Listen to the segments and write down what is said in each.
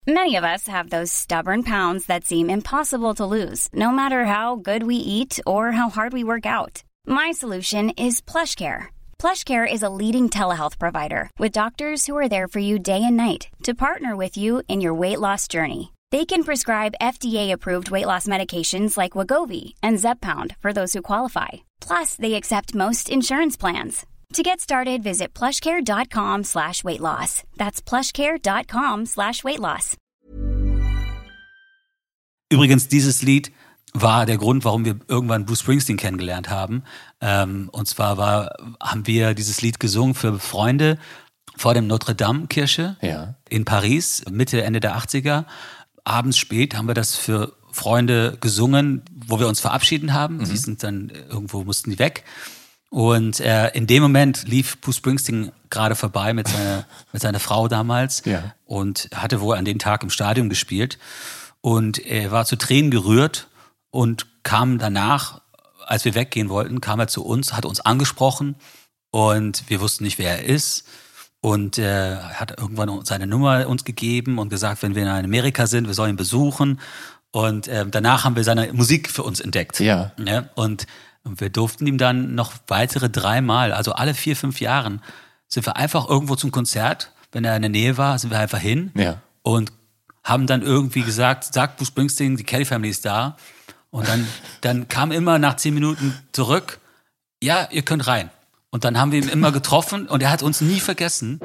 Many of us have those stubborn pounds that seem impossible to lose, no matter how good we eat or how hard we work out. My solution is PlushCare. PlushCare is a leading telehealth provider with doctors who are there for you day and night to partner with you in your weight loss journey. They can prescribe FDA-approved weight loss medications like Wegovy and Zepbound for those who qualify. Plus, they accept most insurance plans. To get started, visit plushcare.com/weightloss. That's plushcare.com/weightloss. Übrigens, dieses Lied war der Grund, warum wir irgendwann Bruce Springsteen kennengelernt haben. Und zwar haben wir dieses Lied gesungen für Freunde vor dem Notre-Dame-Kirche in Paris, Mitte, Ende der 80er. Abends spät haben wir das für Freunde gesungen, wo wir uns verabschieden haben. Sie sind dann irgendwo, mussten die weg. Und in dem Moment lief Bruce Springsteen gerade vorbei mit seiner Frau damals und hatte wohl an dem Tag im Stadion gespielt. Und er war zu Tränen gerührt und kam danach, als wir weggehen wollten, kam er zu uns, hat uns angesprochen und wir wussten nicht, wer er ist. Und er hat irgendwann seine Nummer uns gegeben und gesagt, wenn wir in Amerika sind, wir sollen ihn besuchen. Und danach haben wir seine Musik für uns entdeckt. Ja. Und wir durften ihm dann noch weitere 3 Mal, also alle 4-5 Jahren, sind wir einfach irgendwo zum Konzert. Wenn er in der Nähe war, sind wir einfach hin und haben dann irgendwie gesagt, sagt Bruce Springsteen, die Kelly Family ist da. Und dann kam immer nach 10 Minuten zurück, ja, ihr könnt rein. Und dann haben wir ihn immer getroffen und er hat uns nie vergessen.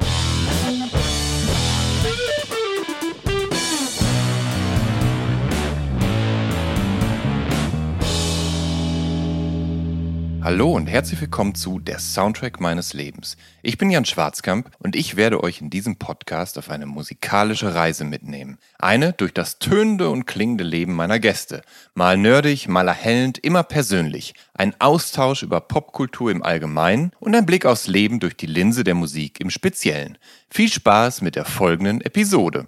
Hallo und herzlich willkommen zu Der Soundtrack meines Lebens. Ich bin Jan Schwarzkamp und ich werde euch in diesem Podcast auf eine musikalische Reise mitnehmen. Eine durch das tönende und klingende Leben meiner Gäste. Mal nerdig, mal erhellend, immer persönlich. Ein Austausch über Popkultur im Allgemeinen und ein Blick aufs Leben durch die Linse der Musik im Speziellen. Viel Spaß mit der folgenden Episode.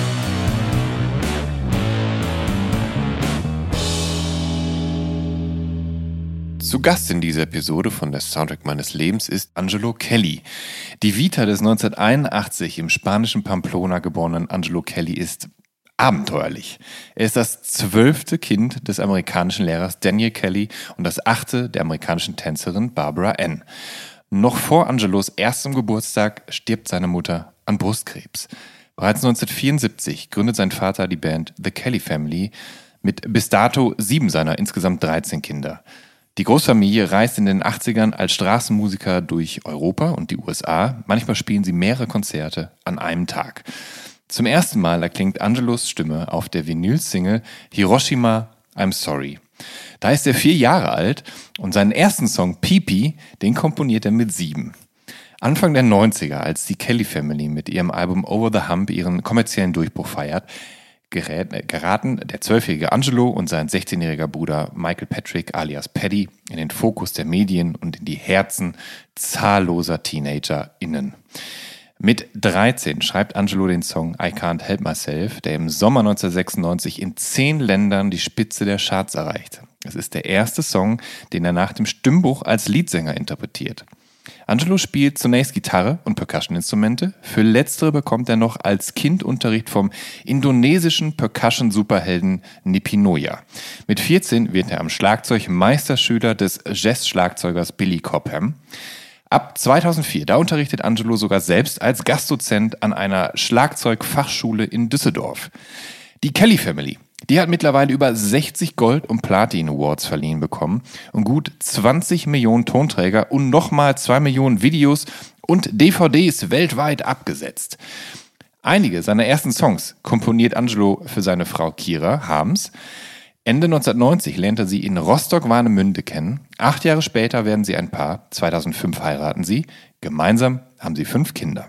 Zu Gast in dieser Episode von Der Soundtrack meines Lebens ist Angelo Kelly. Die Vita des 1981 im spanischen Pamplona geborenen Angelo Kelly ist abenteuerlich. Er ist das 12. Kind des amerikanischen Lehrers Daniel Kelly und das 8. der amerikanischen Tänzerin Barbara Ann. Noch vor Angelos erstem Geburtstag stirbt seine Mutter an Brustkrebs. Bereits 1974 gründet sein Vater die Band The Kelly Family mit bis dato 7 seiner insgesamt 13 Kinder. Die Großfamilie reist in den 80ern als Straßenmusiker durch Europa und die USA. Manchmal spielen sie mehrere Konzerte an einem Tag. Zum ersten Mal erklingt Angelos Stimme auf der Vinyl-Single Hiroshima, I'm Sorry. Da ist er 4 Jahre alt und seinen ersten Song Pee-Pee, den komponiert er mit 7. Anfang der 90er, als die Kelly Family mit ihrem Album Over the Hump ihren kommerziellen Durchbruch feiert, geraten der 12-jährige Angelo und sein 16-jähriger Bruder Michael Patrick alias Paddy in den Fokus der Medien und in die Herzen zahlloser TeenagerInnen. Mit 13 schreibt Angelo den Song I Can't Help Myself, der im Sommer 1996 in 10 Ländern die Spitze der Charts erreicht. Es ist der erste Song, den er nach dem Stimmbruch als Leadsänger interpretiert. Angelo spielt zunächst Gitarre und Percussion-Instrumente. Für letztere bekommt er noch als Kind Unterricht vom indonesischen Percussion-Superhelden Nipinoya. Mit 14 wird er am Schlagzeug Meisterschüler des Jazz-Schlagzeugers Billy Cobham. Ab 2004, da unterrichtet Angelo sogar selbst als Gastdozent an einer Schlagzeugfachschule in Düsseldorf. Die Kelly Family, die hat mittlerweile über 60 Gold- und Platin-Awards verliehen bekommen und gut 20 Millionen Tonträger und nochmal 2 Millionen Videos und DVDs weltweit abgesetzt. Einige seiner ersten Songs komponiert Angelo für seine Frau Kira Harms. Ende 1990 lernt er sie in Rostock-Warnemünde kennen. 8 Jahre später werden sie ein Paar. 2005 heiraten sie. Gemeinsam haben sie 5 Kinder.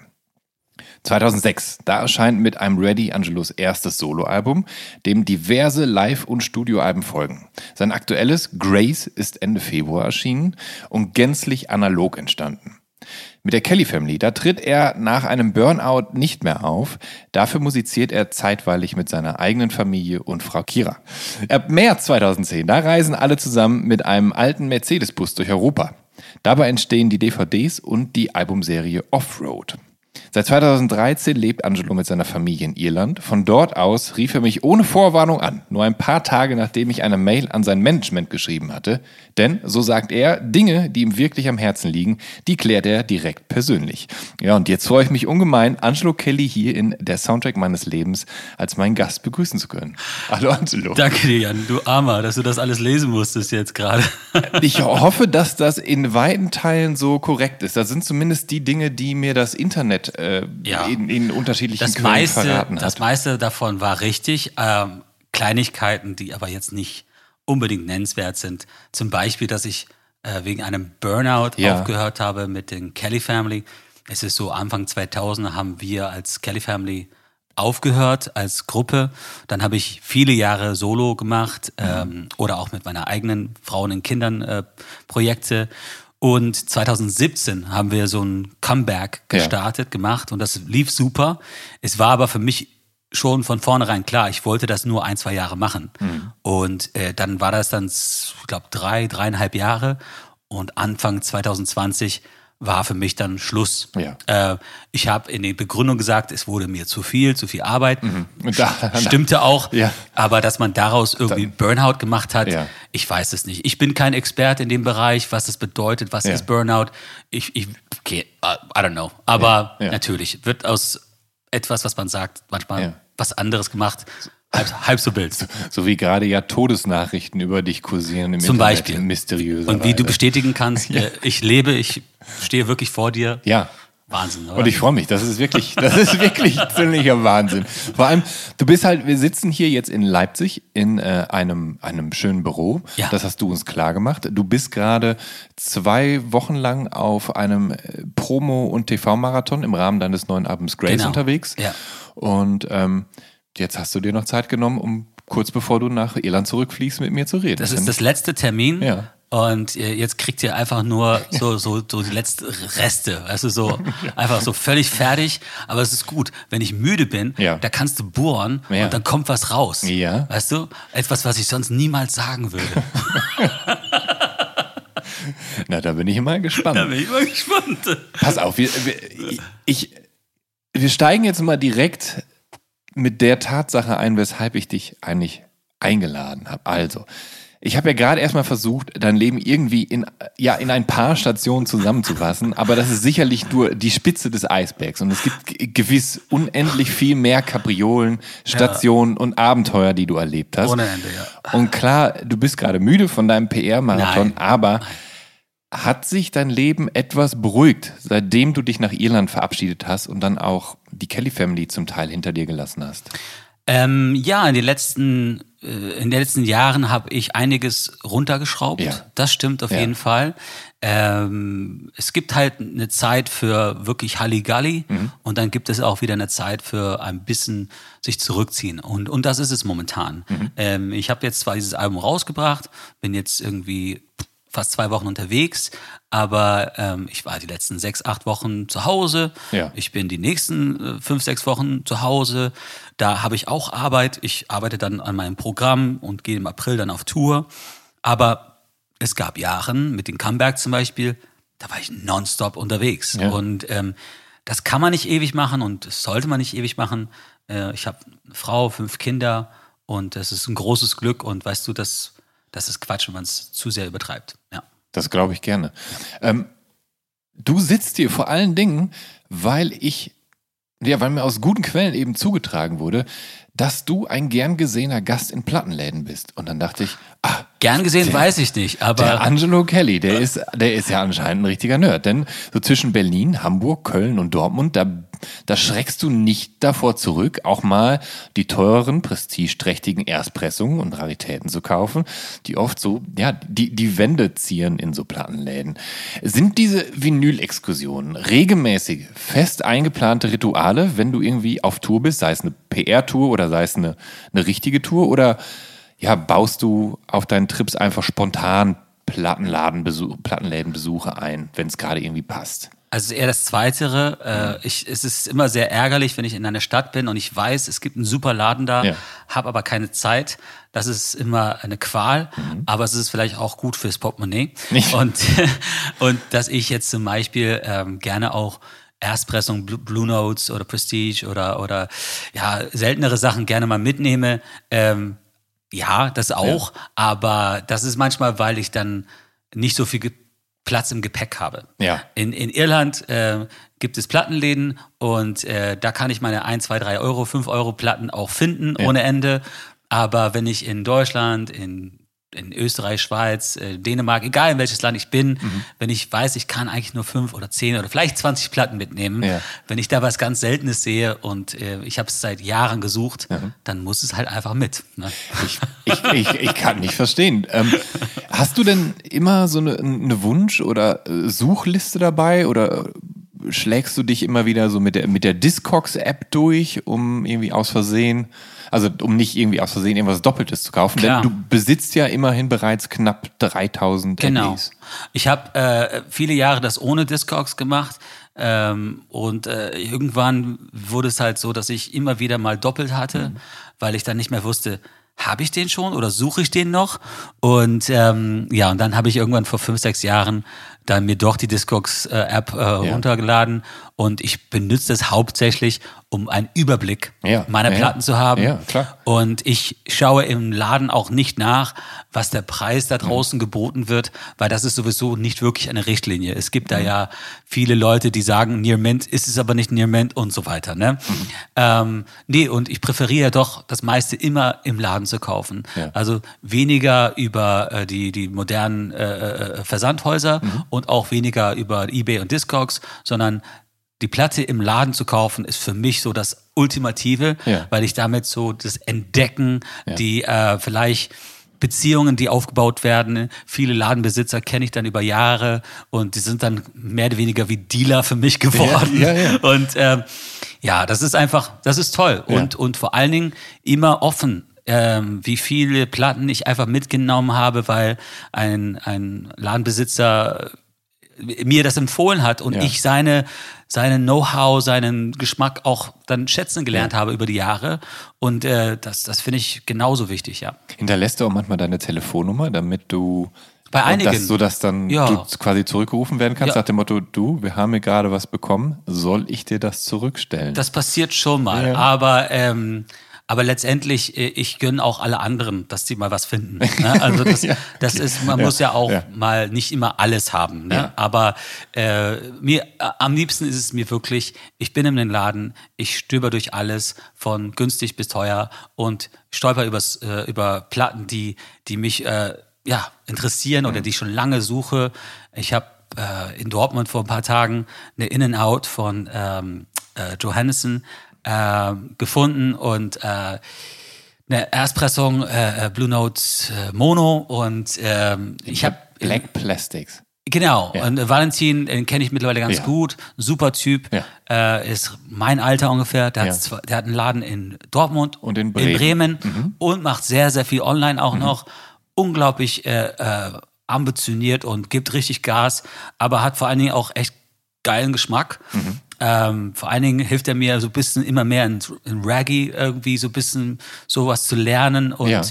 2006, da erscheint mit I'm Ready Angelos erstes Soloalbum, dem diverse Live- und Studioalben folgen. Sein aktuelles Grace ist Ende Februar erschienen und gänzlich analog entstanden. Mit der Kelly Family, da tritt er nach einem Burnout nicht mehr auf. Dafür musiziert er zeitweilig mit seiner eigenen Familie und Frau Kira. Ab März 2010, da reisen alle zusammen mit einem alten Mercedes-Bus durch Europa. Dabei entstehen die DVDs und die Albumserie Offroad. Seit 2013 lebt Angelo mit seiner Familie in Irland. Von dort aus rief er mich ohne Vorwarnung an, nur ein paar Tage nachdem ich eine Mail an sein Management geschrieben hatte. Denn, so sagt er, Dinge, die ihm wirklich am Herzen liegen, die klärt er direkt persönlich. Ja, und jetzt freue ich mich ungemein, Angelo Kelly hier in der Soundtrack meines Lebens als meinen Gast begrüßen zu können. Hallo Angelo. Danke dir, Jan, du Armer, dass du das alles lesen musstest jetzt gerade. Ich hoffe, dass das in weiten Teilen so korrekt ist. Das sind zumindest die Dinge, die mir das Internet in unterschiedlichen Quellen verraten hat. Das meiste davon war richtig. Kleinigkeiten, die aber jetzt nicht unbedingt nennenswert sind. Zum Beispiel, dass ich wegen einem Burnout aufgehört habe mit den Kelly Family. Es ist so, Anfang 2000 haben wir als Kelly Family aufgehört als Gruppe. Dann habe ich viele Jahre Solo gemacht oder auch mit meiner eigenen Frauen und Kindern Projekte. Und 2017 haben wir so ein Comeback gemacht und das lief super. Es war aber für mich schon von vornherein klar, ich wollte das nur 1-2 Jahre machen. Und dann war das dann, ich glaube, 3,5 Jahre und Anfang 2020 war für mich dann Schluss. Ja. Ich habe in der Begründung gesagt, es wurde mir zu viel Arbeit. Stimmte auch. Ja. Aber dass man daraus irgendwie Burnout gemacht hat, ich weiß es nicht. Ich bin kein Experte in dem Bereich, was das bedeutet, was ist Burnout. I don't know. Aber natürlich wird aus etwas, was man sagt, manchmal was anderes gemacht. Halb so wild. So wie gerade ja Todesnachrichten über dich kursieren im Zum Internet. Beispiel. Mysteriöser Und wie du bestätigen kannst, ich lebe, ich stehe wirklich vor dir. Ja. Wahnsinn, oder? Und ich freue mich, das ist wirklich ziemlicher Wahnsinn. Vor allem, wir sitzen hier jetzt in Leipzig in einem schönen Büro. Ja. Das hast du uns klar gemacht. Du bist gerade 2 Wochen lang auf einem Promo- und TV-Marathon im Rahmen deines neuen Albums Grace unterwegs. Ja. Und jetzt hast du dir noch Zeit genommen, um kurz bevor du nach Irland zurückfliegst, mit mir zu reden. Das ist das letzte Termin. Ja. Und jetzt kriegt ihr einfach nur so die letzten Reste. Also so einfach so völlig fertig. Aber es ist gut. Wenn ich müde bin, da kannst du bohren und dann kommt was raus. Ja. Weißt du? Etwas, was ich sonst niemals sagen würde. Na, da bin ich mal gespannt. Pass auf, wir steigen jetzt mal direkt mit der Tatsache ein, weshalb ich dich eigentlich eingeladen habe. Also, ich habe ja gerade erstmal versucht, dein Leben irgendwie in ein paar Stationen zusammenzufassen, aber das ist sicherlich nur die Spitze des Eisbergs und es gibt gewiss unendlich viel mehr Kapriolen, Stationen und Abenteuer, die du erlebt hast. Ohne Ende, ja. Und klar, du bist gerade müde von deinem PR-Marathon, aber hat sich dein Leben etwas beruhigt, seitdem du dich nach Irland verabschiedet hast und dann auch die Kelly Family zum Teil hinter dir gelassen hast? In den letzten Jahren habe ich einiges runtergeschraubt. Ja. Das stimmt auf jeden Fall. Es gibt halt eine Zeit für wirklich Halligalli und dann gibt es auch wieder eine Zeit für ein bisschen sich zurückziehen. Und das ist es momentan. Ich habe jetzt zwar dieses Album rausgebracht, bin jetzt irgendwie fast 2 Wochen unterwegs, aber ich war die letzten 6-8 Wochen zu Hause. Ja. Ich bin die nächsten 5-6 Wochen zu Hause. Da habe ich auch Arbeit. Ich arbeite dann an meinem Programm und gehe im April dann auf Tour. Aber es gab Jahre, mit dem Comeback zum Beispiel, da war ich nonstop unterwegs. Ja. Und das kann man nicht ewig machen und das sollte man nicht ewig machen. Ich habe eine Frau, 5 Kinder und das ist ein großes Glück. Und weißt du, das ist Quatsch, wenn man es zu sehr übertreibt. Ja. Das glaube ich gerne. Du sitzt hier vor allen Dingen, weil mir aus guten Quellen eben zugetragen wurde, dass du ein gern gesehener Gast in Plattenläden bist. Und dann dachte ich, gern gesehen weiß ich nicht, aber der Angelo Kelly, der ist ja anscheinend ein richtiger Nerd. Denn so zwischen Berlin, Hamburg, Köln und Dortmund, da schreckst du nicht davor zurück, auch mal die teuren, prestigeträchtigen Erstpressungen und Raritäten zu kaufen, die oft so, die Wände zieren in so Plattenläden. Sind diese Vinyl-Exkursionen regelmäßig fest eingeplante Rituale, wenn du irgendwie auf Tour bist, sei es eine PR-Tour oder sei es eine richtige Tour, oder baust du auf deinen Trips einfach spontan Plattenlädenbesuche ein, wenn es gerade irgendwie passt? Also eher das Zweitere. Es ist immer sehr ärgerlich, wenn ich in einer Stadt bin und ich weiß, es gibt einen super Laden da, habe aber keine Zeit. Das ist immer eine Qual, aber es ist vielleicht auch gut fürs Portemonnaie. Und dass ich jetzt zum Beispiel gerne auch Erstpressung, Blue Notes oder Prestige oder ja, seltenere Sachen gerne mal mitnehme. Ja, das auch, aber das ist manchmal, weil ich dann nicht so viel Platz im Gepäck habe. Ja. In Irland gibt es Plattenläden und da kann ich meine 1, 2, 3 Euro, 5 Euro Platten auch finden ohne Ende. Aber wenn ich in Deutschland, in Österreich, Schweiz, Dänemark, egal in welches Land ich bin, wenn ich weiß, ich kann eigentlich nur 5 oder 10 oder vielleicht 20 Platten mitnehmen, wenn ich da was ganz Seltenes sehe und ich habe es seit Jahren gesucht, dann muss es halt einfach mit. Ne? Ich kann nicht verstehen. Hast du denn immer so eine Wunsch- oder Suchliste dabei oder schlägst du dich immer wieder so mit der Discogs-App durch, um irgendwie aus Versehen, also um nicht irgendwie aus Versehen irgendwas Doppeltes zu kaufen? Klar. Denn du besitzt ja immerhin bereits knapp 3000 Genau. LPs. Ich habe viele Jahre das ohne Discogs gemacht und irgendwann wurde es halt so, dass ich immer wieder mal doppelt hatte, weil ich dann nicht mehr wusste, habe ich den schon oder suche ich den noch? Und und dann habe ich irgendwann vor 5, 6 Jahren dann mir doch die Discogs-App runtergeladen und ich benutze es hauptsächlich, um einen Überblick meiner Platten zu haben. Ja, klar. Und ich schaue im Laden auch nicht nach, was der Preis da draußen geboten wird, weil das ist sowieso nicht wirklich eine Richtlinie. Es gibt da ja viele Leute, die sagen, Near Mint ist es aber nicht Near Mint und so weiter. Ne? Und ich präferiere doch, das meiste immer im Laden zu kaufen. Ja. Also weniger über die modernen Versandhäuser und auch weniger über eBay und Discogs, sondern die Platte im Laden zu kaufen, ist für mich so das Ultimative, weil ich damit so das Entdecken, die vielleicht Beziehungen, die aufgebaut werden. Viele Ladenbesitzer kenne ich dann über Jahre und die sind dann mehr oder weniger wie Dealer für mich geworden. Ja. Und das ist einfach, das ist toll. Und vor allen Dingen immer offen. Wie viele Platten ich einfach mitgenommen habe, weil ein Ladenbesitzer mir das empfohlen hat und ich seine Know-how, seinen Geschmack auch dann schätzen gelernt habe über die Jahre. Und das finde ich genauso wichtig, ja. Hinterlässt du auch manchmal deine Telefonnummer, damit du bei einigen, sodass dann du quasi zurückgerufen werden kannst, nach dem Motto, wir haben hier gerade was bekommen, soll ich dir das zurückstellen? Das passiert schon mal, aber letztendlich, ich gönne auch alle anderen, dass die mal was finden. Ne? Also das ist, man muss ja auch mal nicht immer alles haben. Ne? Ja. Aber am liebsten ist es mir wirklich, ich bin in den Laden, ich stöber durch alles, von günstig bis teuer und stolper über Platten, die mich interessieren oder die ich schon lange suche. Ich habe in Dortmund vor ein paar Tagen eine In-N-Out von Johannesson gefunden und eine Erstpressung Blue Notes Mono und ich habe Black Plastics. Genau, und Valentin, den kenne ich mittlerweile ganz gut, super Typ, ist mein Alter ungefähr, der hat einen Laden in Dortmund und in Bremen, und macht sehr, sehr viel online auch noch, unglaublich ambitioniert und gibt richtig Gas, aber hat vor allen Dingen auch echt geilen Geschmack. Vor allen Dingen hilft er mir so ein bisschen immer mehr in Reggae irgendwie so ein bisschen sowas zu lernen und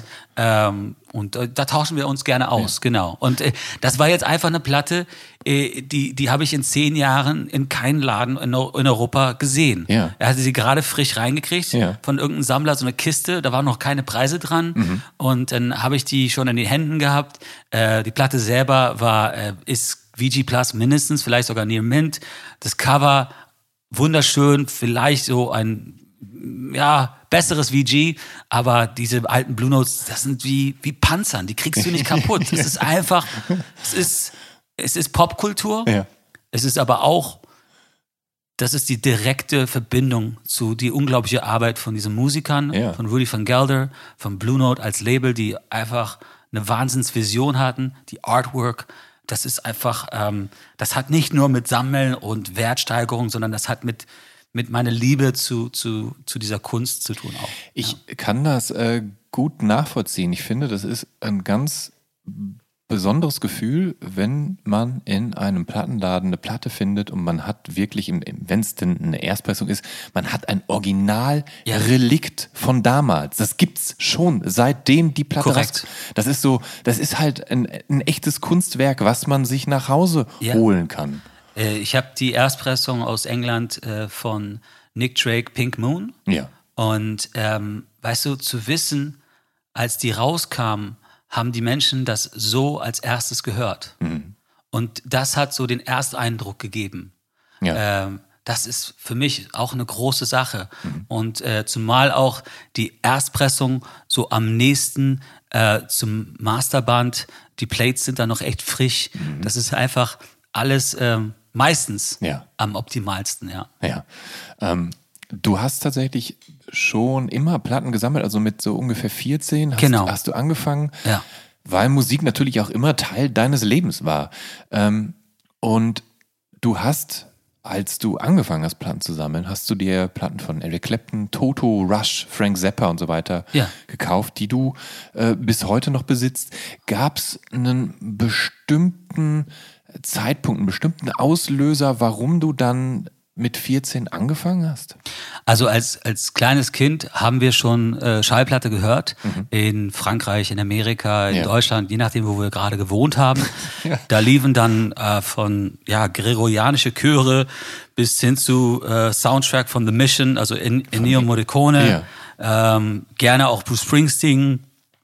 da tauschen wir uns gerne aus, genau. Und das war jetzt einfach eine Platte, die habe ich in 10 Jahren in keinem Laden in Europa gesehen. Ja. Er hatte sie gerade frisch reingekriegt von irgendeinem Sammler, so eine Kiste, da waren noch keine Preise dran und dann habe ich die schon in den Händen gehabt. Die Platte selber ist VG Plus mindestens, vielleicht sogar Near Mint. Das Cover wunderschön, vielleicht so ein besseres VG, aber diese alten Blue Notes, das sind wie Panzern, die kriegst du nicht kaputt. Es ist einfach, es ist Popkultur, es ist aber auch, das ist die direkte Verbindung zu die unglaubliche Arbeit von diesen Musikern, von Rudy van Gelder, von Blue Note als Label, die einfach eine Wahnsinnsvision hatten, die Artwork. Das ist einfach, das hat nicht nur mit Sammeln und Wertsteigerung, sondern das hat mit meiner Liebe zu dieser Kunst zu tun auch. Ich kann das gut nachvollziehen. Ich finde, das ist ein ganz besonderes Gefühl, wenn man in einem Plattenladen eine Platte findet und man hat wirklich, wenn es denn eine Erstpressung ist, man hat ein Originalrelikt von damals. Das gibt's schon, seitdem die Platte Korrekt. Das ist halt ein echtes Kunstwerk, was man sich nach Hause holen kann. Ich habe die Erstpressung aus England von Nick Drake, Pink Moon. Ja. Und weißt du, zu wissen, als die rauskamen, haben die Menschen das so als erstes gehört. Und das hat so den Ersteindruck gegeben. Ja. Das ist für mich auch eine große Sache. Und zumal auch die Erstpressung so am nächsten zum Masterband, die Plates sind da noch echt frisch. Das ist einfach alles meistens am optimalsten, ja. Ja. Du hast tatsächlich schon immer Platten gesammelt, also mit so ungefähr 14 hast du angefangen, weil Musik natürlich auch immer Teil deines Lebens war. Und du hast, als du angefangen hast, Platten zu sammeln, hast du dir Platten von Eric Clapton, Toto, Rush, Frank Zappa und so weiter gekauft, die du bis heute noch besitzt. Gab es einen bestimmten Zeitpunkt, einen bestimmten Auslöser, warum du dann mit 14 angefangen hast? Also als kleines Kind haben wir schon Schallplatte gehört. In Frankreich, in Amerika, in Deutschland, je nachdem, wo wir gerade gewohnt haben. Da liefen dann von gregorianische Chöre bis hin zu Soundtrack von The Mission, also Ennio Morricone, gerne auch Bruce Springsteen.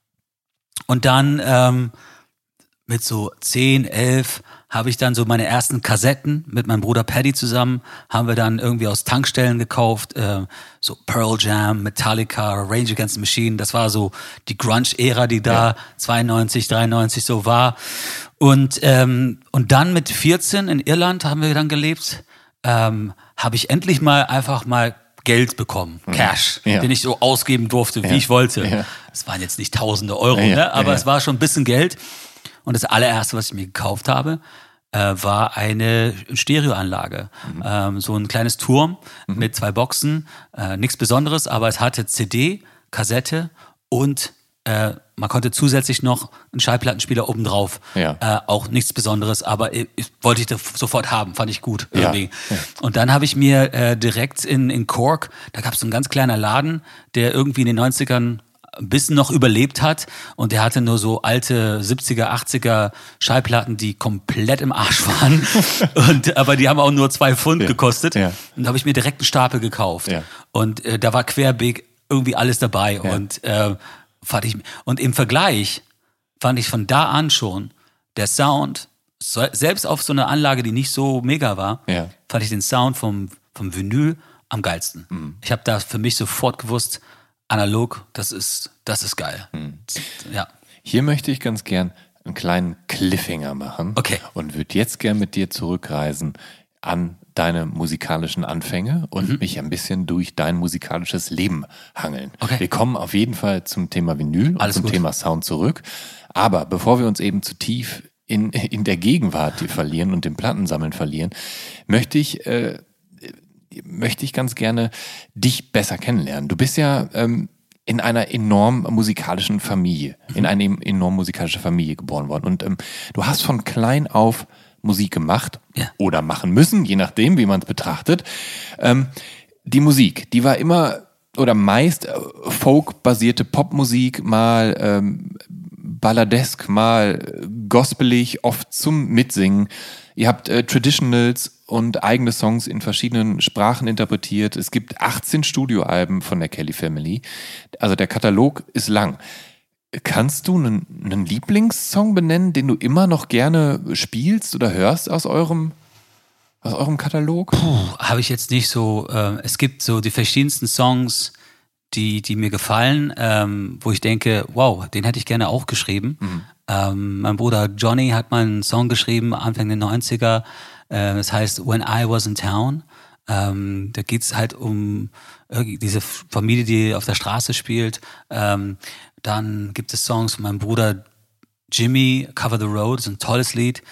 Und dann mit so 10, 11 habe ich dann so meine ersten Kassetten mit meinem Bruder Paddy zusammen, haben wir dann irgendwie aus Tankstellen gekauft, so Pearl Jam, Metallica, Rage Against the Machine, das war so die Grunge-Ära, die da 92, 93 so war. Und dann mit 14 in Irland haben wir dann gelebt, habe ich endlich einfach mal Geld bekommen, Cash, den ich so ausgeben durfte, wie ich wollte. Es waren jetzt nicht tausende Euro, ne? Aber es war schon ein bisschen Geld. Und das allererste, was ich mir gekauft habe, war eine Stereoanlage. So ein kleines Turm mit 2 Boxen. Nichts Besonderes, aber es hatte CD, Kassette und man konnte zusätzlich noch einen Schallplattenspieler obendrauf. Auch nichts Besonderes, aber wollte ich das sofort haben, fand ich gut irgendwie. Und dann habe ich mir direkt in Cork, da gab es so einen ganz kleiner Laden, der irgendwie in den 90ern ein bisschen noch überlebt hat und der hatte nur so alte 70er, 80er Schallplatten, die komplett im Arsch waren. Aber die haben auch nur 2 Pfund gekostet. Und da habe ich mir direkt einen Stapel gekauft. Und da war querbeet irgendwie alles dabei. Und und im Vergleich fand ich von da an schon der Sound, selbst auf so einer Anlage, die nicht so mega war, fand ich den Sound vom Vinyl am geilsten. Ich habe da für mich sofort gewusst, analog, das ist geil. Ja. Hier möchte ich ganz gern einen kleinen Cliffhanger machen und würde jetzt gern mit dir zurückreisen an deine musikalischen Anfänge und mich ein bisschen durch dein musikalisches Leben hangeln. Wir kommen auf jeden Fall zum Thema Vinyl und zum Thema Sound zurück. Aber bevor wir uns eben zu tief in der Gegenwart verlieren und im Plattensammeln verlieren, möchte ich ganz gerne dich besser kennenlernen. Du bist ja in einer enorm musikalischen Familie, in eine enorm musikalische Familie geboren worden. Und du hast von klein auf Musik gemacht oder machen müssen, je nachdem, wie man es betrachtet. Die Musik, die war immer oder meist Folk-basierte Popmusik, mal balladesk, mal gospelig, oft zum Mitsingen. Ihr habt Traditionals und eigene Songs in verschiedenen Sprachen interpretiert. Es gibt 18 Studioalben von der Kelly Family. Also der Katalog ist lang. Kannst du einen Lieblingssong benennen, den du immer noch gerne spielst oder hörst aus eurem Katalog? Habe ich jetzt nicht so. Es gibt so die verschiedensten Songs, die mir gefallen, wo ich denke, wow, den hätte ich gerne auch geschrieben. Mein Bruder Johnny hat mal einen Song geschrieben, Anfang der 90er. Das heißt When I Was in Town. Da geht es halt um diese Familie, die auf der Straße spielt. Dann gibt es Songs von meinem Bruder Jimmy, Cover the Road, das ist ein tolles Lied.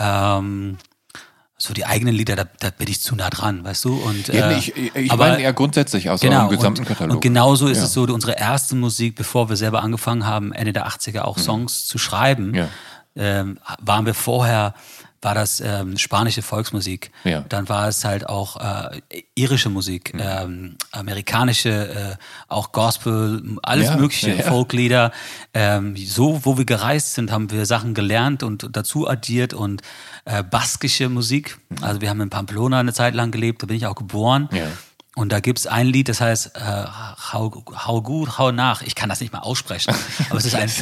So die eigenen Lieder, da bin ich zu nah dran, weißt du? Und, ich meine eher grundsätzlich aus eurem gesamten Katalog. Und genauso ist es so, unsere erste Musik, bevor wir selber angefangen haben, Ende der 80er auch Songs zu schreiben, waren wir vorher war das spanische Volksmusik. Ja. Dann war es halt auch irische Musik, amerikanische, auch Gospel, alles mögliche, Folklieder. So, wo wir gereist sind, haben wir Sachen gelernt und dazu addiert und baskische Musik. Also wir haben in Pamplona eine Zeit lang gelebt, da bin ich auch geboren. Ja. Und da gibt's ein Lied, das heißt Hau gut, hau nach. Ich kann das nicht mal aussprechen, aber es ist ein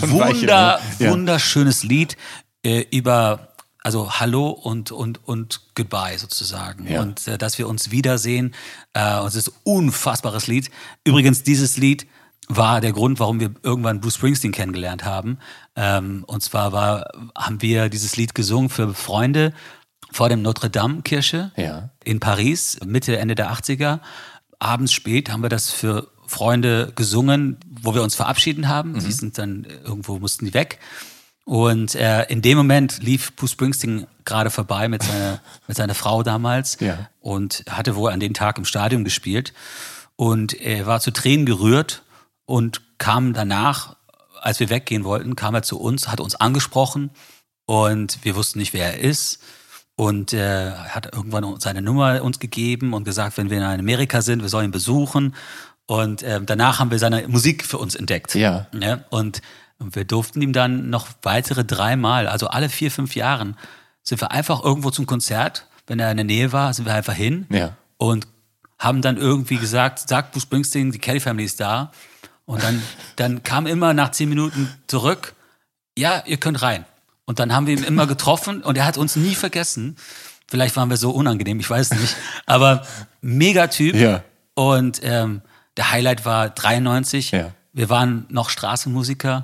wunderschönes Lied über Hallo und Goodbye sozusagen. Ja. Und dass wir uns wiedersehen. Und es ist ein unfassbares Lied. Übrigens, dieses Lied war der Grund, warum wir irgendwann Bruce Springsteen kennengelernt haben. Und zwar haben wir dieses Lied gesungen für Freunde vor dem Notre-Dame-Kirche in Paris, Mitte, Ende der 80er. Abends spät haben wir das für Freunde gesungen, wo wir uns verabschieden haben. Sie sind dann mussten die weg. Und in dem Moment lief Bruce Springsteen gerade vorbei mit seiner Frau damals und hatte wohl an dem Tag im Stadion gespielt. Und er war zu Tränen gerührt und kam danach, als wir weggehen wollten, kam er zu uns, hat uns angesprochen und wir wussten nicht, wer er ist. Und hat irgendwann seine Nummer uns gegeben und gesagt, wenn wir in Amerika sind, wir sollen ihn besuchen. Und danach haben wir seine Musik für uns entdeckt. Ja. Und wir durften ihm dann noch weitere 3 Mal, also alle 4-5 Jahren, sind wir einfach irgendwo zum Konzert. Wenn er in der Nähe war, sind wir einfach hin und haben dann irgendwie gesagt, sagt Bruce Springsteen, die Kelly Family ist da. Und dann kam immer nach 10 Minuten zurück, ja, ihr könnt rein. Und dann haben wir ihn immer getroffen und er hat uns nie vergessen. Vielleicht waren wir so unangenehm, ich weiß nicht. Aber mega Typ. Ja. Und der Highlight war 93. Ja. Wir waren noch Straßenmusiker.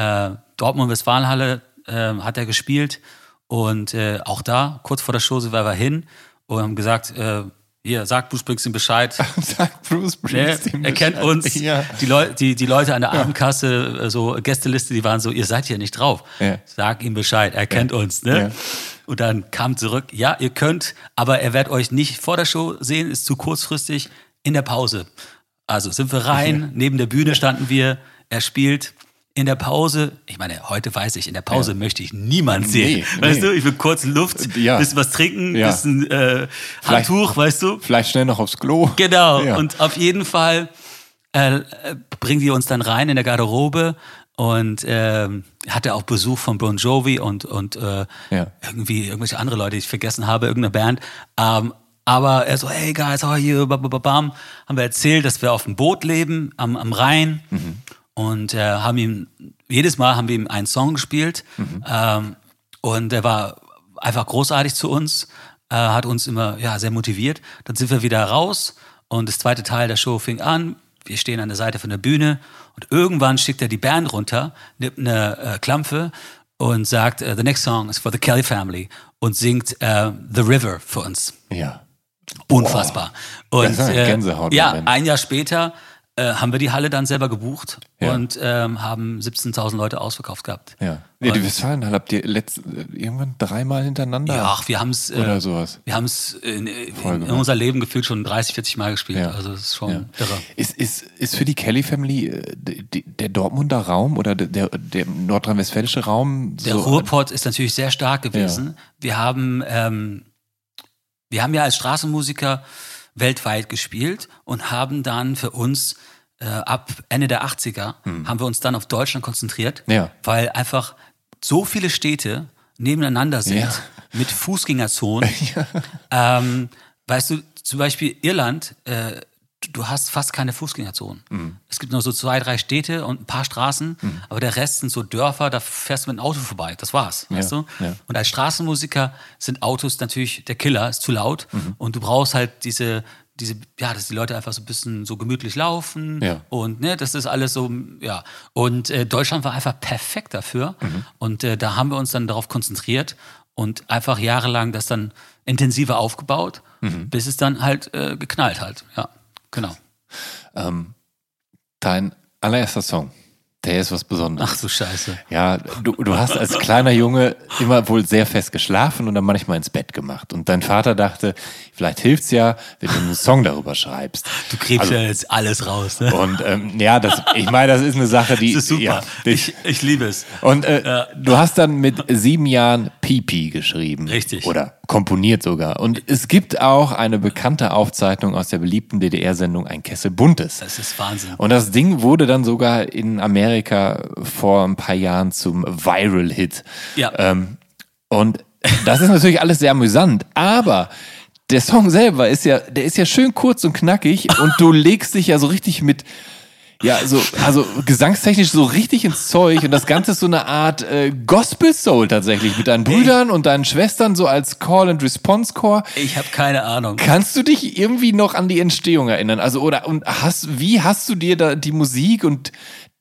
Dortmund-Westfalenhalle hat er gespielt. Und auch da, kurz vor der Show, sind wir hin und haben gesagt, hier, sagt Bruce Springsteen Bescheid. Sagt Bruce Springsteen Bescheid. Er kennt uns. Ja. Die Leute an der Abendkasse, so Gästeliste, die waren so, ihr seid hier nicht drauf. Ja. Sag ihm Bescheid, er kennt uns. Ne? Ja. Und dann kam zurück, ja, ihr könnt, aber er wird euch nicht vor der Show sehen, ist zu kurzfristig, in der Pause. Also sind wir rein, neben der Bühne standen wir, er spielt. In der Pause, ich meine, heute weiß ich, in der Pause möchte ich niemanden sehen. Weißt du, ich will kurz Luft, bisschen was trinken, bisschen Handtuch, weißt du. Vielleicht schnell noch aufs Klo. Genau, und auf jeden Fall bringen die uns dann rein in der Garderobe und hatte auch Besuch von Bon Jovi und irgendwie irgendwelche andere Leute, die ich vergessen habe, irgendeine Band. Aber er so, hey guys, how are you? Haben wir erzählt, dass wir auf dem Boot leben, am Rhein. Und jedes Mal haben wir ihm einen Song gespielt. Und er war einfach großartig zu uns, hat uns immer sehr motiviert. Dann sind wir wieder raus und das zweite Teil der Show fing an. Wir stehen an der Seite von der Bühne und irgendwann schickt er die Band runter, nimmt eine Klampfe und sagt, the next song is for the Kelly Family und singt The River für uns. Ja. Unfassbar. Und das ist eine Gänsehaut. Ein Jahr später haben wir die Halle dann selber gebucht und haben 17.000 Leute ausverkauft gehabt. Ja. Die Westfalenhalle habt ihr irgendwann 3-mal hintereinander? Ja, wir haben es in unser Leben gefühlt schon 30, 40 Mal gespielt. Ja. Also das ist schon irre. Ist für die Kelly Family der Dortmunder Raum oder der nordrhein-westfälische Raum? Der Ruhrpott ist natürlich sehr stark gewesen. Ja. Wir haben ja als Straßenmusiker weltweit gespielt und haben dann für uns ab Ende der 80er haben wir uns dann auf Deutschland konzentriert, weil einfach so viele Städte nebeneinander sind mit Fußgängerzonen. Weißt du, zum Beispiel Irland, du hast fast keine Fußgängerzonen. Es gibt nur so 2, 3 Städte und ein paar Straßen, aber der Rest sind so Dörfer, da fährst du mit dem Auto vorbei. Das war's, weißt du? Ja. Und als Straßenmusiker sind Autos natürlich der Killer, ist zu laut und du brauchst halt dass die Leute einfach so ein bisschen so gemütlich laufen und das ist alles so, Und Deutschland war einfach perfekt dafür und da haben wir uns dann darauf konzentriert und einfach jahrelang das dann intensiver aufgebaut, bis es dann halt geknallt hat, Genau. Dein allererster Song, der ist was Besonderes. Ach du Scheiße. Ja, du hast als kleiner Junge immer wohl sehr fest geschlafen und dann manchmal ins Bett gemacht. Und dein Vater dachte, vielleicht hilft's ja, wenn du einen Song darüber schreibst. Du kriegst ja jetzt alles raus, ne? Und ich meine, das ist eine Sache, die... Das ist super. Ich liebe es. Und du hast dann mit 7 Jahren Pipi geschrieben. Richtig. Oder komponiert sogar. Und es gibt auch eine bekannte Aufzeichnung aus der beliebten DDR-Sendung Ein Kessel Buntes. Das ist Wahnsinn. Und das Ding wurde dann sogar in Amerika vor ein paar Jahren zum Viral-Hit. Ja. Und das ist natürlich alles sehr amüsant, aber der Song selber der ist ja schön kurz und knackig und du legst dich ja so richtig mit, also gesangstechnisch so richtig ins Zeug und das Ganze ist so eine Art Gospel-Soul tatsächlich mit deinen Brüdern und deinen Schwestern so als Call-and-Response-Chor. Ich habe keine Ahnung. Kannst du dich irgendwie noch an die Entstehung erinnern? Also wie hast du dir da die Musik und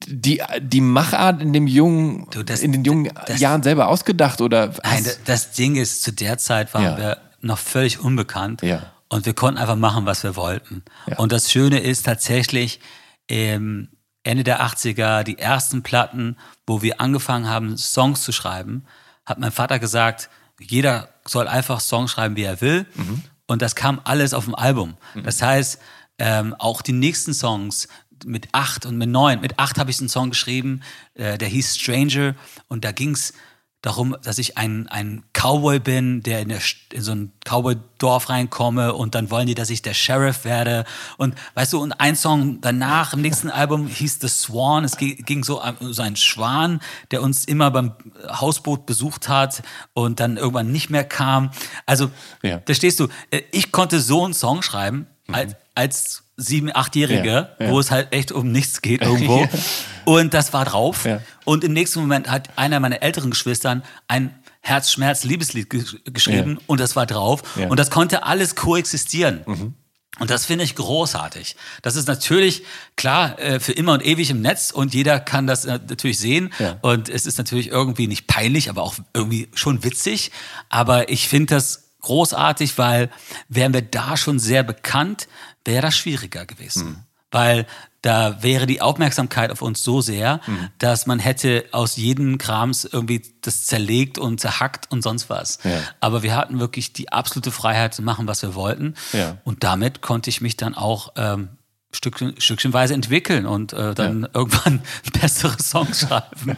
die Machart in den jungen Jahren selber ausgedacht oder? Nein, das Ding ist, zu der Zeit waren wir noch völlig unbekannt und wir konnten einfach machen, was wir wollten. Ja. Und das Schöne ist tatsächlich, Ende der 80er, die ersten Platten, wo wir angefangen haben, Songs zu schreiben, hat mein Vater gesagt, jeder soll einfach Songs schreiben, wie er will. Mhm. Und das kam alles auf dem Album. Mhm. Das heißt, auch die nächsten Songs mit 8 und mit 9. Mit 8 habe ich einen Song geschrieben, der hieß Stranger. Und da ging es darum, dass ich ein Cowboy bin, der in so ein Cowboy-Dorf reinkomme und dann wollen die, dass ich der Sheriff werde. Und weißt du, und ein Song danach, im nächsten Album, hieß The Swan. Es ging so ein Schwan, der uns immer beim Hausboot besucht hat und dann irgendwann nicht mehr kam. Also, verstehst du, ich konnte so einen Song schreiben, als 7-, 8-Jährige, wo es halt echt um nichts geht irgendwo. Und das war drauf. Ja. Und im nächsten Moment hat einer meiner älteren Geschwistern ein Herzschmerz-Liebeslied geschrieben und das war drauf. Ja. Und das konnte alles koexistieren. Mhm. Und das finde ich großartig. Das ist natürlich, klar, für immer und ewig im Netz und jeder kann das natürlich sehen. Ja. Und es ist natürlich irgendwie nicht peinlich, aber auch irgendwie schon witzig. Aber ich finde das großartig, weil wären wir da schon sehr bekannt, wäre das schwieriger gewesen. Mhm. Weil da wäre die Aufmerksamkeit auf uns so sehr, dass man hätte aus jedem Krams irgendwie das zerlegt und zerhackt und sonst was. Ja. Aber wir hatten wirklich die absolute Freiheit zu machen, was wir wollten. Ja. Und damit konnte ich mich dann auch stückchenweise entwickeln und dann irgendwann bessere Songs schreiben.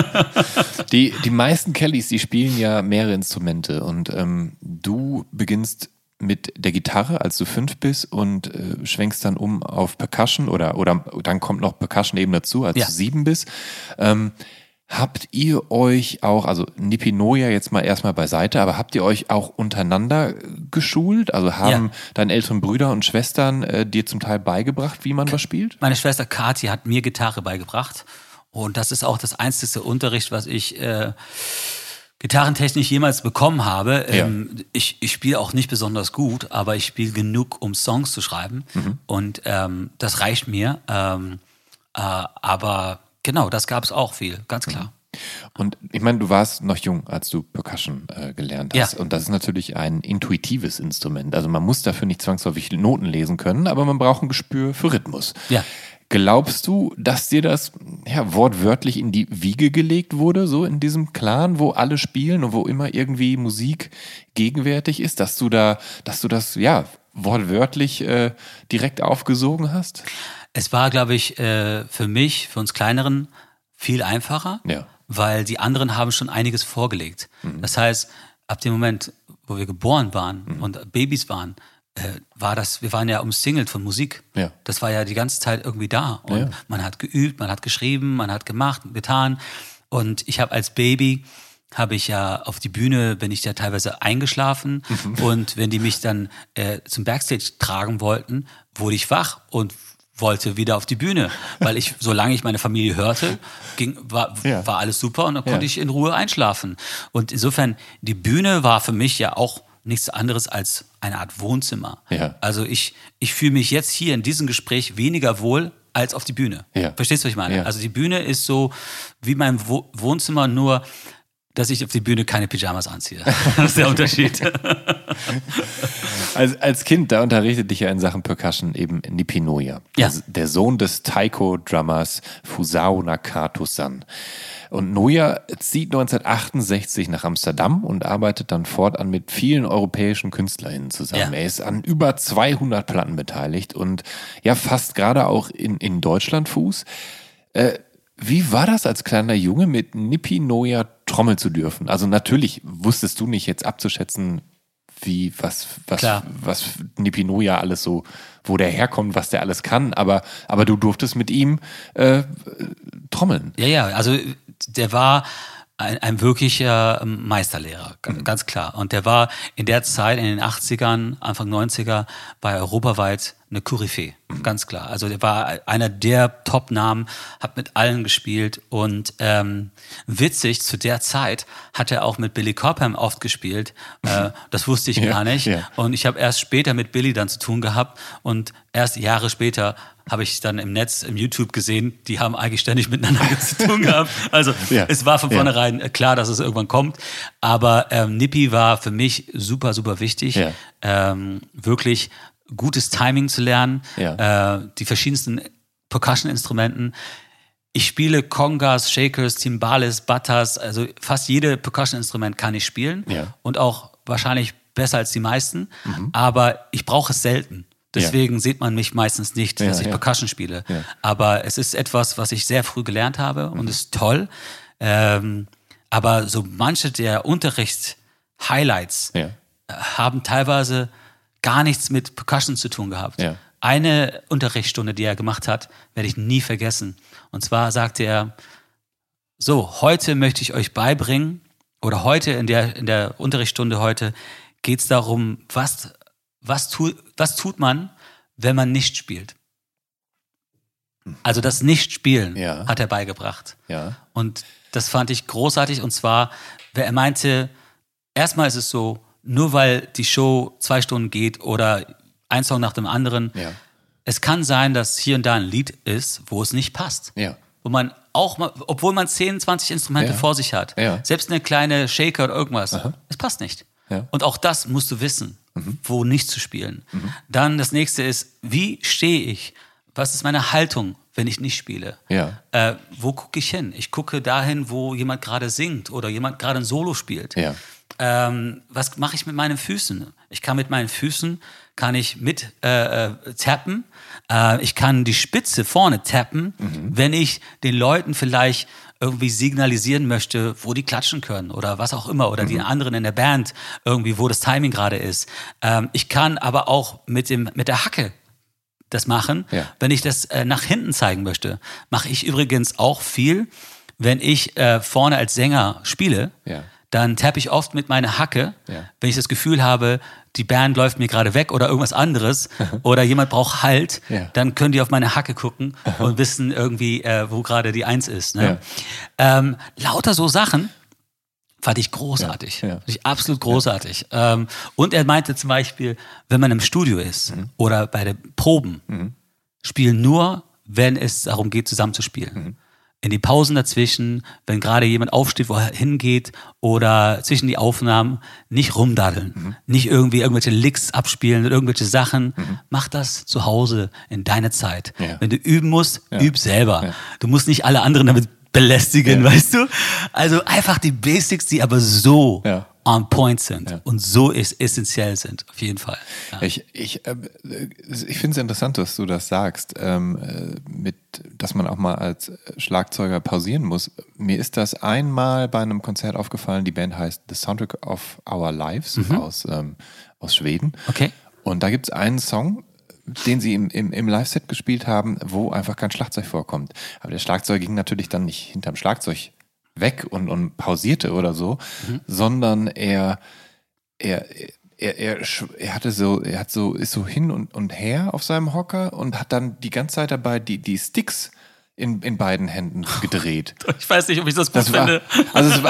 Die meisten Kellys, die spielen ja mehrere Instrumente und du beginnst mit der Gitarre, als du 5 bist und schwenkst dann um auf Percussion oder dann kommt noch Percussion eben dazu, als du 7 bist. Habt ihr euch auch, also Nipi Noya jetzt mal erstmal beiseite, aber habt ihr euch auch untereinander geschult? Also haben deine älteren Brüder und Schwestern dir zum Teil beigebracht, wie man was spielt? Meine Schwester Kathi hat mir Gitarre beigebracht und das ist auch das einzige Unterricht, was ich gitarrentechnisch jemals bekommen habe. Ich spiele auch nicht besonders gut, aber ich spiele genug, um Songs zu schreiben und das reicht mir. Aber genau, das gab es auch viel, ganz klar. Und ich meine, du warst noch jung, als du Percussion gelernt hast. Ja. Und das ist natürlich ein intuitives Instrument. Also man muss dafür nicht zwangsläufig Noten lesen können, aber man braucht ein Gespür für Rhythmus. Ja. Glaubst du, dass dir das wortwörtlich in die Wiege gelegt wurde, so in diesem Clan, wo alle spielen und wo immer irgendwie Musik gegenwärtig ist, dass du das wortwörtlich direkt aufgesogen hast? Es war, glaube ich, für uns Kleineren, viel einfacher, weil die anderen haben schon einiges vorgelegt. Mhm. Das heißt, ab dem Moment, wo wir geboren waren und Babys waren, wir waren ja umsingelt von Musik. Ja. Das war ja die ganze Zeit irgendwie da. Und man hat geübt, man hat geschrieben, man hat gemacht, getan. Und ich habe als Baby, auf die Bühne, bin ich ja teilweise eingeschlafen. Und wenn die mich dann zum Backstage tragen wollten, wurde ich wach und wollte wieder auf die Bühne. Weil solange ich meine Familie hörte, war alles super und dann konnte ich in Ruhe einschlafen. Und insofern, die Bühne war für mich ja auch nichts anderes als eine Art Wohnzimmer. Ja. Also ich fühle mich jetzt hier in diesem Gespräch weniger wohl als auf die Bühne. Ja. Verstehst du, was ich meine? Ja. Also die Bühne ist so wie mein Wohnzimmer, nur dass ich auf die Bühne keine Pyjamas anziehe. Das ist der Unterschied. Als Kind, da unterrichtet dich ja in Sachen Percussion eben Nipi Noya. Ja. Der Sohn des Taiko-Drummers Fusao Nakato-san. Und Noya zieht 1968 nach Amsterdam und arbeitet dann fortan mit vielen europäischen KünstlerInnen zusammen. Ja. Er ist an über 200 Platten beteiligt und fasst gerade auch in Deutschland Fuß. Wie war das als kleiner Junge mit Nipi Noya trommeln zu dürfen? Also natürlich wusstest du nicht jetzt abzuschätzen, was Nipi Noya alles so, wo der herkommt, was der alles kann, aber du durftest mit ihm trommeln. Ja, also der war ein wirklicher Meisterlehrer, ganz klar. Und der war in der Zeit, in den 80ern, Anfang 90er, war er europaweit eine Koryphäe, ganz klar. Also der war einer der Top-Namen, hat mit allen gespielt und witzig, zu der Zeit hat er auch mit Billy Cobham oft gespielt. Das wusste ich gar nicht. Ja. Und ich habe erst später mit Billy dann zu tun gehabt und erst Jahre später habe ich dann im Netz, im YouTube gesehen, die haben eigentlich ständig miteinander zu tun gehabt. Also es war von vornherein klar, dass es irgendwann kommt. Aber Nipi war für mich super, super wichtig. Ja. Wirklich gutes Timing zu lernen, die verschiedensten Percussion-Instrumenten. Ich spiele Congas, Shakers, Timbales, Batas, also fast jede Percussion-Instrument kann ich spielen und auch wahrscheinlich besser als die meisten, aber ich brauche es selten. Deswegen sieht man mich meistens nicht, dass ich Percussion spiele. Ja. Aber es ist etwas, was ich sehr früh gelernt habe und ist toll. Aber so manche der Unterrichts-Highlights haben teilweise gar nichts mit Percussion zu tun gehabt. Ja. Eine Unterrichtsstunde, die er gemacht hat, werde ich nie vergessen. Und zwar sagte er, so, heute möchte ich euch beibringen, oder heute in der Unterrichtsstunde heute geht es darum, was tut man, wenn man nicht spielt? Also das Nicht-Spielen hat er beigebracht. Ja. Und das fand ich großartig. Und zwar, er meinte, erstmal ist es so, nur weil die Show 2 Stunden geht oder ein Song nach dem anderen, es kann sein, dass hier und da ein Lied ist, wo es nicht passt. Ja. Wo man auch mal, obwohl man 10, 20 Instrumente vor sich hat, selbst eine kleine Shaker oder irgendwas, es passt nicht. Ja. Und auch das musst du wissen, wo nicht zu spielen. Dann das nächste ist, wie stehe ich? Was ist meine Haltung, wenn ich nicht spiele? Ja. Wo gucke ich hin? Ich gucke dahin, wo jemand gerade singt oder jemand gerade ein Solo spielt. Ja. Was mache ich mit meinen Füßen? Ich kann mit meinen Füßen, mit tappen. Ich kann die Spitze vorne tappen, wenn ich den Leuten vielleicht irgendwie signalisieren möchte, wo die klatschen können oder was auch immer oder die anderen in der Band irgendwie, wo das Timing gerade ist. Ich kann aber auch mit der Hacke das machen, wenn ich das nach hinten zeigen möchte. Mache ich übrigens auch viel, wenn ich vorne als Sänger spiele, dann tappe ich oft mit meiner Hacke, wenn ich das Gefühl habe, die Band läuft mir gerade weg oder irgendwas anderes oder jemand braucht Halt, dann können die auf meine Hacke gucken und wissen irgendwie, wo gerade die 1 ist. Ne? Ja. Lauter so Sachen fand ich großartig. Fand ich absolut großartig. Und er meinte zum Beispiel, wenn man im Studio ist oder bei den Proben, spielen nur, wenn es darum geht, zusammen zu spielen. In die Pausen dazwischen, wenn gerade jemand aufsteht, wo er hingeht oder zwischen die Aufnahmen, nicht rumdaddeln, nicht irgendwelche Licks abspielen oder irgendwelche Sachen. Mach das zu Hause in deiner Zeit. Ja. Wenn du üben musst, üb selber. Ja. Du musst nicht alle anderen damit belästigen, weißt du? Also einfach die Basics, die aber so on point sind und so essentiell sind, auf jeden Fall. Ja. Ich finde es interessant, dass du das sagst, dass man auch mal als Schlagzeuger pausieren muss. Mir ist das einmal bei einem Konzert aufgefallen, die Band heißt The Soundtrack of Our Lives aus Schweden. Okay. Und da gibt es einen Song, den sie im Live-Set gespielt haben, wo einfach kein Schlagzeug vorkommt. Aber der Schlagzeuger ging natürlich dann nicht hinterm Schlagzeug weg und pausierte oder so, sondern er ist so hin und her auf seinem Hocker und hat dann die ganze Zeit dabei die Sticks in beiden Händen gedreht. Ich weiß nicht, ob ich das gut finde. Es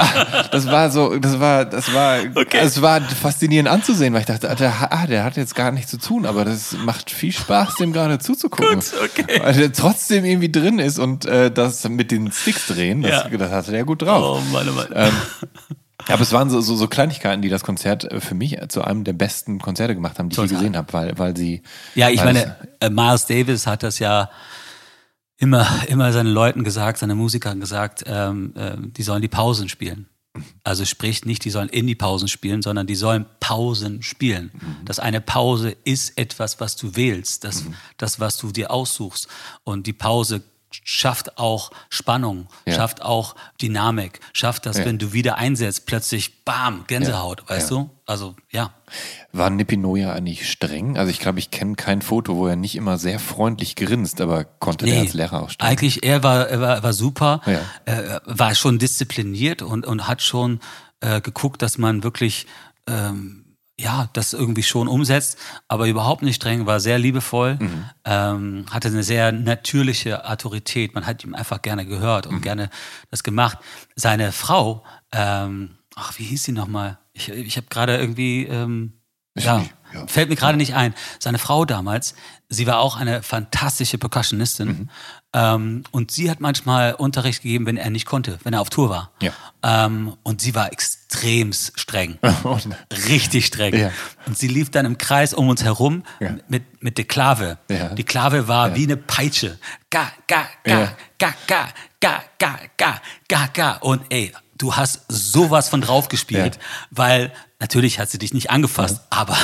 war faszinierend anzusehen, weil ich dachte, der hat jetzt gar nichts zu tun, aber das macht viel Spaß, dem gerade zuzugucken. Gut, okay. Weil der trotzdem irgendwie drin ist und das mit den Sticks drehen, das hatte der gut drauf. Oh, meine. Aber es waren so Kleinigkeiten, die das Konzert für mich zu einem der besten Konzerte gemacht haben, die ich je gesehen habe, weil sie... Ja, ich meine, Miles Davis hat das ja immer seinen Leuten gesagt, seinen Musikern gesagt, die sollen die Pausen spielen. Also sprich nicht, die sollen in die Pausen spielen, sondern die sollen Pausen spielen. Das eine Pause ist etwas, was du wählst, das was du dir aussuchst. Und die Pause schafft auch Spannung, schafft auch Dynamik, schafft das, wenn du wieder einsetzt, plötzlich bam, Gänsehaut, weißt du? Also, ja. War Nipi Noya eigentlich streng? Also ich glaube, ich kenne kein Foto, wo er nicht immer sehr freundlich grinst, aber konnte der als Lehrer auch streng? Eigentlich, er war super, war schon diszipliniert und hat schon geguckt, dass man wirklich das irgendwie schon umsetzt, aber überhaupt nicht streng, war sehr liebevoll, hatte eine sehr natürliche Autorität. Man hat ihm einfach gerne gehört und gerne das gemacht. Seine Frau, wie hieß sie nochmal? Ich habe gerade irgendwie, fällt mir gerade nicht ein. Seine Frau damals, sie war auch eine fantastische Percussionistin. Und sie hat manchmal Unterricht gegeben, wenn er nicht konnte, wenn er auf Tour war. Ja. Und sie war extrem streng. Richtig streng. Ja. Und sie lief dann im Kreis um uns herum mit der Klave. Ja. Die Klave war wie eine Peitsche. Ga, ga, ga, ga, ga, ga, ga, ga, ga, ga. Und du hast sowas von drauf gespielt, weil natürlich hat sie dich nicht angefasst, aber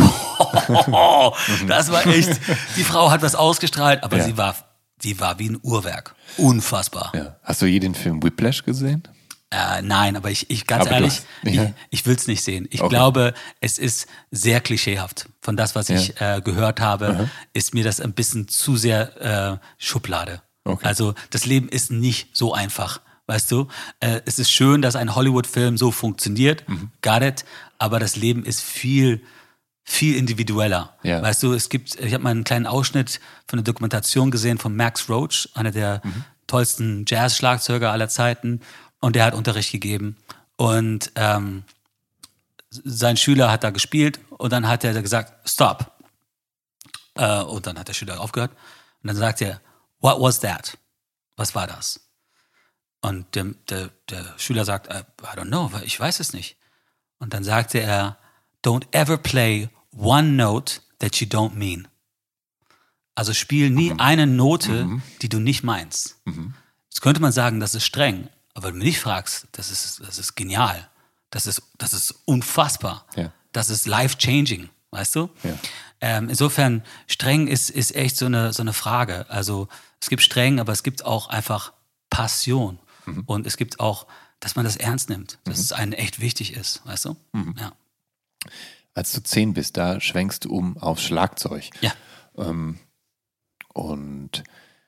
das war echt, die Frau hat was ausgestrahlt, aber sie war wie ein Uhrwerk. Unfassbar. Ja. Hast du je den Film Whiplash gesehen? Nein, aber ich ganz ehrlich, ich will es nicht sehen. Ich glaube, es ist sehr klischeehaft. Von das, was ich gehört habe, ist mir das ein bisschen zu sehr Schublade. Okay. Also das Leben ist nicht so einfach. Weißt du, es ist schön, dass ein Hollywood-Film so funktioniert, got it, aber das Leben ist viel, viel individueller. Ja. Weißt du, ich habe mal einen kleinen Ausschnitt von einer Dokumentation gesehen von Max Roach, einer der tollsten Jazz-Schlagzeuger aller Zeiten, und der hat Unterricht gegeben und sein Schüler hat da gespielt und dann hat er gesagt, stop. Und dann hat der Schüler aufgehört und dann sagt er, what was that? Was war das? Und der Schüler sagt, I don't know, ich weiß es nicht. Und dann sagte er, don't ever play one note that you don't mean. Also spiel nie eine Note, die du nicht meinst. Jetzt könnte man sagen, das ist streng, aber wenn du mich fragst, das ist genial. Das ist unfassbar. Ja. Das ist life-changing, weißt du? Ja. Insofern, streng ist echt so eine Frage. Also es gibt streng, aber es gibt auch einfach Passion. Und es gibt auch, dass man das ernst nimmt, dass es einem echt wichtig ist, weißt du? Ja. Als du 10 bist, da schwenkst du um aufs Schlagzeug. Ja. Und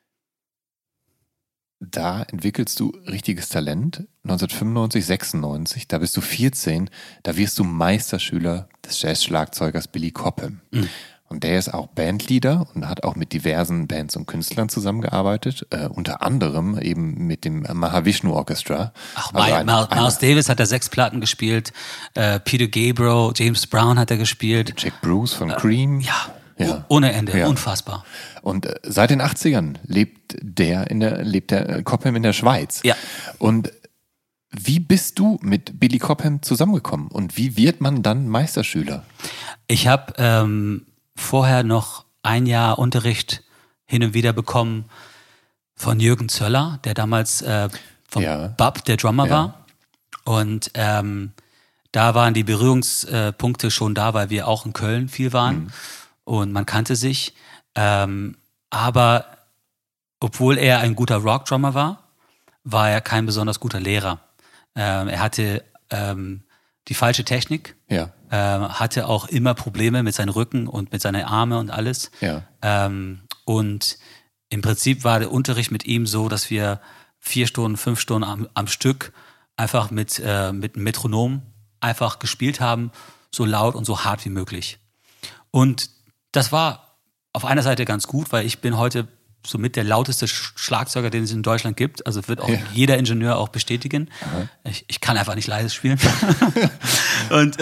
da entwickelst du richtiges Talent. 1995, 96, da bist du 14, da wirst du Meisterschüler des Jazz-Schlagzeugers Billy Cobham. Und der ist auch Bandleader und hat auch mit diversen Bands und Künstlern zusammengearbeitet, unter anderem eben mit dem Mahavishnu Orchestra. Ach, Miles Davis hat da 6 Platten gespielt, Peter Gabriel, James Brown hat er gespielt. Jack Bruce von Cream. Ohne Ende, unfassbar. Und seit den 80ern lebt der Cobham in der Schweiz. Ja. Und wie bist du mit Billy Cobham zusammengekommen und wie wird man dann Meisterschüler? Ich habe vorher noch ein Jahr Unterricht hin und wieder bekommen von Jürgen Zöller, der damals vom Bub der Drummer war. Und da waren die Berührungspunkte schon da, weil wir auch in Köln viel waren und man kannte sich. Aber obwohl er ein guter Rock-Drummer war er kein besonders guter Lehrer. Er hatte die falsche Technik, hatte auch immer Probleme mit seinem Rücken und mit seinen Armen und alles. Ja. Und im Prinzip war der Unterricht mit ihm so, dass wir 4 Stunden, 5 Stunden am Stück einfach mit einem Metronom einfach gespielt haben, so laut und so hart wie möglich. Und das war auf einer Seite ganz gut, weil ich bin heute somit der lauteste Schlagzeuger, den es in Deutschland gibt. Also wird auch jeder Ingenieur auch bestätigen. Ich kann einfach nicht leise spielen. Und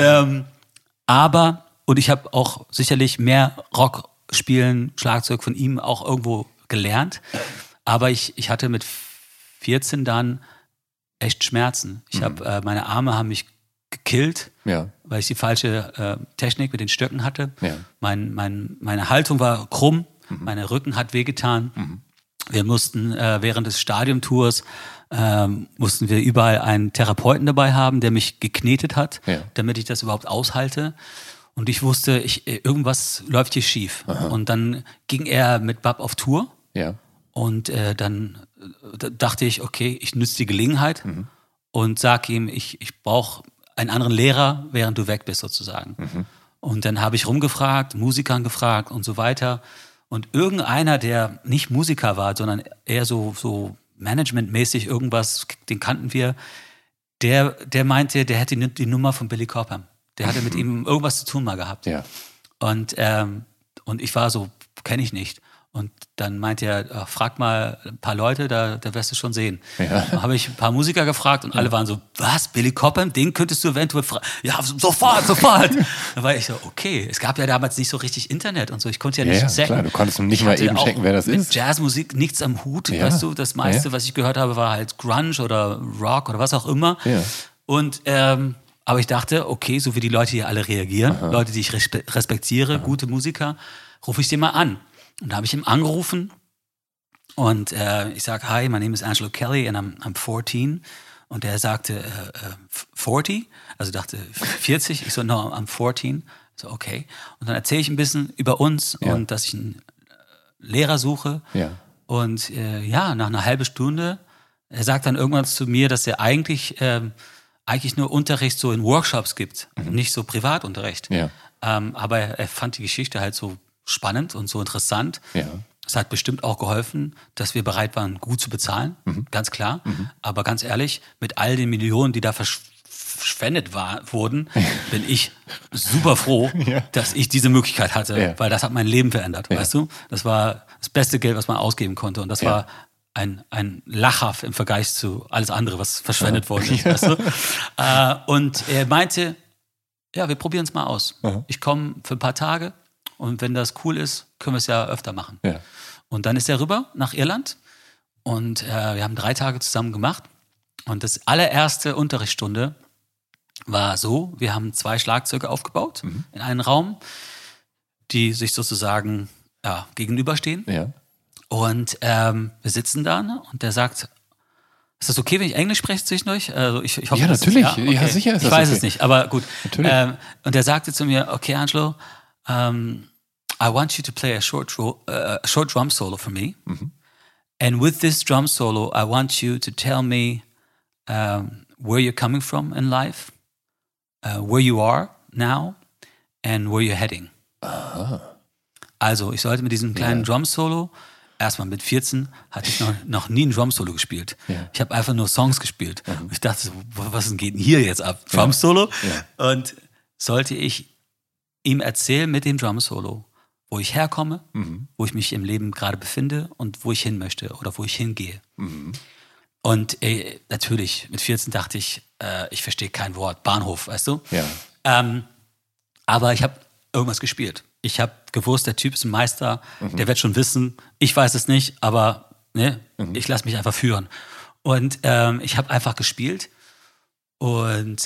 ich habe auch sicherlich mehr Rock spielen, Schlagzeug von ihm auch irgendwo gelernt. Aber ich hatte mit 14 dann echt Schmerzen. Meine Arme haben mich gekillt, weil ich die falsche Technik mit den Stöcken hatte. Ja. Meine Haltung war krumm. Mein Rücken hat wehgetan. Wir mussten während des Stadiumtours mussten wir überall einen Therapeuten dabei haben, der mich geknetet hat, damit ich das überhaupt aushalte. Und ich wusste, irgendwas läuft hier schief. Aha. Und dann ging er mit Bub auf Tour. Ja. Und dann dachte ich, okay, ich nütze die Gelegenheit und sage ihm, ich brauche einen anderen Lehrer, während du weg bist sozusagen. Und dann habe ich rumgefragt, Musikern gefragt und so weiter. Und irgendeiner, der nicht Musiker war, sondern eher so managementmäßig irgendwas, den kannten wir, der meinte, der hätte die Nummer von Billy Cobham. Der hatte mit ihm irgendwas zu tun mal gehabt. Ja. Und ich war so, kenne ich nicht. Und dann meinte er, frag mal ein paar Leute, da wirst du schon sehen. Ja. Dann habe ich ein paar Musiker gefragt und alle waren so, was, Billy Cobham, den könntest du eventuell fragen? Ja, sofort. Da war ich so, okay, es gab ja damals nicht so richtig Internet und so, ich konnte ja nicht checken. Klar, du konntest nicht mal eben checken, wer das ist. Mit Jazzmusik nichts am Hut, Ja. weißt du, das meiste, was ich gehört habe, war halt Grunge oder Rock oder was auch immer. Ja. Und aber ich dachte, okay, so wie die Leute hier alle reagieren, Leute, die ich respektiere, gute Musiker, rufe ich den mal an. Und da habe ich ihn angerufen und ich sage, hi, my name is Angelo Kelly and I'm 14. Und er sagte, 40? Also dachte 40. Ich so, no, I'm 14. So, okay. Und dann erzähle ich ein bisschen über uns und dass ich einen Lehrer suche. Ja. Und nach einer halben Stunde, er sagt dann irgendwann zu mir, dass er eigentlich nur Unterricht so in Workshops gibt, nicht so Privatunterricht. Ja. Aber er fand die Geschichte halt so spannend und so interessant. Ja. Es hat bestimmt auch geholfen, dass wir bereit waren, gut zu bezahlen, ganz klar. Aber ganz ehrlich, mit all den Millionen, die da verschwendet wurden, bin ich super froh, dass ich diese Möglichkeit hatte, weil das hat mein Leben verändert, weißt du? Das war das beste Geld, was man ausgeben konnte und das war ein Lachhaft im Vergleich zu alles andere, was verschwendet worden ist, weißt du? Und er meinte, ja, wir probieren es mal aus. Ich komme für ein paar Tage und wenn das cool ist, können wir es ja öfter machen. Ja. Und dann ist er rüber nach Irland und wir haben 3 Tage zusammen gemacht. Und das allererste Unterrichtsstunde war so, wir haben 2 Schlagzeuge aufgebaut in einen Raum, die sich sozusagen gegenüberstehen. Ja. Und wir sitzen da und der sagt, ist das okay, wenn ich Englisch spreche zwischendurch? Also ich hoffe, ja, natürlich. Okay. Ja, sicher ist das Ich weiß okay. es nicht, aber gut. Und er sagte zu mir, okay, Angelo, I want you to play a short drum solo for me. And with this drum solo, I want you to tell me where you're coming from in life, where you are now, and where you're heading. Aha. Also, ich sollte mit diesem kleinen Drum Solo, erstmal mit 14, hatte ich noch nie ein Drum Solo gespielt. Ja. Ich habe einfach nur Songs gespielt. Und ich dachte so, was geht denn hier jetzt ab? Drum Solo? Ja. Und sollte ich ihm erzählen mit dem Drum Solo, wo ich herkomme, wo ich mich im Leben gerade befinde und wo ich hin möchte oder wo ich hingehe. Und natürlich, mit 14 dachte ich, ich verstehe kein Wort. Bahnhof, weißt du? Ja. Aber ich habe irgendwas gespielt. Ich habe gewusst, der Typ ist ein Meister, der wird schon wissen, ich weiß es nicht, aber ich lasse mich einfach führen. Und ich habe einfach gespielt und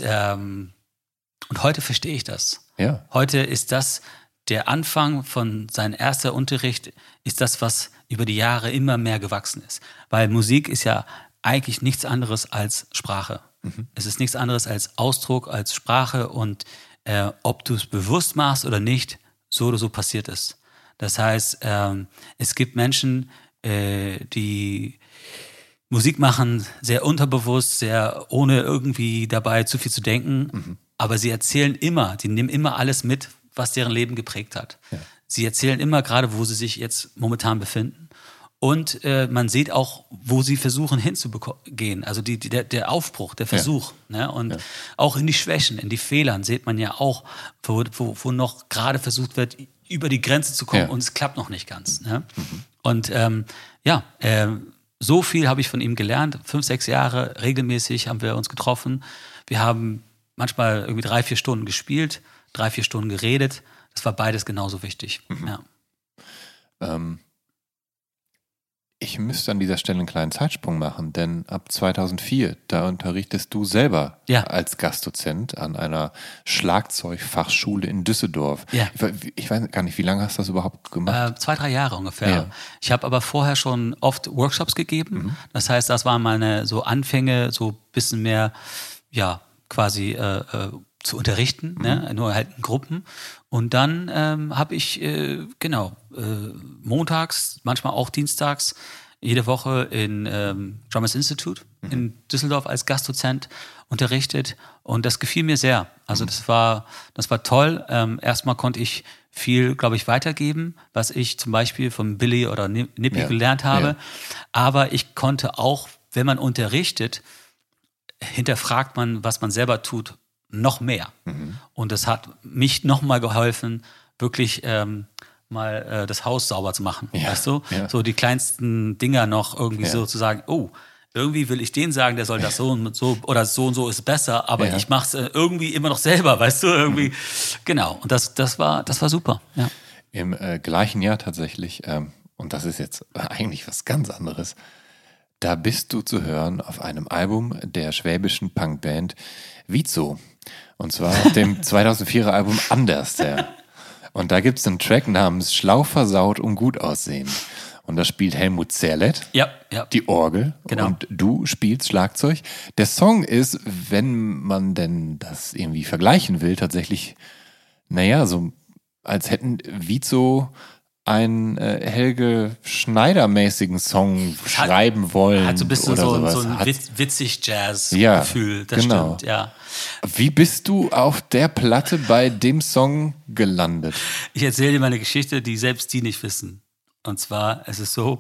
heute verstehe ich das. Ja. Heute ist das der Anfang von seinem ersten Unterricht, ist das, was über die Jahre immer mehr gewachsen ist. Weil Musik ist ja eigentlich nichts anderes als Sprache. Es ist nichts anderes als Ausdruck, als Sprache und ob du es bewusst machst oder nicht, so oder so passiert es. Das heißt, es gibt Menschen, die Musik machen, sehr unterbewusst, sehr ohne irgendwie dabei zu viel zu denken, aber sie erzählen immer, die nehmen immer alles mit, was deren Leben geprägt hat. Ja. Sie erzählen immer gerade, wo sie sich jetzt momentan befinden. Und man sieht auch, wo sie versuchen hinzugehen. Also der Aufbruch, der Versuch. Ne? Und auch in die Schwächen, in die Fehlern sieht man ja auch, wo noch gerade versucht wird, über die Grenze zu kommen und es klappt noch nicht ganz. Ne? Und so viel habe ich von ihm gelernt. 5, 6 Jahre regelmäßig haben wir uns getroffen. Wir haben manchmal irgendwie 3, 4 Stunden gespielt, 3, 4 Stunden geredet. Das war beides genauso wichtig. Ja. Ich müsste an dieser Stelle einen kleinen Zeitsprung machen, denn ab 2004, da unterrichtest du selber als Gastdozent an einer Schlagzeugfachschule in Düsseldorf. Ja. Ich weiß gar nicht, wie lange hast du das überhaupt gemacht? 2, 3 Jahre ungefähr. Ja. Ich habe aber vorher schon oft Workshops gegeben. Das heißt, das waren meine so Anfänge, so ein bisschen mehr, quasi zu unterrichten, ne? Nur halt in Gruppen. Und dann habe ich montags, manchmal auch dienstags jede Woche in Drummers Institute in Düsseldorf als Gastdozent unterrichtet und das gefiel mir sehr. Also das war toll. Erstmal konnte ich viel, glaube ich, weitergeben, was ich zum Beispiel von Billy oder Nippy gelernt habe. Ja. Aber ich konnte auch, wenn man unterrichtet, hinterfragt man, was man selber tut, noch mehr. Und das hat mich nochmal geholfen, wirklich mal das Haus sauber zu machen. Ja. Weißt du? Ja. So die kleinsten Dinger noch irgendwie so zu sagen, oh, irgendwie will ich denen sagen, der soll das so und so oder so und so ist besser, aber ich mache es irgendwie immer noch selber, weißt du, irgendwie. Genau, und das war super. Ja. Im gleichen Jahr tatsächlich, und das ist jetzt eigentlich was ganz anderes, da bist du zu hören auf einem Album der schwäbischen Punkband Wieso. Und zwar auf dem 2004er Album Anders. Und da gibt es einen Track namens Schlau, versaut und gut aussehen. Und da spielt Helmut Zerlett, die Orgel, und du spielst Schlagzeug. Der Song ist, wenn man denn das irgendwie vergleichen will, tatsächlich, so als hätten Wieso einen Helge Schneider-mäßigen Song schreiben wollen. Hat so ein bisschen so ein witzig Jazz-Gefühl, das stimmt, ja. Wie bist du auf der Platte bei dem Song gelandet? Ich erzähle dir mal eine Geschichte, die selbst die nicht wissen. Und zwar, es ist so,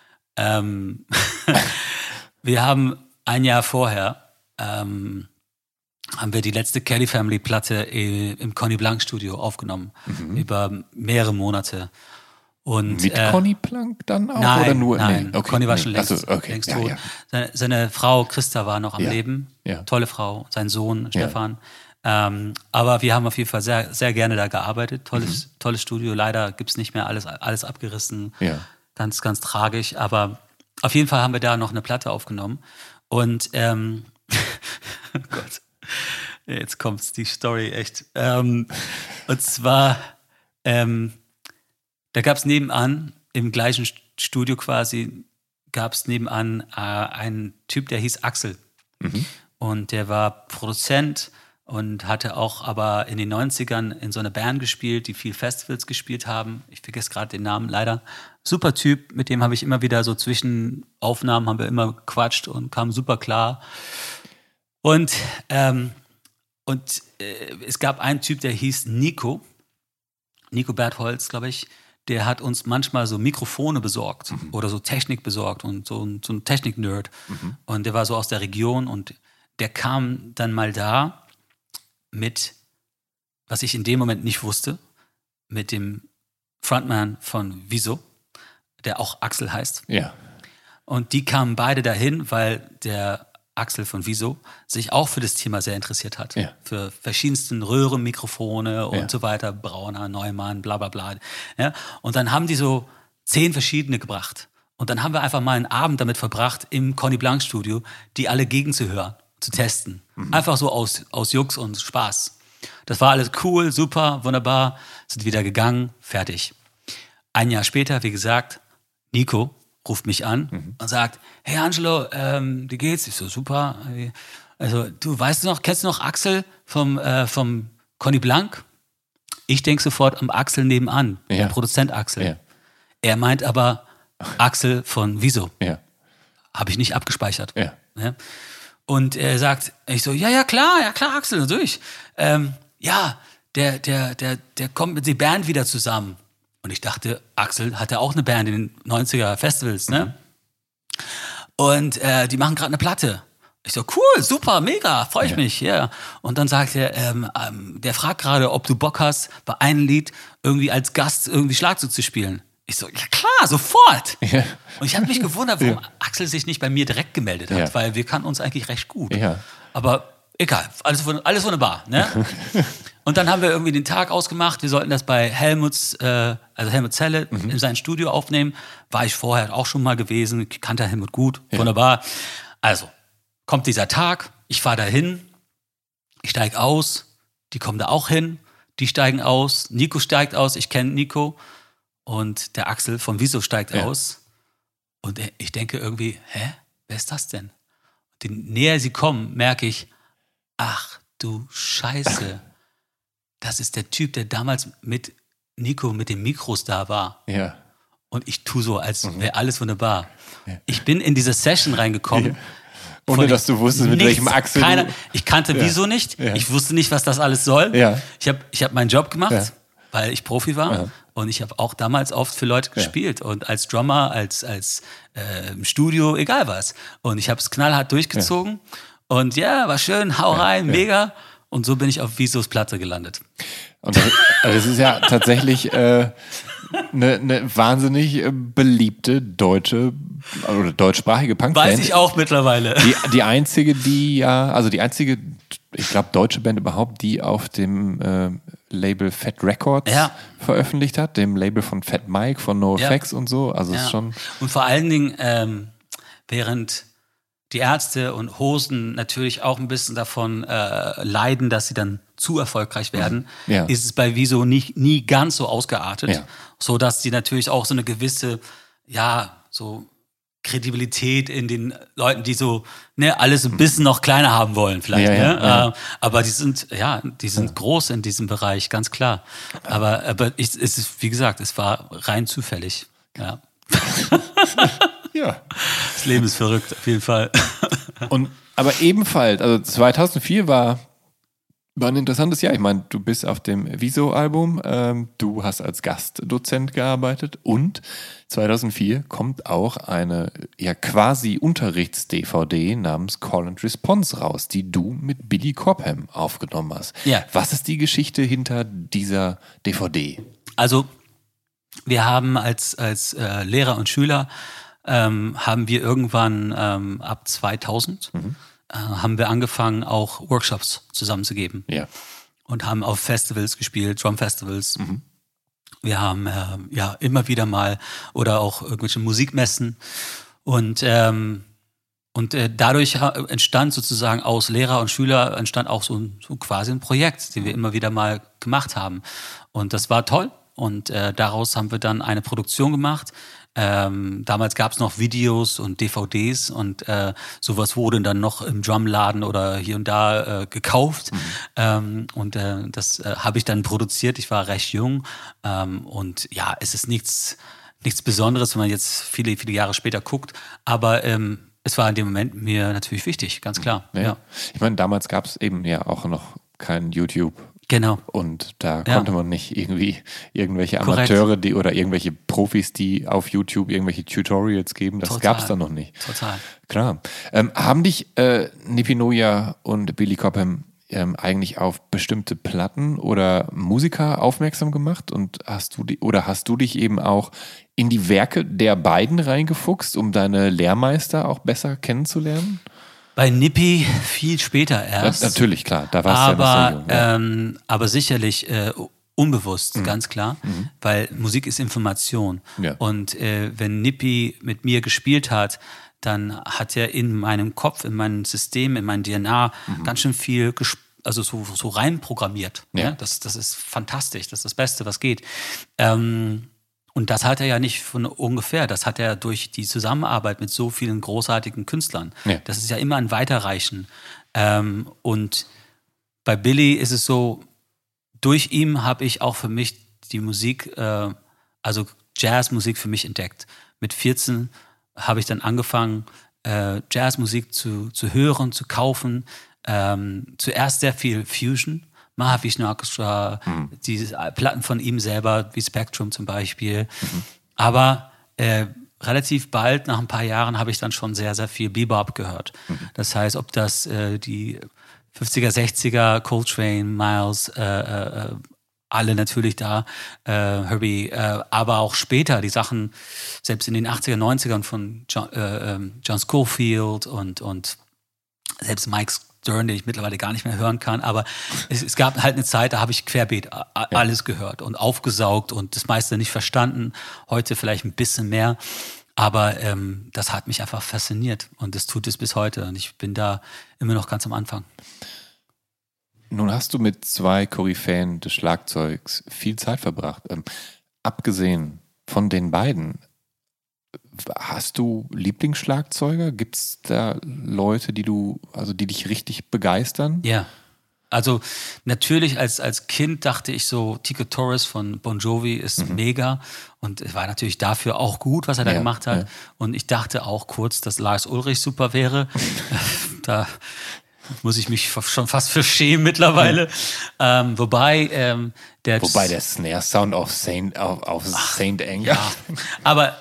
wir haben ein Jahr vorher, haben wir die letzte Kelly Family Platte im Conny Blanc Studio aufgenommen, über mehrere Monate. Und, mit Conny Blanc dann auch? Nein, oder nur? Nein, okay, Conny war schon längst tot. Ja. Seine Frau Christa war noch am Leben, tolle Frau, sein Sohn Stefan. Aber wir haben auf jeden Fall sehr, sehr gerne da gearbeitet. Tolles Studio. Leider gibt es nicht mehr, alles abgerissen. Ja. Ganz, ganz tragisch. Aber auf jeden Fall haben wir da noch eine Platte aufgenommen. Und oh Gott, jetzt kommt die Story echt. Und zwar, da gab es nebenan, im gleichen Studio quasi, gab es nebenan einen Typ, der hieß Axel. Und der war Produzent und hatte auch aber in den 90ern in so einer Band gespielt, die viel Festivals gespielt haben. Ich vergesse gerade den Namen leider. Super Typ, mit dem habe ich immer wieder so zwischen Aufnahmen haben wir immer gequatscht und kam super klar. Und es gab einen Typ, der hieß Nico Bertholz, glaube ich. Der hat uns manchmal so Mikrofone besorgt oder so Technik besorgt und so ein Technik-Nerd. Und der war so aus der Region und der kam dann mal da mit, was ich in dem Moment nicht wusste, mit dem Frontman von Wieso, der auch Axel heißt. Ja. Und die kamen beide dahin, weil der Axel von Wieso sich auch für das Thema sehr interessiert hat. Ja. Für verschiedensten Röhrenmikrofone und so weiter, Brauner, Neumann, bla bla bla. Ja? Und dann haben die so 10 verschiedene gebracht. Und dann haben wir einfach mal einen Abend damit verbracht, im Conny Blanc Studio, die alle gegenzuhören, zu testen. Einfach so aus Jux und Spaß. Das war alles cool, super, wunderbar. Sind wieder gegangen, fertig. Ein Jahr später, wie gesagt, Nico ruft mich an und sagt, hey Angelo, wie geht's? Ich so, super. Also, kennst du noch Axel vom Conny Blanc? Ich denke sofort am Axel nebenan, der Produzent Axel. Ja. Er meint aber Axel von Wieso. Ja. Habe ich nicht abgespeichert. Ja. Ja. Und er sagt, ich so, ja klar, Axel, natürlich. Der kommt mit der Band wieder zusammen. Und ich dachte, Axel hatte auch eine Band in den 90er Festivals, ne? Und die machen gerade eine Platte. Ich so, cool, super, mega, freue ich mich, ja. Und dann sagt er, der fragt gerade, ob du Bock hast, bei einem Lied irgendwie als Gast irgendwie Schlagzeug zu spielen. Ich so, ja klar, sofort. Ja. Und ich habe mich gewundert, warum Axel sich nicht bei mir direkt gemeldet hat, weil wir kannten uns eigentlich recht gut. Ja. Aber egal, alles wunderbar, ne? Und dann haben wir irgendwie den Tag ausgemacht, wir sollten das bei Helmut Zelle in sein Studio aufnehmen. War ich vorher auch schon mal gewesen, ich kannte Helmut gut, wunderbar. Also, kommt dieser Tag, ich fahre da hin, ich steige aus, die kommen da auch hin, die steigen aus, Nico steigt aus, ich kenne Nico und der Axel von Wieso steigt aus. Und ich denke irgendwie, wer ist das denn? Und je näher sie kommen, merke ich, ach du Scheiße. Das ist der Typ, der damals mit Nico mit den Mikros da war. Ja. und ich tue so, als wäre alles wunderbar. Ja. Ich bin in diese Session reingekommen. Ja. Ohne dass du wusstest, mit welchem Achsel ich kannte Wieso nicht. Ja. Ich wusste nicht, was das alles soll. Ja. Ich hab meinen Job gemacht, weil ich Profi war. Ja. Und ich habe auch damals oft für Leute gespielt. Und als Drummer, als im Studio, egal was. Und ich habe es knallhart durchgezogen. Ja. Und war schön, hau rein, mega. Und so bin ich auf Wiesos Platte gelandet. Und das ist ja tatsächlich eine wahnsinnig beliebte deutsche oder deutschsprachige Punkband. Weiß ich auch mittlerweile. Die einzige, ich glaube, deutsche Band überhaupt, die auf dem Label Fat Records veröffentlicht hat, dem Label von Fat Mike, von NoFX und so. Also ist schon. Und vor allen Dingen, während die Ärzte und Hosen natürlich auch ein bisschen davon leiden, dass sie dann zu erfolgreich werden, ist es bei Wieso nie ganz so ausgeartet, so dass sie natürlich auch so eine gewisse, so Kredibilität in den Leuten, die so alles ein bisschen noch kleiner haben wollen vielleicht. Aber die sind groß in diesem Bereich, ganz klar. Aber es ist, wie gesagt, es war rein zufällig. Ja. Ja. Das Leben ist verrückt, auf jeden Fall. Aber ebenfalls, also 2004 war ein interessantes Jahr. Ich meine, du bist auf dem Wieso-Album, du hast als Gastdozent gearbeitet und 2004 kommt auch eine quasi Unterrichts-DVD namens Call and Response raus, die du mit Billy Cobham aufgenommen hast. Ja. Was ist die Geschichte hinter dieser DVD? Also, wir haben als Lehrer und Schüler haben wir irgendwann ab 2000 haben wir angefangen, auch Workshops zusammenzugeben. Ja. Und haben auf Festivals gespielt, Drum-Festivals. Wir haben immer wieder mal oder auch irgendwelche Musikmessen. Und dadurch entstand sozusagen aus Lehrer und Schüler auch so quasi ein Projekt, den wir immer wieder mal gemacht haben. Und das war toll. Und daraus haben wir dann eine Produktion gemacht. Damals gab es noch Videos und DVDs und sowas wurde dann noch im Drumladen oder hier und da gekauft. Das habe ich dann produziert. Ich war recht jung und es ist nichts Besonderes, wenn man jetzt viele, viele Jahre später guckt. Aber es war in dem Moment mir natürlich wichtig, ganz klar. Ja. Ich meine, damals gab es eben auch noch kein YouTube. Genau. Und da konnte man nicht irgendwie irgendwelche Amateure oder irgendwelche Profis, die auf YouTube irgendwelche Tutorials geben, das gab es da noch nicht. Total. Klar. Haben dich Nipi Nuija und Billy Cobham eigentlich auf bestimmte Platten oder Musiker aufmerksam gemacht? Und hast du dich eben auch in die Werke der beiden reingefuchst, um deine Lehrmeister auch besser kennenzulernen? Bei Nippy viel später erst. Natürlich, klar. Da warst du ja noch sehr jung. Aber sicherlich unbewusst, ganz klar. Weil Musik ist Information. Ja. Und wenn Nippy mit mir gespielt hat, dann hat er in meinem Kopf, in meinem System, in meinem DNA ganz schön viel so reinprogrammiert. Ja. Ja? Das ist fantastisch. Das ist das Beste, was geht. Und das hat er ja nicht von ungefähr. Das hat er durch die Zusammenarbeit mit so vielen großartigen Künstlern. Ja. Das ist ja immer ein Weiterreichen. Und bei Billy ist es so, durch ihn habe ich auch für mich die Musik, also Jazzmusik für mich entdeckt. Mit 14 habe ich dann angefangen, Jazzmusik zu hören, zu kaufen. Zuerst sehr viel Fusion. Mahavishnu Orchestra, diese Platten von ihm selber, wie Spectrum zum Beispiel. Aber relativ bald, nach ein paar Jahren, habe ich dann schon sehr, sehr viel Bebop gehört. Das heißt, ob das die 50er, 60er, Coltrane, Miles, alle natürlich da, Herbie, aber auch später die Sachen, selbst in den 80er, 90ern von John Scofield und selbst Mike Stern, den ich mittlerweile gar nicht mehr hören kann, aber es gab halt eine Zeit, da habe ich querbeet alles gehört und aufgesaugt und das meiste nicht verstanden, heute vielleicht ein bisschen mehr, aber das hat mich einfach fasziniert und das tut es bis heute und ich bin da immer noch ganz am Anfang. Nun hast du mit 2 Koryphäen des Schlagzeugs viel Zeit verbracht. Abgesehen von den beiden, hast du Lieblingsschlagzeuger? Gibt es da Leute, die dich richtig begeistern? Ja, Also natürlich als Kind dachte ich so, Tico Torres von Bon Jovi ist mega und es war natürlich dafür auch gut, was er da gemacht hat. Ja. Und ich dachte auch kurz, dass Lars Ulrich super wäre. Da muss ich mich schon fast für schämen mittlerweile. Wobei der Snare-Sound auf Saint Anger. Ja, aber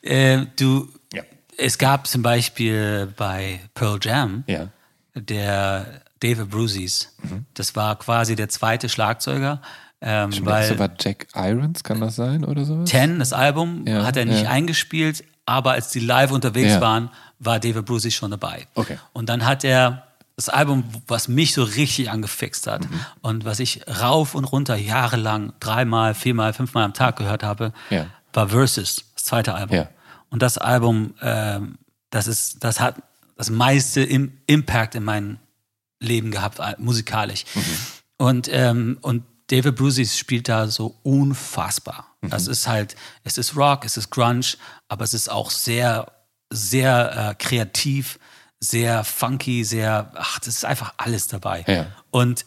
es gab zum Beispiel bei Pearl Jam der David Bruceys. Das war quasi der zweite Schlagzeuger. Weil das war Jack Irons, kann das sein oder sowas? 10, das Album, hat er nicht eingespielt, aber als die live unterwegs waren, war David Brucey schon dabei. Okay. Und dann hat er das Album, was mich so richtig angefixt hat und was ich rauf und runter jahrelang 3-mal, 4-mal, 5-mal am Tag gehört habe, war Versus, das zweite Album. Ja. Und das Album, das hat das meiste Impact in meinem Leben gehabt, musikalisch. Und David Brucey spielt da so unfassbar. Das ist halt, es ist Rock, es ist Grunge, aber es ist auch sehr, sehr kreativ, sehr funky, das ist einfach alles dabei. Ja. Und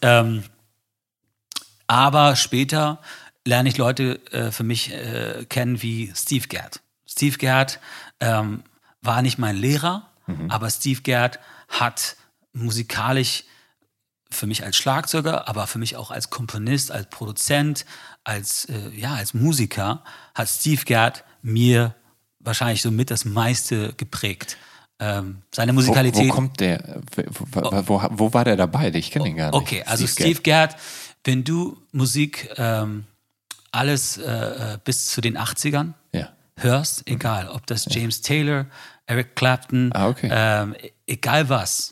aber später lerne ich Leute für mich kennen wie Steve Gadd. Steve Gadd war nicht mein Lehrer, aber Steve Gadd hat musikalisch für mich als Schlagzeuger, aber für mich auch als Komponist, als Produzent, als Musiker, hat Steve Gadd mir wahrscheinlich so mit das meiste geprägt. Seine Musikalität. Wo kommt der? Wo war der dabei? Ich kenne ihn gar nicht. Okay, also Steve Gadd, wenn du Musik alles bis zu den 80ern hörst, egal, ob das James Taylor, Eric Clapton, egal was,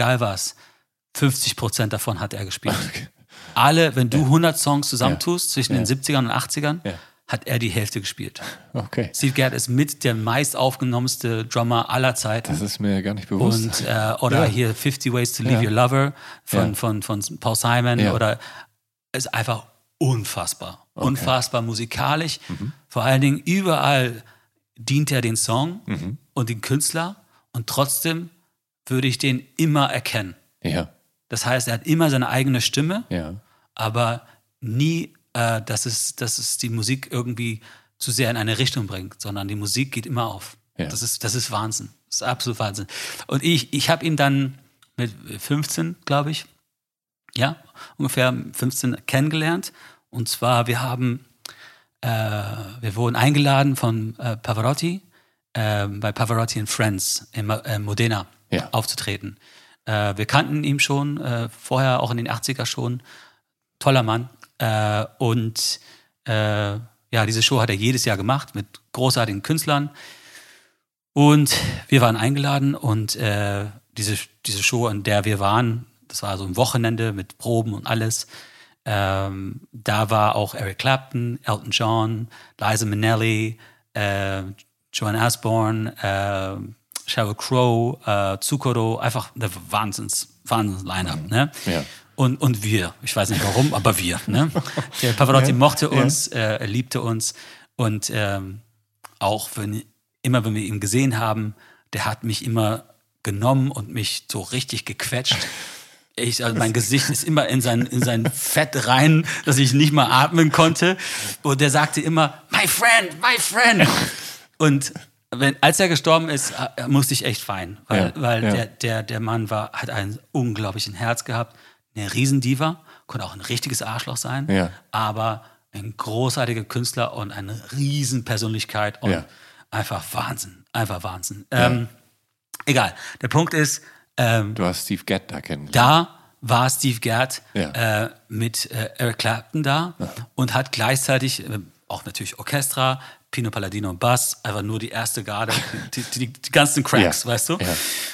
50% davon hat er gespielt. Okay. Alle, wenn du 100 Songs zusammentust zwischen den 70ern und 80ern, hat er die Hälfte gespielt. Okay. Steve Gadd ist mit der meist aufgenommenste Drummer aller Zeiten. Das ist mir gar nicht bewusst. Und hier 50 Ways to Leave Your Lover von Paul Simon oder ist einfach unfassbar. Okay. Unfassbar musikalisch. Vor allen Dingen überall dient er den Song und den Künstler und trotzdem würde ich den immer erkennen. Ja. Das heißt, er hat immer seine eigene Stimme, aber nie, dass es die Musik irgendwie zu sehr in eine Richtung bringt, sondern die Musik geht immer auf. Ja. Das ist Wahnsinn. Das ist absolut Wahnsinn. Und ich habe ihn dann mit 15, glaube ich, ungefähr 15 kennengelernt. Und zwar, wir wurden eingeladen von Pavarotti, bei Pavarotti and Friends in Modena aufzutreten. Wir kannten ihn schon, vorher auch in den 80er schon. Toller Mann. Diese Show hat er jedes Jahr gemacht mit großartigen Künstlern. Und wir waren eingeladen und diese Show, an der wir waren, das war so ein Wochenende mit Proben und alles. Da war auch Eric Clapton, Elton John, Liza Minnelli, Joan Osborne, Sheryl Crow, Zucchero, einfach eine Wahnsinns-Line-Up, ne? Ja. Und wir, ich weiß nicht warum, aber wir, ne? Der Pavarotti mochte uns, er liebte uns und auch wenn wir ihn gesehen haben, der hat mich immer genommen und mich so richtig gequetscht. Mein Gesicht ist immer in sein Fett rein, dass ich nicht mal atmen konnte. Und der sagte immer, my friend. Und als er gestorben ist, musste ich echt weinen, weil der Mann hat ein unglaubliches Herz gehabt, eine Riesendiva, konnte auch ein richtiges Arschloch sein, aber ein großartiger Künstler und eine Riesenpersönlichkeit und einfach Wahnsinn. Egal, der Punkt ist, du hast Steve Gadd da kennengelernt. Da war Steve Gadd mit Eric Clapton da und hat gleichzeitig auch natürlich Orchestra, Pino Palladino und Bass, einfach nur die erste Garde, die ganzen Cracks, weißt du? Ja.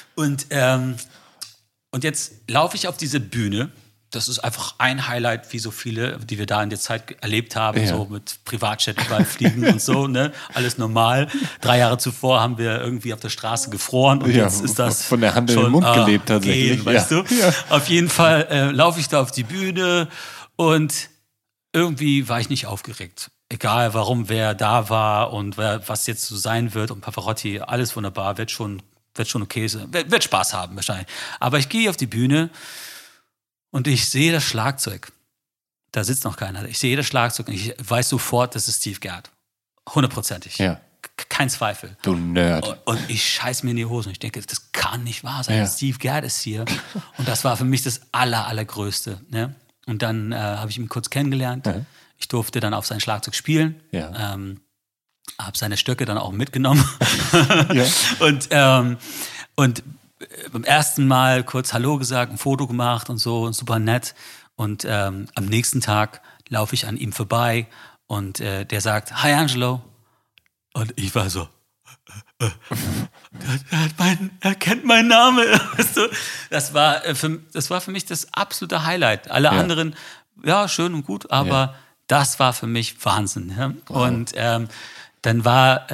Und jetzt laufe ich auf diese Bühne. Das ist einfach ein Highlight, wie so viele, die wir da in der Zeit erlebt haben, so mit Privatjet überall fliegen und so, ne? Alles normal. 3 Jahre zuvor haben wir irgendwie auf der Straße gefroren und jetzt ist das von der Hand in den Mund gelebt tatsächlich. Weißt du? Ja. Auf jeden Fall laufe ich da auf die Bühne und irgendwie war ich nicht aufgeregt. Egal, wer da war und was jetzt so sein wird und Pavarotti, alles wunderbar, wird schon okay sein, wird Spaß haben wahrscheinlich. Aber ich gehe auf die Bühne Und ich sehe das Schlagzeug. Da sitzt noch keiner. Ich sehe das Schlagzeug und ich weiß sofort, das ist Steve Gadd. 100%ig. Ja. Kein Zweifel. Du Nerd. Und ich scheiß mir in die Hosen. Ich denke, das kann nicht wahr sein. Ja. Steve Gadd ist hier. Und das war für mich das Allergrößte. Ne? Und dann habe ich ihn kurz kennengelernt. Ja. Ich durfte dann auf sein Schlagzeug spielen. Ja. Habe seine Stöcke dann auch mitgenommen. Ja. Und beim ersten Mal kurz Hallo gesagt, ein Foto gemacht und so, und super nett. Und am nächsten Tag laufe ich an ihm vorbei und der sagt, Hi Angelo. Und ich war so, er kennt meinen Namen. Weißt du? Das war für mich das absolute Highlight. Alle anderen, ja, schön und gut, aber das war für mich Wahnsinn. Ja? Wow. Und dann war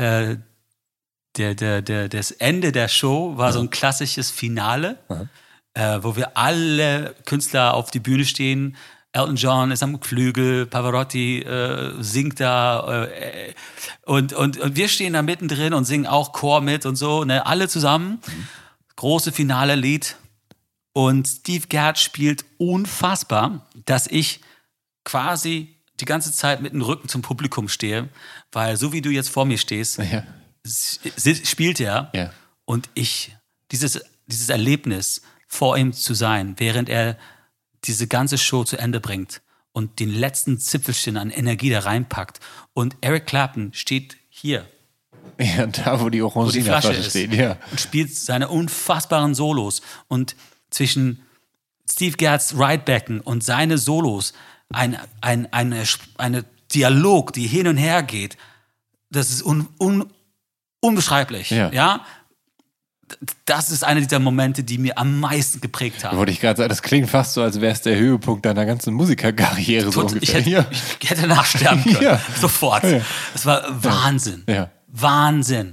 das Ende der Show war so ein klassisches Finale, wo wir alle Künstler auf die Bühne stehen. Elton John ist am Flügel, Pavarotti singt da und wir stehen da mittendrin und singen auch Chor mit und so, ne? Alle zusammen. Große finale Lied und Steve Gadd spielt unfassbar, dass ich quasi die ganze Zeit mit dem Rücken zum Publikum stehe, weil so wie du jetzt vor mir stehst, spielt er und ich, dieses Erlebnis vor ihm zu sein, während er diese ganze Show zu Ende bringt und den letzten Zipfelchen an Energie da reinpackt und Eric Clapton steht hier. Ja, da wo die Orangenflasche steht, ja. Und spielt seine unfassbaren Solos und zwischen Steve Gadds Ridebacken und seine Solos eine Dialog, die hin und her geht, das ist unbeschreiblich, ja. Das ist einer dieser Momente, die mir am meisten geprägt haben. Wollte ich gerade sagen, das klingt fast so, als wäre es der Höhepunkt deiner ganzen Musikerkarriere. So ungefähr. Ich hätte nachsterben können, sofort. Ja. Das war Wahnsinn. Ja. Wahnsinn.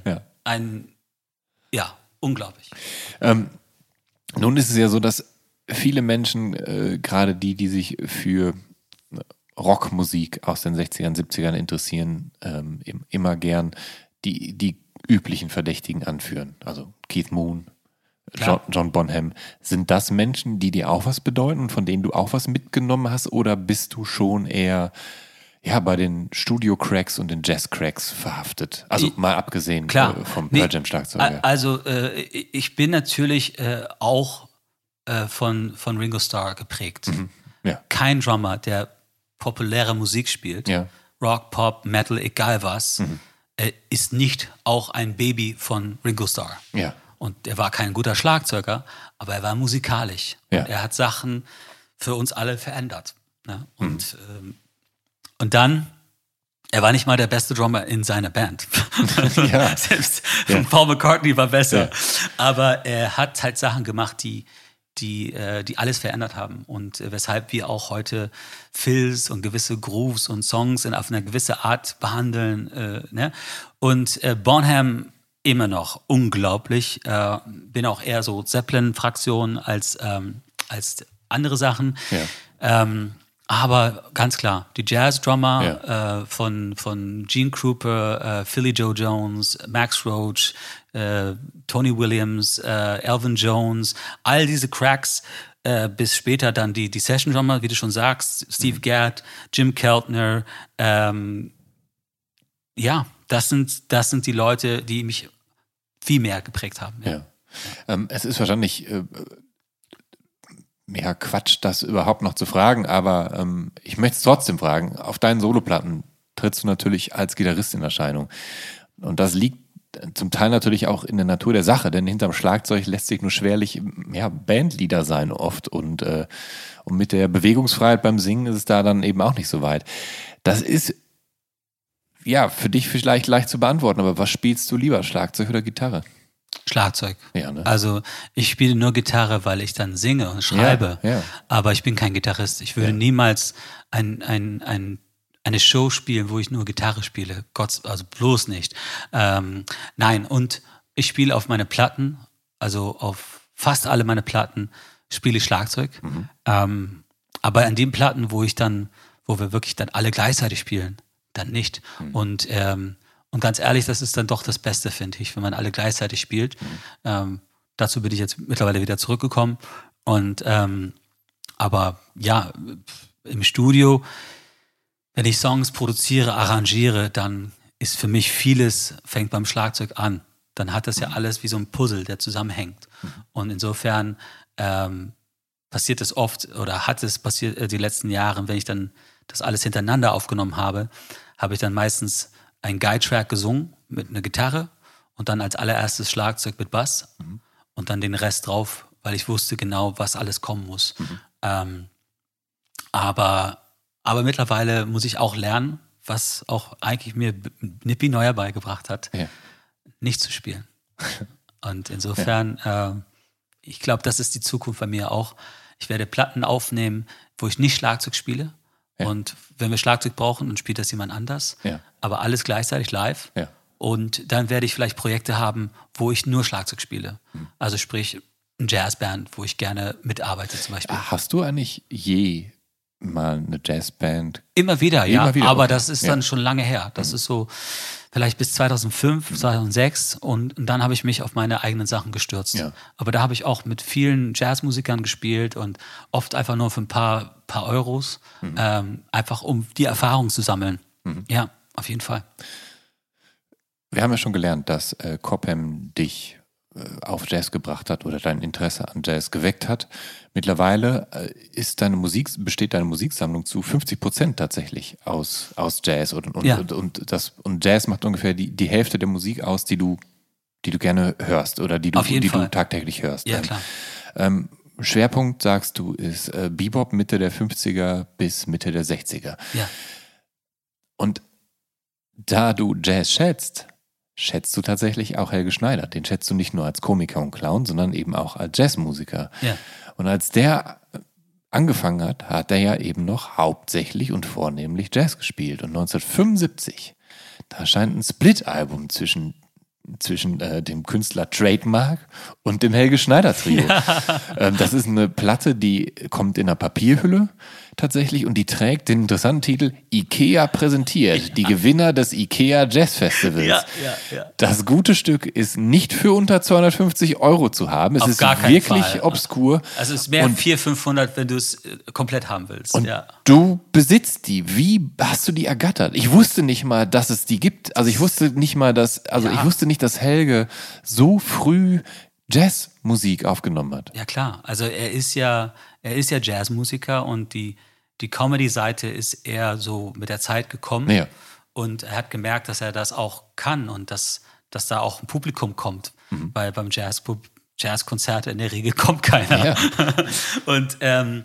Ja. Unglaublich. Nun ist es ja so, dass viele Menschen, gerade die sich für Rockmusik aus den 60ern, 70ern interessieren, immer gern die üblichen Verdächtigen anführen. Also Keith Moon, John Bonham. Sind das Menschen, die dir auch was bedeuten und von denen du auch was mitgenommen hast? Oder bist du schon eher bei den Studio-Cracks und den Jazz-Cracks verhaftet? Also mal abgesehen vom Pearl Jam-Schlagzeuger. Also ich bin natürlich auch von Ringo Starr geprägt. Mhm. Ja. Kein Drummer, der populäre Musik spielt, Rock, Pop, Metal, egal was, ist nicht auch ein Baby von Ringo Starr. Ja. Und er war kein guter Schlagzeuger, aber er war musikalisch. Ja. Und er hat Sachen für uns alle verändert. Ne? Und dann, er war nicht mal der beste Drummer in seiner Band. Selbst Paul McCartney war besser. Ja. Aber er hat halt Sachen gemacht, die alles verändert haben und weshalb wir auch heute Fills und gewisse Grooves und Songs auf eine gewisse Art behandeln. Ne? Und Bonham immer noch unglaublich. Bin auch eher so Zeppelin-Fraktion als andere Sachen. Ja. Aber ganz klar, die Jazz-Drummer von Gene Krupa, Philly Joe Jones, Max Roach, Tony Williams, Elvin Jones, all diese Cracks, bis später dann die Session-Drummer, wie du schon sagst, Steve Gadd, Jim Keltner. Das sind die Leute, die mich viel mehr geprägt haben. Ja. Es ist wahrscheinlich Quatsch, das überhaupt noch zu fragen, aber ich möchte es trotzdem fragen. Auf deinen Soloplatten trittst du natürlich als Gitarrist in Erscheinung. Und das liegt zum Teil natürlich auch in der Natur der Sache, denn hinterm Schlagzeug lässt sich nur schwerlich Bandleader sein oft. Und mit der Bewegungsfreiheit beim Singen ist es da dann eben auch nicht so weit. Das ist für dich vielleicht leicht zu beantworten, aber was spielst du lieber, Schlagzeug oder Gitarre? Schlagzeug. Ja, ne? Also ich spiele nur Gitarre, weil ich dann singe und schreibe, aber ich bin kein Gitarrist. Ich würde niemals eine Show spielen, wo ich nur Gitarre spiele. Also bloß nicht. Nein, und ich spiele auf meine Platten, also auf fast alle meine Platten spiele ich Schlagzeug. Mhm. Aber an den Platten, wo wir wirklich dann alle gleichzeitig spielen, dann nicht. Mhm. Und ganz ehrlich, das ist dann doch das Beste, finde ich, wenn man alle gleichzeitig spielt. Dazu bin ich jetzt mittlerweile wieder zurückgekommen. Und Aber ja, im Studio, wenn ich Songs produziere, arrangiere, dann ist für mich vieles, fängt beim Schlagzeug an. Dann hat das ja alles wie so ein Puzzle, der zusammenhängt. Und insofern passiert es oft oder hat es passiert die letzten Jahre, wenn ich dann das alles hintereinander aufgenommen habe, habe ich dann meistens einen Guide-Track gesungen mit einer Gitarre und dann als allererstes Schlagzeug mit Bass und dann den Rest drauf, weil ich wusste genau, was alles kommen muss. Aber mittlerweile muss ich auch lernen, was auch eigentlich mir Nippi Neuer beigebracht hat, nicht zu spielen. Und insofern, ich glaube, das ist die Zukunft bei mir auch. Ich werde Platten aufnehmen, wo ich nicht Schlagzeug spiele. Ja. Und wenn wir Schlagzeug brauchen, dann spielt das jemand anders. Ja. Aber alles gleichzeitig live. Ja. Und dann werde ich vielleicht Projekte haben, wo ich nur Schlagzeug spiele. Also sprich, eine Jazzband, wo ich gerne mitarbeite zum Beispiel. Hast du eigentlich je mal eine Jazzband? Immer wieder, ja. Aber okay. Das ist dann schon lange her. Das ist so vielleicht bis 2005, 2006 und dann habe ich mich auf meine eigenen Sachen gestürzt. Ja. Aber da habe ich auch mit vielen Jazzmusikern gespielt und oft einfach nur für ein paar Euros, einfach um die Erfahrung zu sammeln. Ja, auf jeden Fall. Wir haben ja schon gelernt, dass Cobham dich auf Jazz gebracht hat oder dein Interesse an Jazz geweckt hat. Mittlerweile besteht deine Musiksammlung zu 50% tatsächlich aus Jazz und Jazz macht ungefähr die Hälfte der Musik aus, die du gerne hörst oder die du tagtäglich hörst. Ja, klar. Schwerpunkt, sagst du, ist Bebop Mitte der 50er bis Mitte der 60er. Ja. Und da du Jazz schätzt du tatsächlich auch Helge Schneider. Den schätzt du nicht nur als Komiker und Clown, sondern eben auch als Jazzmusiker. Ja. Und als der angefangen hat er ja eben noch hauptsächlich und vornehmlich Jazz gespielt. Und 1975, da erscheint ein Split-Album zwischen dem Künstler Trademark und dem Helge Schneider Trio. Ja. Das ist eine Platte, die kommt in einer Papierhülle tatsächlich und die trägt den interessanten Titel IKEA präsentiert, die Gewinner des IKEA Jazz Festivals. Ja. Das gute Stück ist nicht für unter 250 € zu haben. Es ist wirklich obskur. Also es ist mehr 400-500, wenn du es komplett haben willst. Und du besitzt die. Wie hast du die ergattert? Ich wusste nicht mal, dass es die gibt. Also ich wusste nicht mal, dass Helge so früh Jazzmusik aufgenommen hat. Ja klar, also er ist ja Jazzmusiker und die Comedy-Seite ist eher so mit der Zeit gekommen. Ja. Und er hat gemerkt, dass er das auch kann und dass da auch ein Publikum kommt. Weil beim Jazzkonzerte in der Regel kommt keiner. Ja. Und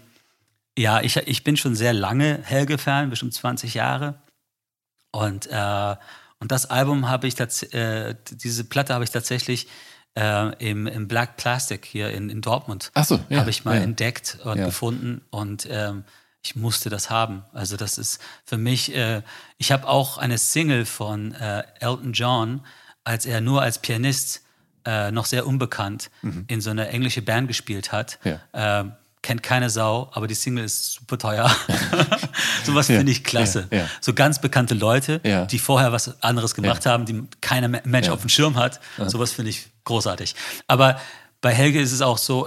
ich bin schon sehr lange Helge-Fan, bestimmt 20 Jahre. Und das Album diese Platte habe ich tatsächlich im Black Plastic hier in Dortmund habe ich mal entdeckt und gefunden und ich musste das haben. Also das ist für mich, ich habe auch eine Single von Elton John, als er nur als Pianist noch sehr unbekannt in so einer englischen Band gespielt hat. Ja. Kennt keine Sau, aber die Single ist super teuer. Sowas finde ich klasse. Ja. So ganz bekannte Leute, die vorher was anderes gemacht haben, die keiner Mensch auf dem Schirm hat. Sowas finde ich großartig. Aber bei Helge ist es auch so,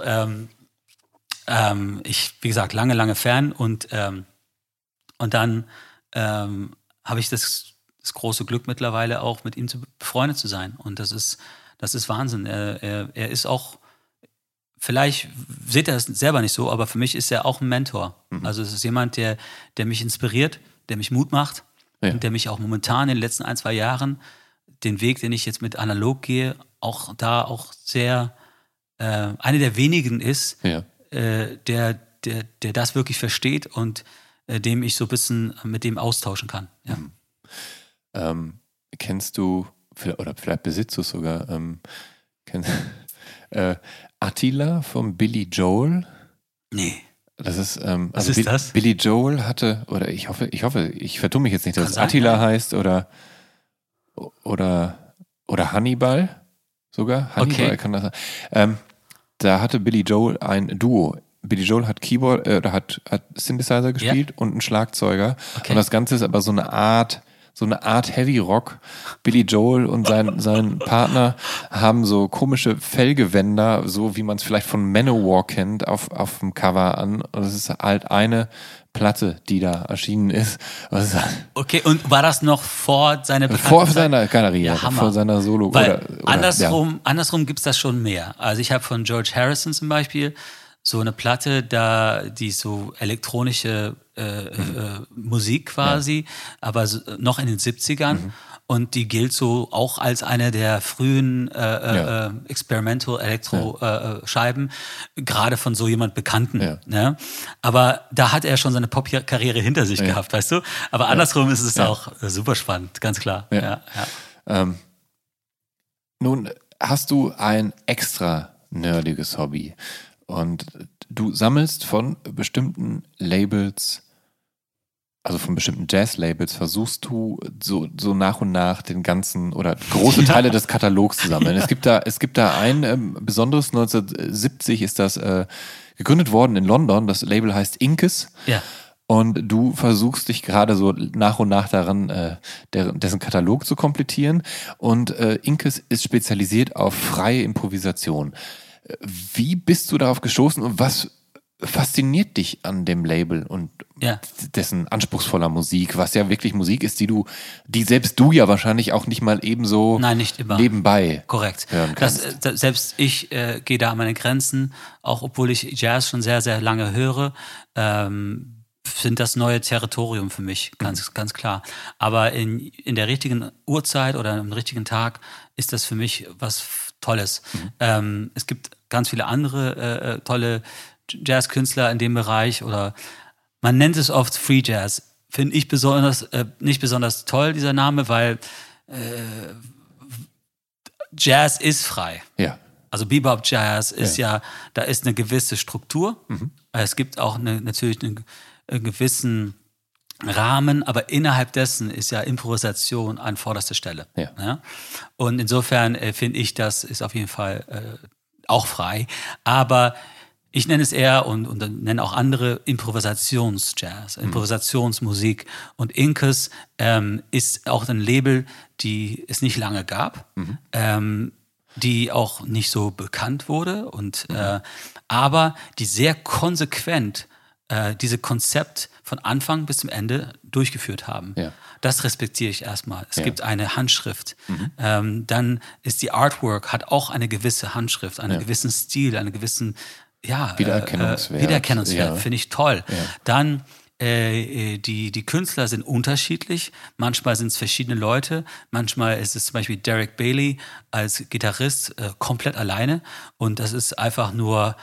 ich, wie gesagt, lange Fan und dann habe ich das große Glück mittlerweile auch mit ihm befreundet zu sein. Und das ist Wahnsinn. Er ist auch, vielleicht seht ihr es selber nicht so, aber für mich ist er auch ein Mentor. Also es ist jemand, der mich inspiriert, der mich Mut macht und der mich auch momentan in den letzten 1-2 Jahren den Weg, den ich jetzt mit analog gehe, auch sehr eine der wenigen ist, der das wirklich versteht und dem ich so ein bisschen mit dem austauschen kann. Ja. Kennst du, oder vielleicht besitzt du es sogar, Attila von Billy Joel? Nee. Das ist, was ist das? Billy Joel hatte, oder ich hoffe, ich vertue mich jetzt nicht, dass es Attila heißt oder Hannibal sogar. Hannibal kann das sein. Da hatte Billy Joel ein Duo. Billy Joel hat Keyboard, hat Synthesizer gespielt und einen Schlagzeuger. Okay. Und das Ganze ist aber so eine Art so eine Art Heavy Rock. Billy Joel und sein Partner haben so komische Fellgewänder, so wie man es vielleicht von Manowar kennt, auf dem Cover an. Und es ist halt eine Platte, die da erschienen ist. Okay, und war das noch vor seiner Bekanntheit? Vor seiner Karriere, ja, vor seiner Solo. Weil andersrum gibt es das schon mehr. Also ich habe von George Harrison zum Beispiel so eine Platte, die so elektronische Musik quasi, aber noch in den 70ern. Und die gilt so auch als eine der frühen Experimental Elektro-Scheiben, gerade von so jemand Bekannten. Ja. Ne? Aber da hat er schon seine Pop-Karriere hinter sich gehabt, weißt du? Aber andersrum ist es auch super spannend, ganz klar. Ja. Nun hast du ein extra nerdiges Hobby und du sammelst von bestimmten Labels, also von bestimmten Jazz-Labels, versuchst du so nach und nach den ganzen oder große Teile des Katalogs zu sammeln. Es gibt da ein besonderes, 1970 ist das gegründet worden in London, das Label heißt Incus. Ja. Und du versuchst dich gerade so nach und nach daran, dessen Katalog zu komplettieren. Und Incus ist spezialisiert auf freie Improvisation. Wie bist du darauf gestoßen und was fasziniert dich an dem Label und dessen anspruchsvoller Musik, was ja wirklich Musik ist, die selbst du ja wahrscheinlich auch nicht mal ebenso nicht immer nebenbei korrekt hören kannst. Selbst ich gehe da an meine Grenzen, auch obwohl ich Jazz schon sehr, sehr lange höre, sind das neue Territorium für mich, ganz klar. Aber in der richtigen Uhrzeit oder am richtigen Tag ist das für mich was Tolles. Es gibt ganz viele andere tolle Jazzkünstler in dem Bereich oder man nennt es oft Free Jazz. Finde ich nicht besonders toll, dieser Name, weil Jazz ist frei. Ja. Also Bebop Jazz ist da ist eine gewisse Struktur. Es gibt auch natürlich einen gewissen Rahmen, aber innerhalb dessen ist ja Improvisation an vorderster Stelle. Ja? Und insofern finde ich, das ist auf jeden Fall auch frei. Aber ich nenne es eher und nenne auch andere Improvisationsjazz, Improvisationsmusik. Und Incus ist auch ein Label, die es nicht lange gab, die auch nicht so bekannt wurde, aber die sehr konsequent diese Konzept von Anfang bis zum Ende durchgeführt haben. Ja. Das respektiere ich erstmal. Es gibt eine Handschrift. Dann ist die Artwork, hat auch eine gewisse Handschrift, einen gewissen Stil, einen gewissen Wiedererkennungswert. Finde ich toll. Ja. Dann die Künstler sind unterschiedlich. Manchmal sind es verschiedene Leute. Manchmal ist es zum Beispiel Derek Bailey als Gitarrist komplett alleine. Und das ist einfach nur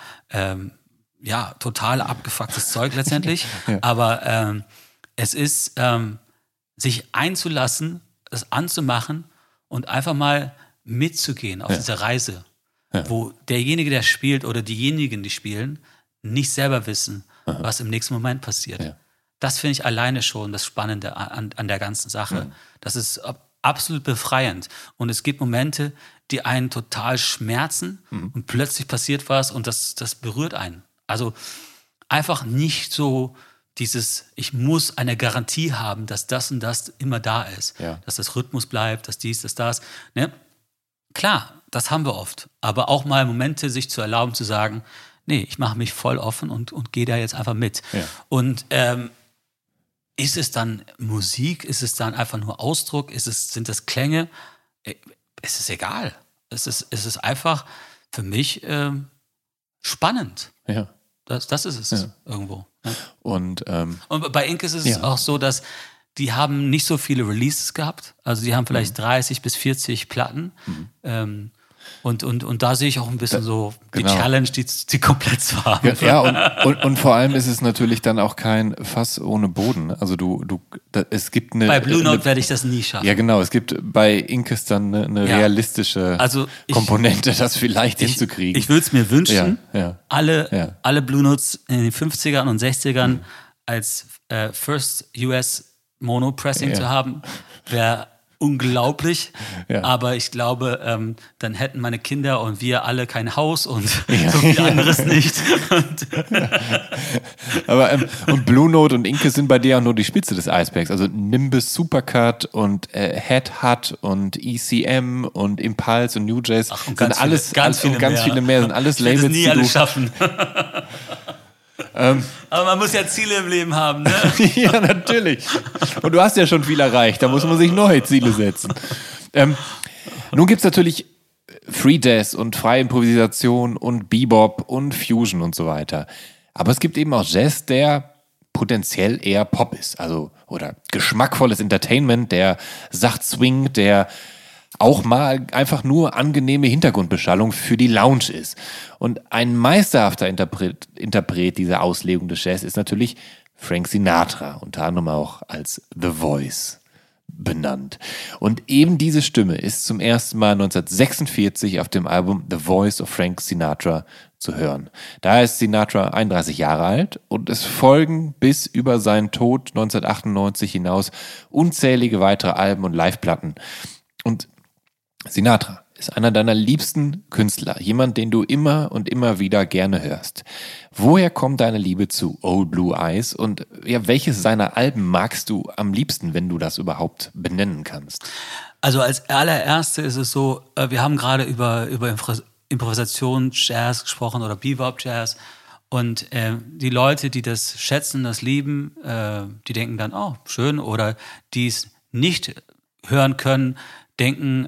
total abgefucktes Zeug letztendlich. Aber es ist, sich einzulassen, das anzumachen und einfach mal mitzugehen auf diese Reise, wo derjenige, der spielt oder diejenigen, die spielen, nicht selber wissen, was im nächsten Moment passiert. Ja. Das finde ich alleine schon das Spannende an der ganzen Sache. Das ist absolut befreiend. Und es gibt Momente, die einen total schmerzen und plötzlich passiert was und das berührt einen. Also einfach nicht so dieses, ich muss eine Garantie haben, dass das und das immer da ist. Ja. Dass das Rhythmus bleibt, dass dies, dass das. Ne? Klar, das haben wir oft. Aber auch mal Momente sich zu erlauben, zu sagen, nee, ich mache mich voll offen und gehe da jetzt einfach mit. Ja. Und ist es dann Musik? Ist es dann einfach nur Ausdruck? Sind das Klänge? Es ist egal. Es ist einfach für mich spannend. Ja. Das ist es irgendwo. Ja. Und bei Incus ist es auch so, dass die haben nicht so viele Releases gehabt. Also die haben vielleicht 30 bis 40 Platten. Und da sehe ich auch ein bisschen die Challenge, die komplett zu haben. Ja, und vor allem ist es natürlich dann auch kein Fass ohne Boden. Also es gibt eine... Bei Blue Note werde ich das nie schaffen. Ja, genau. Es gibt bei Incus dann eine realistische Komponente, das vielleicht hinzukriegen. Ich würde es mir wünschen, alle Blue Notes in den 50ern und 60ern als First US Mono-Pressing zu haben, wäre unglaublich. Ja. Aber ich glaube, dann hätten meine Kinder und wir alle kein Haus und so viel anderes nicht. Aber und Blue Note und Inke sind bei dir auch nur die Spitze des Eisbergs. Also Nimbus Supercut und Headhut und ECM und Impulse und New Jazz und sind alles ganz viele mehr sind alles ich werde Labels, es nie die alles du schaffen. Aber man muss ja Ziele im Leben haben, ne? Ja, natürlich. Und du hast ja schon viel erreicht, da muss man sich neue Ziele setzen. Nun gibt es natürlich Free Jazz und freie Improvisation und Bebop und Fusion und so weiter. Aber es gibt eben auch Jazz, der potenziell eher Pop ist, also oder geschmackvolles Entertainment, der sacht swingt, der auch mal einfach nur angenehme Hintergrundbeschallung für die Lounge ist. Und ein meisterhafter Interpret dieser Auslegung des Jazz ist natürlich Frank Sinatra, unter anderem auch als The Voice benannt. Und eben diese Stimme ist zum ersten Mal 1946 auf dem Album The Voice of Frank Sinatra zu hören. Da ist Sinatra 31 Jahre alt und es folgen bis über seinen Tod 1998 hinaus unzählige weitere Alben und Liveplatten. Und Sinatra ist einer deiner liebsten Künstler, jemand, den du immer und immer wieder gerne hörst. Woher kommt deine Liebe zu Old Blue Eyes und ja, welches seiner Alben magst du am liebsten, wenn du das überhaupt benennen kannst? Also als allererste ist es so, wir haben gerade über Improvisation, Jazz gesprochen oder Bebop-Jazz und die Leute, die das schätzen, das lieben, die denken dann, oh, schön, oder die es nicht hören können, denken,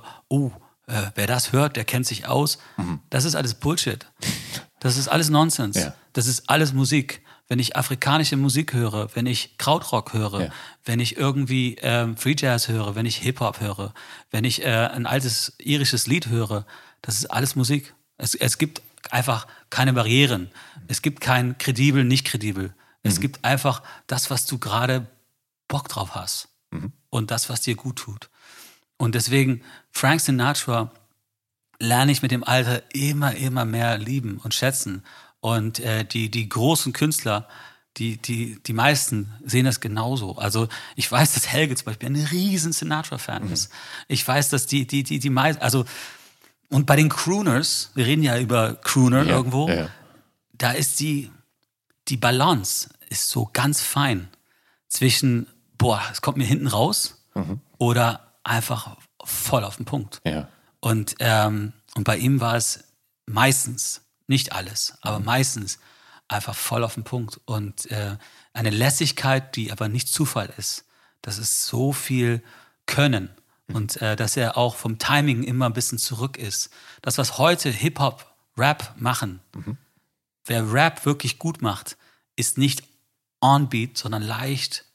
wer das hört, der kennt sich aus. Das ist alles Bullshit. Das ist alles Nonsens. Ja. Das ist alles Musik. Wenn ich afrikanische Musik höre, wenn ich Krautrock höre, wenn ich irgendwie Free Jazz höre, wenn ich Hip-Hop höre, wenn ich ein altes irisches Lied höre, das ist alles Musik. Es gibt einfach keine Barrieren. Es gibt kein kredibel, nicht kredibel. Es gibt einfach das, was du gerade Bock drauf hast. Und das, was dir gut tut. Und deswegen, Frank Sinatra lerne ich mit dem Alter immer mehr lieben und schätzen. Und die großen Künstler, die meisten sehen das genauso. Also ich weiß, dass Helge zum Beispiel ein riesen Sinatra-Fan ist. Ich weiß, dass die meisten, also und bei den Crooners, wir reden ja über Crooner irgendwo, da ist die Balance ist so ganz fein zwischen, es kommt mir hinten raus oder einfach voll auf den Punkt. Ja. Und bei ihm war es meistens, nicht alles, aber meistens einfach voll auf den Punkt. Und eine Lässigkeit, die aber nicht Zufall ist. Das ist so viel Können. Und dass er auch vom Timing immer ein bisschen zurück ist. Das, was heute Hip-Hop, Rap machen, wer Rap wirklich gut macht, ist nicht on-beat, sondern leicht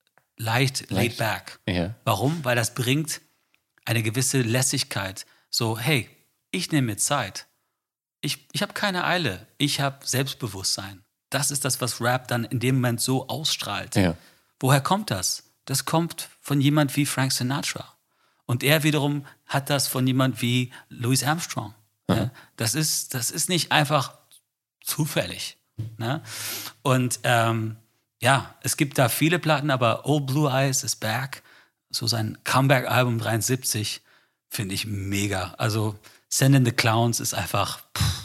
laid back. Ja. Warum? Weil das bringt eine gewisse Lässigkeit. So, hey, ich nehme mir Zeit. Ich habe keine Eile. Ich habe Selbstbewusstsein. Das ist das, was Rap dann in dem Moment so ausstrahlt. Ja. Woher kommt das? Das kommt von jemand wie Frank Sinatra. Und er wiederum hat das von jemand wie Louis Armstrong. Ja? Das ist nicht einfach zufällig. Ne? Und es gibt da viele Platten, aber Old Blue Eyes is back. So sein Comeback-Album 73 finde ich mega. Also Send in the Clowns ist einfach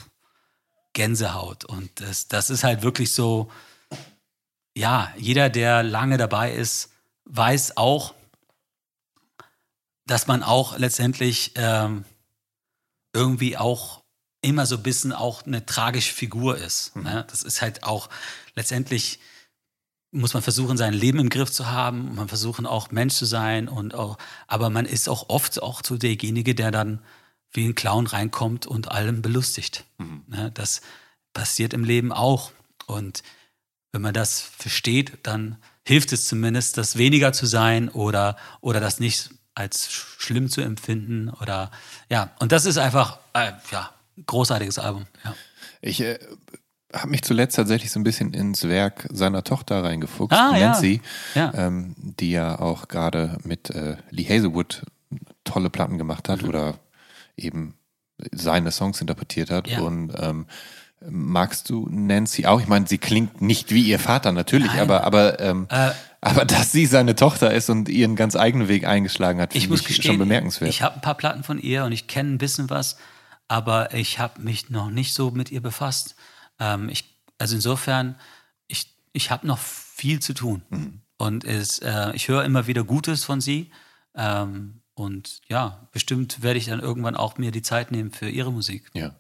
Gänsehaut. Und das ist halt wirklich so, ja, jeder, der lange dabei ist, weiß auch, dass man auch letztendlich irgendwie auch immer so ein bisschen auch eine tragische Figur ist. Ne? Das ist halt auch letztendlich muss man versuchen, sein Leben im Griff zu haben, man versuchen auch Mensch zu sein aber man ist auch oft auch so derjenige, der dann wie ein Clown reinkommt und allem belustigt. Ne? Das passiert im Leben auch. Und wenn man das versteht, dann hilft es zumindest, das weniger zu sein oder das nicht als schlimm zu empfinden und das ist einfach großartiges Album. Ja. Ich habe mich zuletzt tatsächlich so ein bisschen ins Werk seiner Tochter reingefuchst, Nancy, die ja auch gerade mit Lee Hazelwood tolle Platten gemacht hat oder eben seine Songs interpretiert hat. Und Magst du Nancy auch? Ich meine, sie klingt nicht wie ihr Vater natürlich, aber dass sie seine Tochter ist und ihren ganz eigenen Weg eingeschlagen hat, finde ich schon bemerkenswert. Ich habe ein paar Platten von ihr und ich kenne ein bisschen was, aber ich habe mich noch nicht so mit ihr befasst. Also insofern, ich habe noch viel zu tun. Und ich höre immer wieder Gutes von sie. Und ja, bestimmt werde ich dann irgendwann auch mir die Zeit nehmen für ihre Musik. Ja.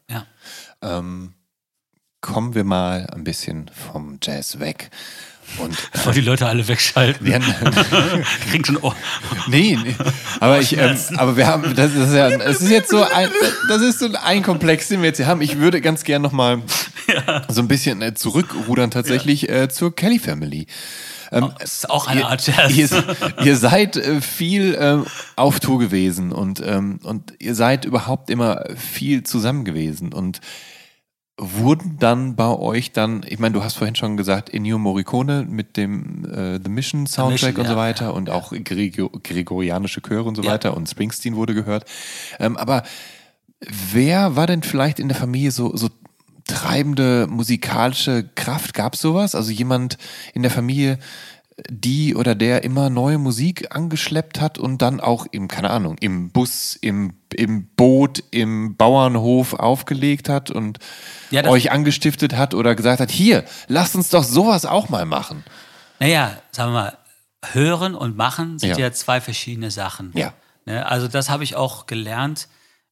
Kommen wir mal ein bisschen vom Jazz weg. Und, bevor die Leute alle wegschalten. Kriegen schon Ohr. Nee. Aber wir haben, das ist jetzt so ein Komplex, den wir jetzt hier haben. Ich würde ganz gern noch so ein bisschen zurückrudern tatsächlich zur Kelly Family. Das ist auch eine Art Jazz. Ihr seid viel auf Tour gewesen und ihr seid überhaupt immer viel zusammen gewesen und wurden dann bei euch ich meine, du hast vorhin schon gesagt, Ennio Morricone mit dem The Mission Soundtrack und so weiter und auch gregorianische Chöre und so weiter und Springsteen wurde gehört. Aber wer war denn vielleicht in der Familie so treibende musikalische Kraft? Gab es sowas? Also jemand in der Familie, die oder der immer neue Musik angeschleppt hat und dann auch im Bus, im Boot, im Bauernhof aufgelegt hat und euch angestiftet hat oder gesagt hat, hier, lasst uns doch sowas auch mal machen. Naja, sagen wir mal, hören und machen sind ja zwei verschiedene Sachen. Ja. Also das habe ich auch gelernt.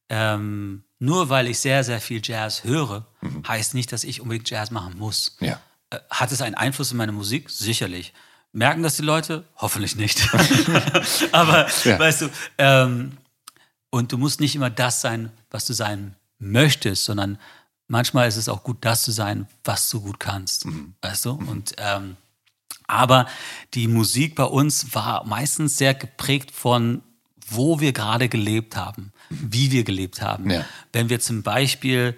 Nur weil ich sehr, sehr viel Jazz höre, heißt nicht, dass ich unbedingt Jazz machen muss. Ja. Hat es einen Einfluss in meine Musik? Sicherlich. Merken das die Leute? Hoffentlich nicht. Aber, weißt du, und du musst nicht immer das sein, was du sein möchtest, sondern manchmal ist es auch gut, das zu sein, was du gut kannst. Weißt du? Und, aber die Musik bei uns war meistens sehr geprägt von, wo wir gerade gelebt haben, wie wir gelebt haben. Ja. Wenn wir zum Beispiel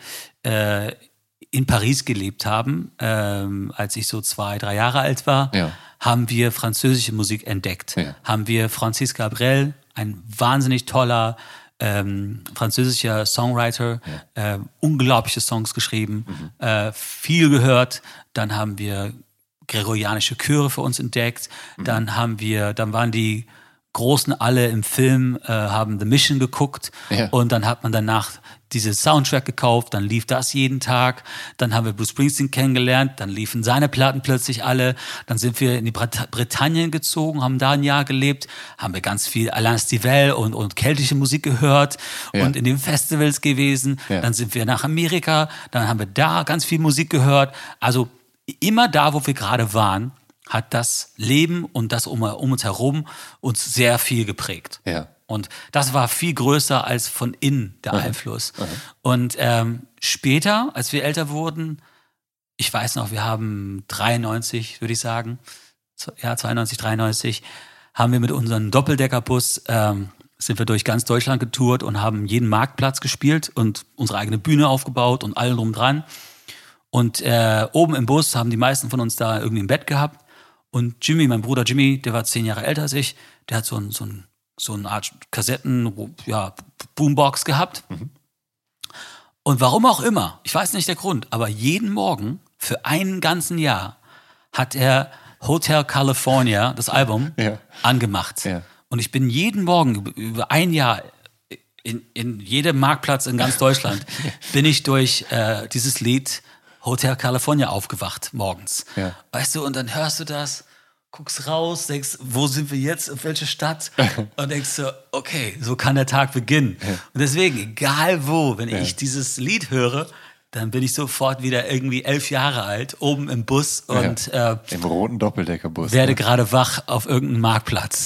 in Paris gelebt haben, als ich so 2-3 Jahre alt war, haben wir französische Musik entdeckt. Ja. Haben wir Francis Cabrel, ein wahnsinnig toller französischer Songwriter, unglaubliche Songs geschrieben, viel gehört. Dann haben wir gregorianische Chöre für uns entdeckt. Dann waren die Großen alle im Film, haben The Mission geguckt und dann hat man danach dieses Soundtrack gekauft, dann lief das jeden Tag, dann haben wir Bruce Springsteen kennengelernt, dann liefen seine Platten plötzlich alle, dann sind wir in die Britannien gezogen, haben da ein Jahr gelebt, haben wir ganz viel Alain Stivell und keltische Musik gehört und in den Festivals gewesen, dann sind wir nach Amerika, dann haben wir da ganz viel Musik gehört, also immer da, wo wir gerade waren, hat das Leben und das um uns herum uns sehr viel geprägt. Ja. Und das war viel größer als von innen der Einfluss. Und später, als wir älter wurden, ich weiß noch, wir haben 93, würde ich sagen, 92, 93, haben wir mit unserem Doppeldeckerbus sind wir durch ganz Deutschland getourt und haben jeden Marktplatz gespielt und unsere eigene Bühne aufgebaut und allen drum dran. Und oben im Bus haben die meisten von uns da irgendwie ein Bett gehabt. Und Jimmy, mein Bruder Jimmy, der war 10 Jahre älter als ich, der hat so eine Art Boombox gehabt. Und warum auch immer, ich weiß nicht der Grund, aber jeden Morgen für einen ganzen Jahr hat er Hotel California, das Album, angemacht. Ja. Und ich bin jeden Morgen über ein Jahr in jedem Marktplatz in ganz Deutschland bin ich durch dieses Lied Hotel California aufgewacht morgens. Ja. Weißt du, und dann hörst du das, guckst raus, denkst, wo sind wir jetzt, auf welche Stadt? Und denkst so, okay, so kann der Tag beginnen. Ja. Und deswegen, egal wo, wenn ich dieses Lied höre, dann bin ich sofort wieder irgendwie 11 Jahre alt, oben im Bus und im roten Doppeldeckerbus. Werde gerade wach auf irgendeinem Marktplatz.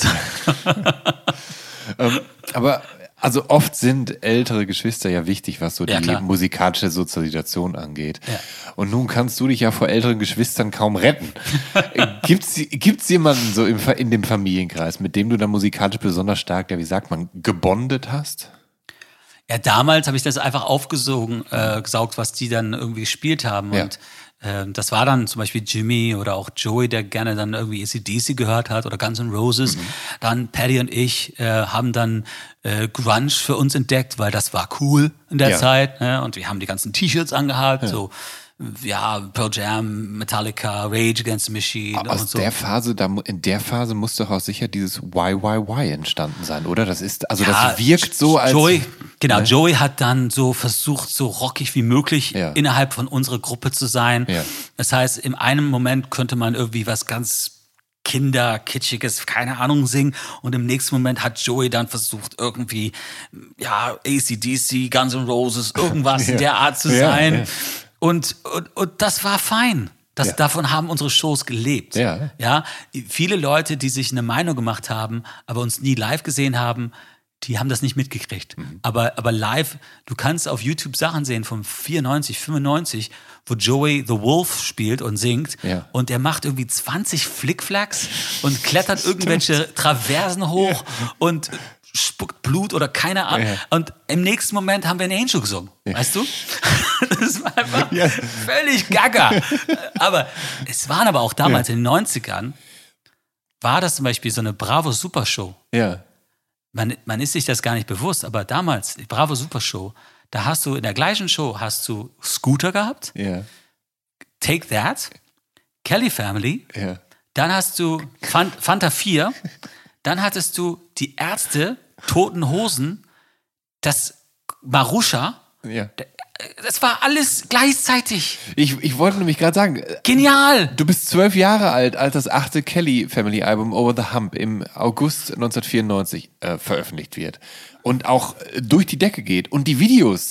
Aber also oft sind ältere Geschwister ja wichtig, was so die musikalische Sozialisation angeht. Ja. Und nun kannst du dich ja vor älteren Geschwistern kaum retten. Gibt's jemanden so in dem Familienkreis, mit dem du dann musikalisch besonders stark, wie sagt man, gebondet hast? Ja, damals habe ich das einfach aufgesaugt, was die dann irgendwie gespielt haben. Ja. Und das war dann zum Beispiel Jimmy oder auch Joey, der gerne dann irgendwie AC/DC gehört hat oder Guns N' Roses. Dann Paddy und ich haben dann Grunge für uns entdeckt, weil das war cool in der Zeit. Ne? Und wir haben die ganzen T-Shirts angehabt, so ja, Pearl Jam, Metallica, Rage Against the Machine Aus und so. in der Phase muss doch auch sicher dieses YYY entstanden sein, oder? Das ist, also Ja, das wirkt so als... Joey hat dann so versucht, so rockig wie möglich Ja. innerhalb von unserer Gruppe zu sein. Ja. Das heißt, in einem Moment könnte man irgendwie was ganz Kinderkitschiges, keine Ahnung, singen. Und im nächsten Moment hat Joey dann versucht, irgendwie, ja, AC/DC, Guns N' Roses, irgendwas in der Art zu sein. Ja. Und das war fein. Ja. Davon haben unsere Shows gelebt. Ja. Viele Leute, die sich eine Meinung gemacht haben, aber uns nie live gesehen haben, die haben das nicht mitgekriegt. Aber live, du kannst auf YouTube Sachen sehen von 94, 95, wo Joey the Wolf spielt und singt. Ja. Und er macht irgendwie 20 Flickflacks und klettert irgendwelche Traversen hoch und spuckt Blut oder keine Ahnung. Ja. Und im nächsten Moment haben wir einen Angel gesungen. Weißt du? Das war einfach völlig gaga. Aber es waren aber auch damals in den 90ern, war das zum Beispiel so eine Bravo Super Show. Ja. Man ist sich das gar nicht bewusst, aber damals, die Bravo Super Show, da hast du in der gleichen Show hast du Scooter gehabt, Ja. Take That, Kelly Family, Ja. dann hast du Fanta 4, dann hattest du die Ärzte, Toten Hosen, das Marusha, Ja. das war alles gleichzeitig. Ich wollte nämlich gerade sagen, Genial! du bist 12 Jahre alt, als das 8. Kelly Family Album Over the Hump im August 1994 veröffentlicht wird und auch durch die Decke geht. Und die Videos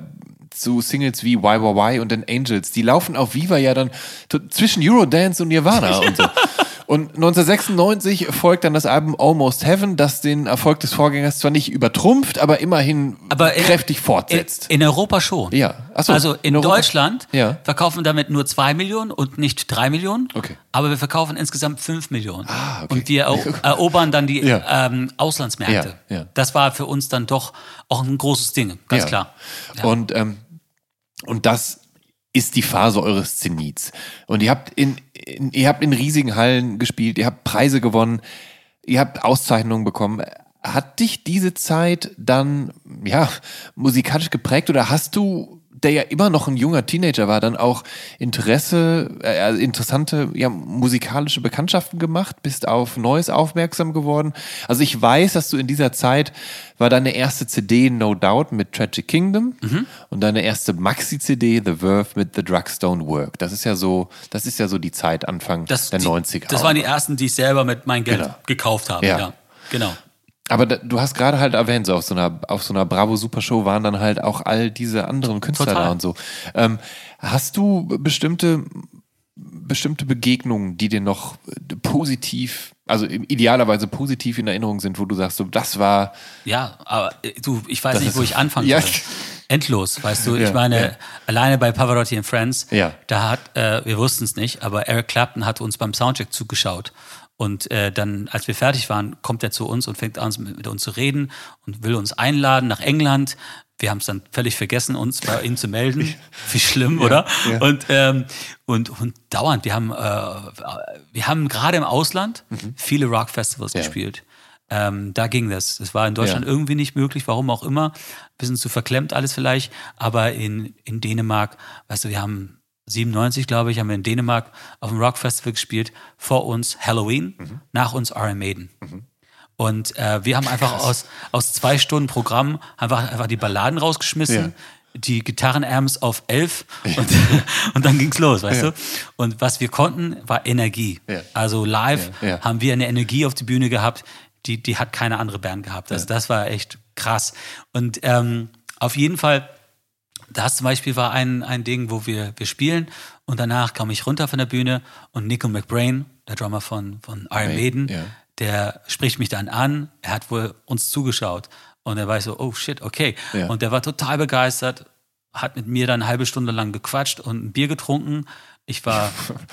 zu Singles wie YYY und den Angels, die laufen auf Viva ja dann zwischen Eurodance und Nirvana und so. Und 1996 folgt dann das Album Almost Heaven, das den Erfolg des Vorgängers zwar nicht übertrumpft, aber immerhin kräftig fortsetzt. In Europa schon. Ja. Ach so, Also in Europa. Deutschland verkaufen wir damit nur 2 Millionen und nicht 3 Millionen. Okay. Aber wir verkaufen insgesamt 5 Millionen. Okay. Und wir erobern dann die Ja. Auslandsmärkte. Ja. Das war für uns dann doch auch ein großes Ding, ganz klar. Ja. Und das ist die Phase eures Zenits. Und ihr habt in riesigen Hallen gespielt, ihr habt Preise gewonnen, ihr habt Auszeichnungen bekommen. Hat dich diese Zeit dann, musikalisch geprägt oder hast du, der ja immer noch ein junger Teenager war, dann auch interessante, musikalische Bekanntschaften gemacht, bist auf Neues aufmerksam geworden? Also ich weiß, dass du in dieser Zeit war deine erste CD No Doubt mit Tragic Kingdom und deine erste Maxi-CD The Verve mit The Drugs Don't Work. Das ist ja so die Zeit Anfang der 90er. Das waren die ersten, die ich selber mit meinem Geld gekauft habe. Ja. Ja, genau. Aber du hast gerade halt erwähnt, so auf so einer Bravo Super Show waren dann halt auch all diese anderen Künstler Total. da und so. Hast du bestimmte Begegnungen, die dir noch positiv, also idealerweise positiv in Erinnerung sind, wo du sagst, so, das war... Ja, aber ich weiß Das nicht, ist- wo ich anfangen Ja. soll. Endlos, weißt du. Ja, Ich meine, ja. alleine bei Pavarotti and Friends, Ja. da hat, wir wussten es nicht, aber Eric Clapton hat uns beim Soundcheck zugeschaut. Und dann, als wir fertig waren, kommt er zu uns und fängt an, mit uns zu reden und will uns einladen nach England. Wir haben es dann völlig vergessen, uns bei ihm zu melden. Wie schlimm, oder? Ja. Und dauernd, wir haben gerade im Ausland viele Rockfestivals gespielt. Da ging das. Das war in Deutschland irgendwie nicht möglich, warum auch immer. Ein bisschen zu verklemmt alles vielleicht. Aber in Dänemark, weißt du, wir haben 97, glaube ich, haben wir in Dänemark auf dem Rockfestival gespielt. Vor uns Halloween, nach uns Iron Maiden. Und wir haben einfach aus 2 Stunden Programm einfach die Balladen rausgeschmissen, die Gitarrenamps auf 11 und dann ging's los, weißt du? Und was wir konnten, war Energie. Ja. Also live Ja. haben wir eine Energie auf die Bühne gehabt, die hat keine andere Band gehabt. Also das war echt krass. Und auf jeden Fall, das zum Beispiel war ein Ding, wo wir spielen und danach kam ich runter von der Bühne und Nico McBrain, der Drummer von Iron Maiden, der spricht mich dann an, er hat wohl uns zugeschaut und er war so, oh shit, okay. Ja. Und der war total begeistert, hat mit mir dann eine halbe Stunde lang gequatscht und ein Bier getrunken. Ich war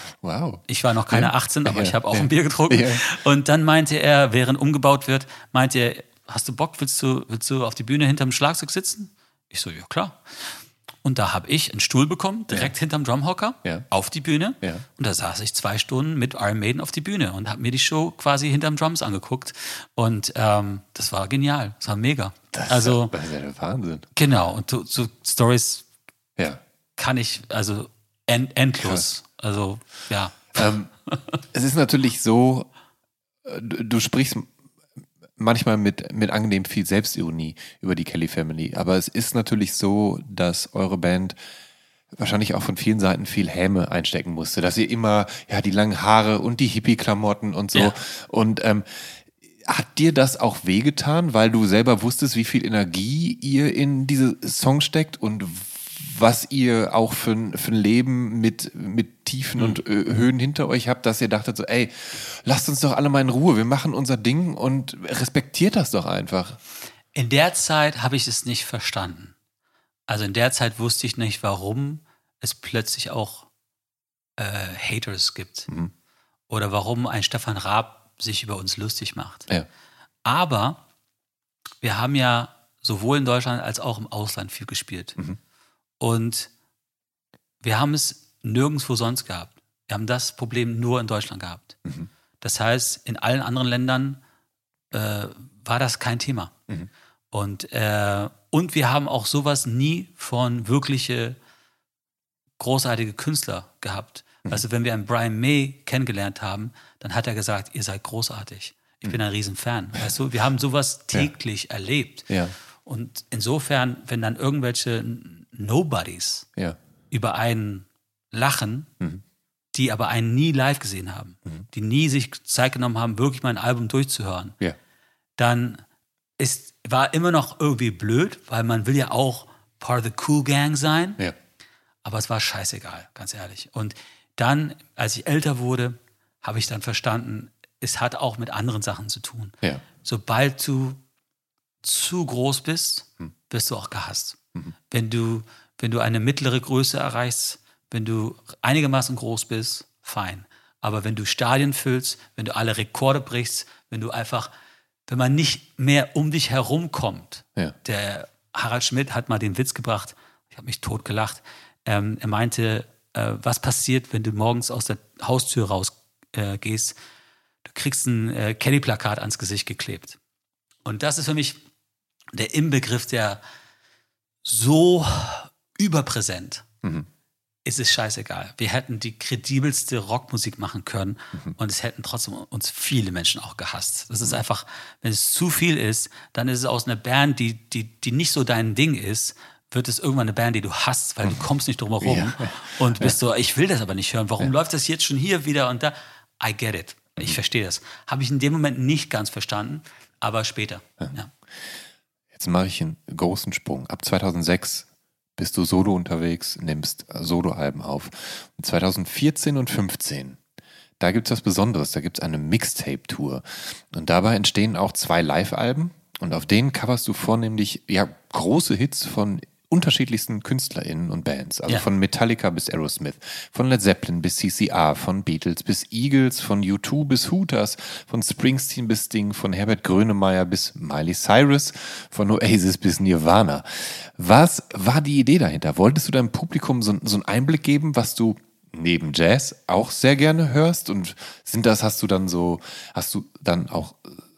noch keine 18, aber ich habe auch ein Bier getrunken. Ja. Und dann meinte er, während umgebaut wird, meinte er, hast du Bock, willst du auf die Bühne hinterm Schlagzeug sitzen? Ich so, ja klar. Und da habe ich einen Stuhl bekommen, direkt hinterm Drumhocker, auf die Bühne. Ja. Und da saß ich 2 Stunden mit Iron Maiden auf die Bühne und habe mir die Show quasi hinterm Drums angeguckt. Und das war genial, das war mega. Das ist ja der Wahnsinn. Genau, und so Stories Ja. kann ich, also endlos. Also, ja. Es ist natürlich so, du sprichst manchmal mit angenehm viel Selbstironie über die Kelly Family, aber es ist natürlich so, dass eure Band wahrscheinlich auch von vielen Seiten viel Häme einstecken musste, dass ihr immer, die langen Haare und die Hippie-Klamotten und so. Ja. Und hat dir das auch wehgetan, weil du selber wusstest, wie viel Energie ihr in diese Songs steckt und was ihr auch für ein Leben mit Tiefen und Höhen hinter euch habt, dass ihr dachtet so, ey, lasst uns doch alle mal in Ruhe, wir machen unser Ding und respektiert das doch einfach. In der Zeit habe ich es nicht verstanden. Also in der Zeit wusste ich nicht, warum es plötzlich auch Haters gibt. Mhm. Oder warum ein Stefan Raab sich über uns lustig macht. Ja. Aber wir haben ja sowohl in Deutschland als auch im Ausland viel gespielt. Mhm. Und wir haben es nirgendwo sonst gehabt. Wir haben das Problem nur in Deutschland gehabt. Mhm. Das heißt, in allen anderen Ländern war das kein Thema. Mhm. Und wir haben auch sowas nie von wirkliche großartige Künstler gehabt. Mhm. Also wenn wir einen Brian May kennengelernt haben, dann hat er gesagt, ihr seid großartig. Ich bin ein Riesenfan. Weißt du, wir haben sowas täglich erlebt. Ja. Und insofern, wenn dann irgendwelche Nobodies über einen lachen, die aber einen nie live gesehen haben, die nie sich Zeit genommen haben, wirklich mal ein Album durchzuhören, dann war immer noch irgendwie blöd, weil man will ja auch part of the cool gang sein. Ja. Aber es war scheißegal, ganz ehrlich. Und dann, als ich älter wurde, habe ich dann verstanden, es hat auch mit anderen Sachen zu tun. Ja. Sobald du zu groß bist, wirst du auch gehasst. Mhm. Wenn du eine mittlere Größe erreichst, wenn du einigermaßen groß bist, fein. Aber wenn du Stadien füllst, wenn du alle Rekorde brichst, wenn man nicht mehr um dich herum kommt. Ja. Der Harald Schmidt hat mal den Witz gebracht, ich habe mich totgelacht. Er meinte, was passiert, wenn du morgens aus der Haustür rausgehst, du kriegst ein Kelly-Plakat ans Gesicht geklebt. Und das ist für mich der Inbegriff, der so überpräsent ist es scheißegal. Wir hätten die kredibelste Rockmusik machen können und es hätten trotzdem uns viele Menschen auch gehasst. Das ist einfach, wenn es zu viel ist, dann ist es aus einer Band, die nicht so dein Ding ist, wird es irgendwann eine Band, die du hasst, weil du kommst nicht drum herum und bist so, ich will das aber nicht hören. Warum läuft das jetzt schon hier wieder und da? I get it. Ich verstehe das. Habe ich in dem Moment nicht ganz verstanden, aber später. Ja. Jetzt mache ich einen großen Sprung. Ab 2006 bist du solo unterwegs, nimmst Soloalben auf. Und 2014 und 2015, da gibt es was Besonderes. Da gibt es eine Mixtape-Tour. Und dabei entstehen auch 2 Live-Alben. Und auf denen coverst du vornehmlich große Hits von unterschiedlichsten KünstlerInnen und Bands. Also von Metallica bis Aerosmith, von Led Zeppelin bis CCR, von Beatles bis Eagles, von U2 bis Hooters, von Springsteen bis Sting, von Herbert Grönemeyer bis Miley Cyrus, von Oasis bis Nirvana. Was war die Idee dahinter? Wolltest du deinem Publikum so einen Einblick geben, was du neben Jazz auch sehr gerne hörst? Und hast du dann auch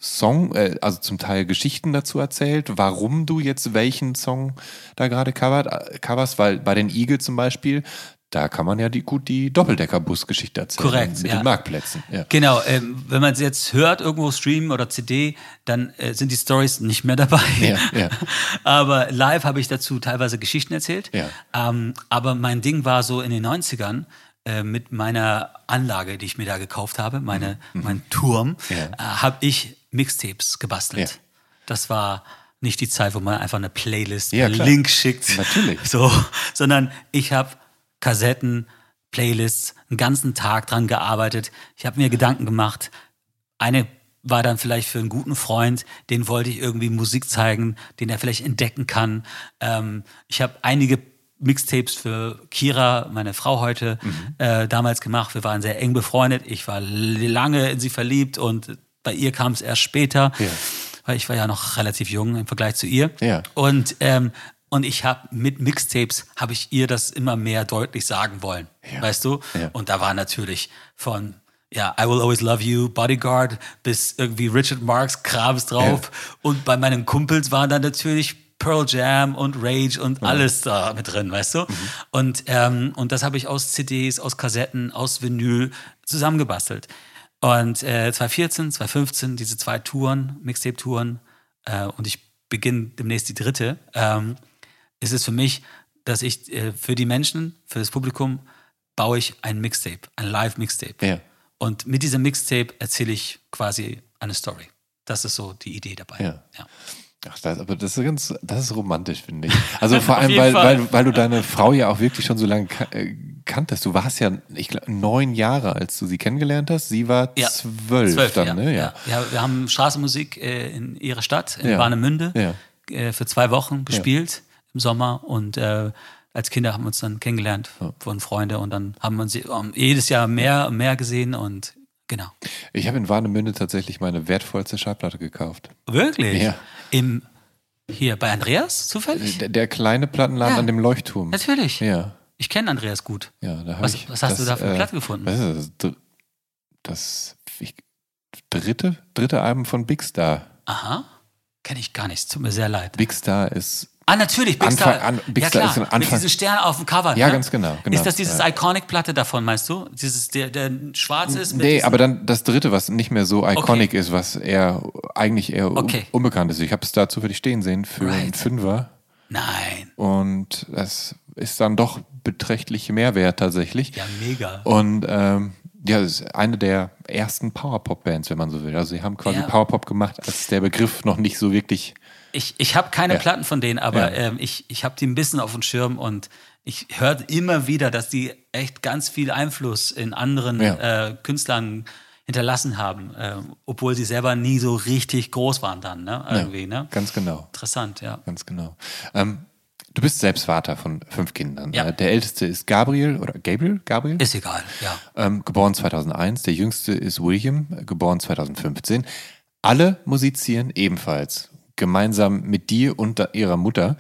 also zum Teil Geschichten dazu erzählt, warum du jetzt welchen Song da gerade coverst? Weil bei den Eagles zum Beispiel, da kann man ja die Doppeldecker-Bus-Geschichte erzählen. Korrekt, mit den Marktplätzen. Ja. Genau, wenn man es jetzt hört, irgendwo streamen oder CD, dann sind die Storys nicht mehr dabei. Ja. Aber live habe ich dazu teilweise Geschichten erzählt. Ja. Aber mein Ding war so in den 90ern, mit meiner Anlage, die ich mir da gekauft habe, mein Turm, habe ich Mixtapes gebastelt. Ja. Das war nicht die Zeit, wo man einfach eine Playlist, einen Link schickt. Natürlich. So, sondern ich habe Kassetten, Playlists, einen ganzen Tag dran gearbeitet. Ich habe mir Gedanken gemacht. Eine war dann vielleicht für einen guten Freund, den wollte ich irgendwie Musik zeigen, den er vielleicht entdecken kann. Ich habe einige Mixtapes für Kira, meine Frau heute, damals gemacht. Wir waren sehr eng befreundet. Ich war lange in sie verliebt und bei ihr kam es erst später, weil ich war ja noch relativ jung im Vergleich zu ihr. Ja. Und ich habe mit Mixtapes, habe ich ihr das immer mehr deutlich sagen wollen, weißt du? Ja. Und da war natürlich von I Will Always Love You, Bodyguard, bis irgendwie Richard Marx Krams drauf. Ja. Und bei meinen Kumpels waren dann natürlich Pearl Jam und Rage und alles da mit drin, weißt du? Und das habe ich aus CDs, aus Kassetten, aus Vinyl zusammengebastelt. Und 2014, 2015, diese 2 Touren, Mixtape-Touren, und ich beginne demnächst die 3, ist es für mich, dass ich für die Menschen, für das Publikum, baue ich ein Mixtape, ein Live-Mixtape. Ja. Und mit diesem Mixtape erzähle ich quasi eine Story. Das ist so die Idee dabei. Ja. Ja. Ach, das ist romantisch, finde ich. Also vor allem, jeden weil du deine Frau ja auch wirklich schon so lange kanntest. Du warst ja, ich glaube, 9 Jahre, als du sie kennengelernt hast. Sie war 12 dann, ja. ne? Ja. Wir haben Straßenmusik in ihrer Stadt, in Ja. Warnemünde, für 2 Wochen gespielt im Sommer. Und als Kinder haben wir uns dann kennengelernt von Freunden. Und dann haben wir uns jedes Jahr mehr gesehen und genau. Ich habe in Warnemünde tatsächlich meine wertvollste Schallplatte gekauft. Wirklich? Ja. Hier bei Andreas zufällig? Der kleine Plattenladen an dem Leuchtturm. Natürlich. Ja. Ich kenne Andreas gut. Ja, da Was hast du da für eine Platte gefunden? Was ist das? Dritte Album von Big Star. Aha. Kenne ich gar nicht. Tut mir sehr leid. Big Star ist... Natürlich, Big Star. Big Star ist ein Anfang. Mit diesen Sternen auf dem Cover. Ja, ne? ganz genau. Ist das dieses Iconic-Platte davon, meinst du? Der schwarz ist? Nee, aber dann das dritte, was nicht mehr so iconic ist, was eigentlich eher unbekannt ist. Ich habe es da zufällig stehen sehen für einen Fünfer. Nein. Und das ist dann doch beträchtlich Mehrwert tatsächlich. Ja, mega. Und das ist eine der ersten Powerpop-Bands, wenn man so will. Also sie haben quasi Powerpop gemacht, als der Begriff noch nicht so wirklich... Ich habe keine Platten von denen, aber ich habe die ein bisschen auf dem Schirm und ich höre immer wieder, dass die echt ganz viel Einfluss in anderen Künstlern hinterlassen haben, obwohl sie selber nie so richtig groß waren dann, ne? Irgendwie, ne? Ganz genau. Interessant, ja. Ganz genau. Du bist selbst Vater von 5 Kindern. Ja. Der älteste ist Gabriel. Gabriel? Ist egal, ja. Geboren 2001. Der jüngste ist William, geboren 2015. Alle musizieren ebenfalls. Gemeinsam mit dir und ihrer Mutter.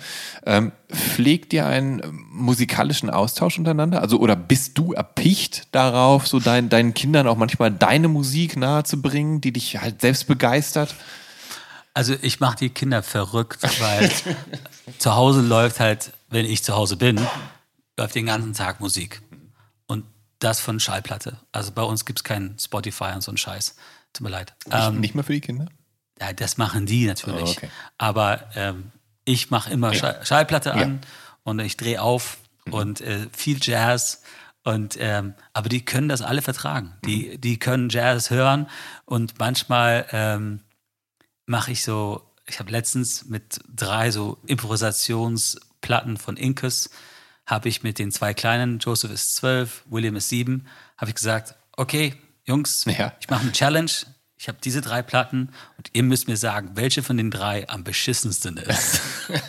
Pflegt ihr einen musikalischen Austausch untereinander? Also, oder bist du erpicht darauf, so deinen Kindern auch manchmal deine Musik nahezubringen, die dich halt selbst begeistert? Also ich mache die Kinder verrückt, weil zu Hause läuft halt, wenn ich zu Hause bin, läuft den ganzen Tag Musik. Und das von Schallplatte. Also bei uns gibt es kein Spotify und so einen Scheiß. Tut mir leid. Nicht mal für die Kinder? Ja, das machen die natürlich. Oh, okay. Aber ich mache immer Schallplatte an und ich drehe auf und viel Jazz. Und aber die können das alle vertragen. Die können Jazz hören und manchmal mache ich so, ich habe letztens mit 3 so Improvisationsplatten von Incus, habe ich mit den 2 Kleinen, Joseph ist 12, William ist 7, habe ich gesagt, okay, Jungs, ich mache eine Challenge. Ich habe diese 3 Platten und ihr müsst mir sagen, welche von den 3 am beschissensten ist.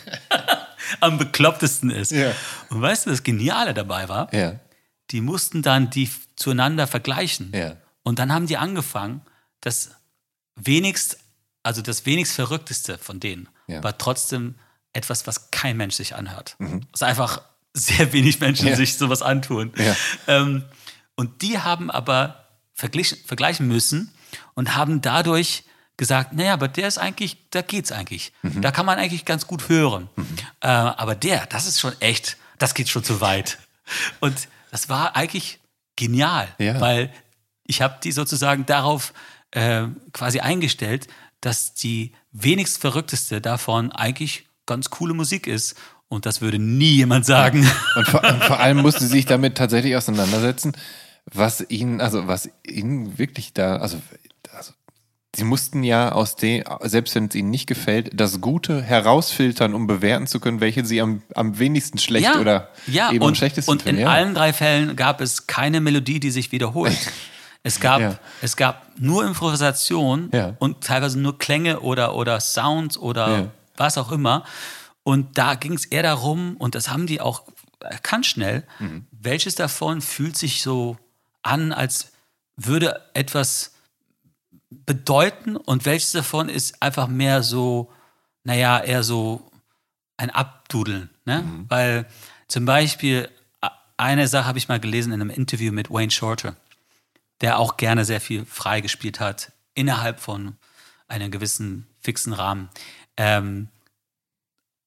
Am beklopptesten ist. Ja. Und weißt du, das Geniale dabei war? Ja. Die mussten dann die zueinander vergleichen. Ja. Und dann haben die angefangen, das wenigst Verrückteste von denen war trotzdem etwas, was kein Mensch sich anhört. Was einfach sehr wenig Menschen sich sowas antun. Ja. Und die haben aber vergleichen müssen und haben dadurch gesagt, naja, aber der ist eigentlich, da geht's eigentlich. Da kann man eigentlich ganz gut hören. Aber das ist schon echt, das geht schon zu weit. Und das war eigentlich genial, weil ich habe die sozusagen darauf quasi eingestellt, dass die wenigst verrückteste davon eigentlich ganz coole Musik ist. Und das würde nie jemand sagen. Und vor allem musste sie sich damit tatsächlich auseinandersetzen, was ihnen wirklich da, also sie mussten ja aus dem, selbst wenn es ihnen nicht gefällt, das Gute herausfiltern, um bewerten zu können, welche sie am wenigsten schlecht oder eben am schlechtesten finden. Und in allen 3 Fällen gab es keine Melodie, die sich wiederholt. Es gab nur Improvisation und teilweise nur Klänge oder Sounds oder was auch immer. Und da ging es eher darum, und das haben die auch erkannt schnell, welches davon fühlt sich so an, als würde etwas bedeuten und welches davon ist einfach mehr so, eher so ein Abdudeln. Ne? Weil zum Beispiel eine Sache habe ich mal gelesen in einem Interview mit Wayne Shorter, der auch gerne sehr viel frei gespielt hat, innerhalb von einem gewissen fixen Rahmen.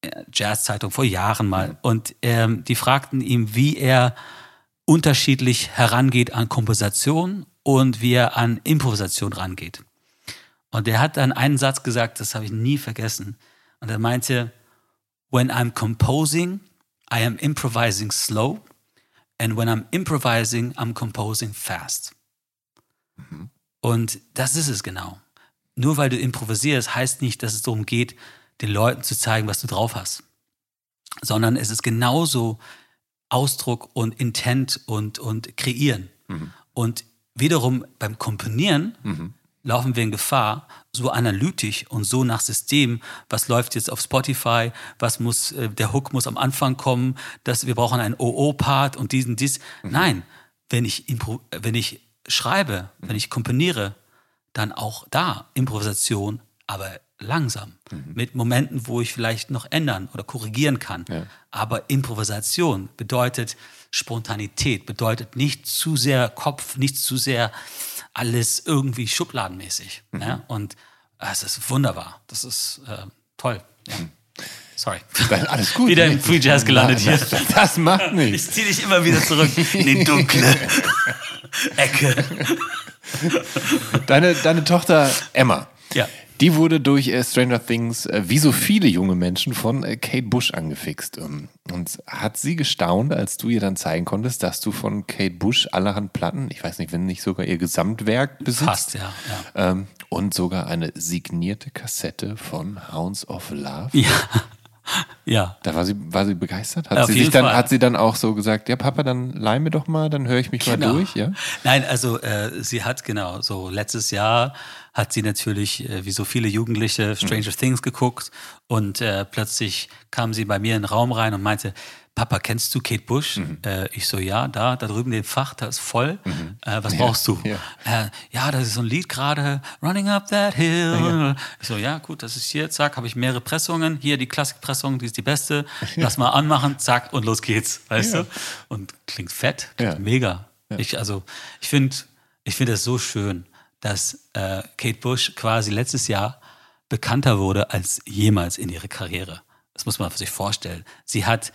Jazz-Zeitung vor Jahren mal. Und die fragten ihn, wie er unterschiedlich herangeht an Komposition und wie er an Improvisation rangeht. Und er hat dann einen Satz gesagt, das habe ich nie vergessen. Und er meinte, when I'm composing, I am improvising slow. And when I'm improvising, I'm composing fast. Und das ist es genau. Nur weil du improvisierst, heißt nicht, dass es darum geht, den Leuten zu zeigen, was du drauf hast. Sondern es ist genauso Ausdruck und Intent und Kreieren. Und wiederum beim Komponieren laufen wir in Gefahr, so analytisch und so nach System, was läuft jetzt auf Spotify, was muss, der Hook muss am Anfang kommen, wir brauchen einen OO-Part und dies. Nein, wenn ich schreibe, wenn ich komponiere, dann auch da Improvisation, aber langsam. Mit Momenten, wo ich vielleicht noch ändern oder korrigieren kann. Ja. Aber Improvisation bedeutet Spontanität, bedeutet nicht zu sehr Kopf, nicht zu sehr alles irgendwie schubladenmäßig. Ja? Und es ist wunderbar. Das ist toll. Ja. Sorry. Alles gut. Wieder im Free Jazz gelandet hier. Das macht nichts. Ich ziehe dich immer wieder zurück in die dunkle Ecke. Deine Tochter Emma. Ja. Die wurde durch Stranger Things, wie so viele junge Menschen, von Kate Bush angefixt. Und hat sie gestaunt, als du ihr dann zeigen konntest, dass du von Kate Bush allerhand Platten, ich weiß nicht, wenn nicht sogar ihr Gesamtwerk besitzt. Fast, ja. Und sogar eine signierte Kassette von Hounds of Love. Ja. Ja. Da war sie begeistert? Auf jeden Fall. Hat sie dann auch so gesagt, ja Papa, dann leih mir doch mal, dann höre ich mich mal durch, ja? Nein, also sie hat so letztes Jahr hat sie natürlich, wie so viele Jugendliche, Stranger Things geguckt und plötzlich kam sie bei mir in den Raum rein und meinte, Papa, kennst du Kate Bush? Ich so, ja, da drüben im Fach, da ist voll. Was brauchst du? Ja. Ja, das ist so ein Lied gerade, Running Up That Hill. Ja. Ich so, ja, gut, das ist hier, zack, habe ich mehrere Pressungen. Hier die Klassikpressung, die ist die beste. Lass mal anmachen, zack, und los geht's, weißt du? Und klingt fett, klingt mega. Ja. Ich finde es so schön, dass Kate Bush quasi letztes Jahr bekannter wurde als jemals in ihrer Karriere. Das muss man sich vorstellen. Sie hat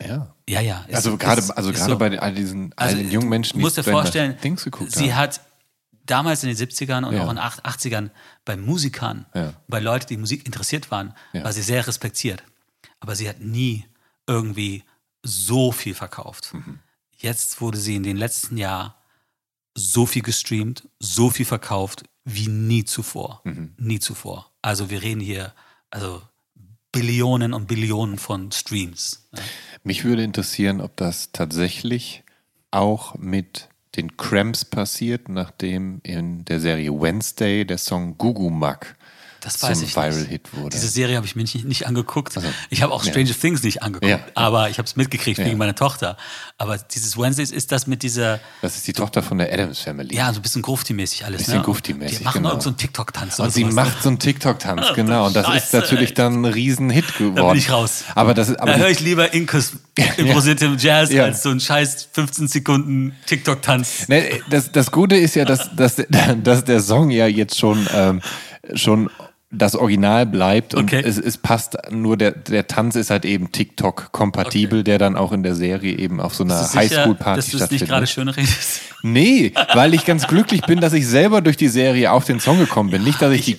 ja. Also gerade so, bei all diesen jungen Menschen, die Things geguckt haben. Sie hat damals in den 70ern und auch in den 80ern bei Musikern, bei Leuten, die Musik interessiert waren, war sie sehr respektiert. Aber sie hat nie irgendwie so viel verkauft. Jetzt wurde sie in den letzten Jahren so viel gestreamt, so viel verkauft wie nie zuvor. Nie zuvor. Also wir reden hier, Billionen und Billionen von Streams. Ja. Mich würde interessieren, ob das tatsächlich auch mit den Cramps passiert, nachdem in der Serie Wednesday der Song Gugu Mag zum Viral-Hit wurde. Diese Serie habe ich mir nicht angeguckt. Also, ich habe auch Stranger Things nicht angeguckt, aber ich habe es mitgekriegt wegen meiner Tochter. Aber dieses Wednesdays ist das mit dieser... Das ist die Tochter von der Addams Family. Ja, so ein bisschen Grufti-mäßig alles. Ein bisschen Grufti-mäßig, die machen auch so einen TikTok-Tanz. Und sie macht so einen TikTok-Tanz, genau. Und das ist natürlich dann ein Riesen-Hit geworden. Da bin ich raus. Aber da höre ich lieber improvisierte Jazz als so ein scheiß 15 Sekunden TikTok-Tanz. Nee, das Gute ist ja, dass der Song ja jetzt schon das Original bleibt und es passt, nur der Tanz ist halt eben TikTok-kompatibel, der dann auch in der Serie eben auf so einer Highschool-Party stattfindet. Dass du es nicht gerade schön redest? Nee, weil ich ganz glücklich bin, dass ich selber durch die Serie auf den Song gekommen bin. Nicht, dass ich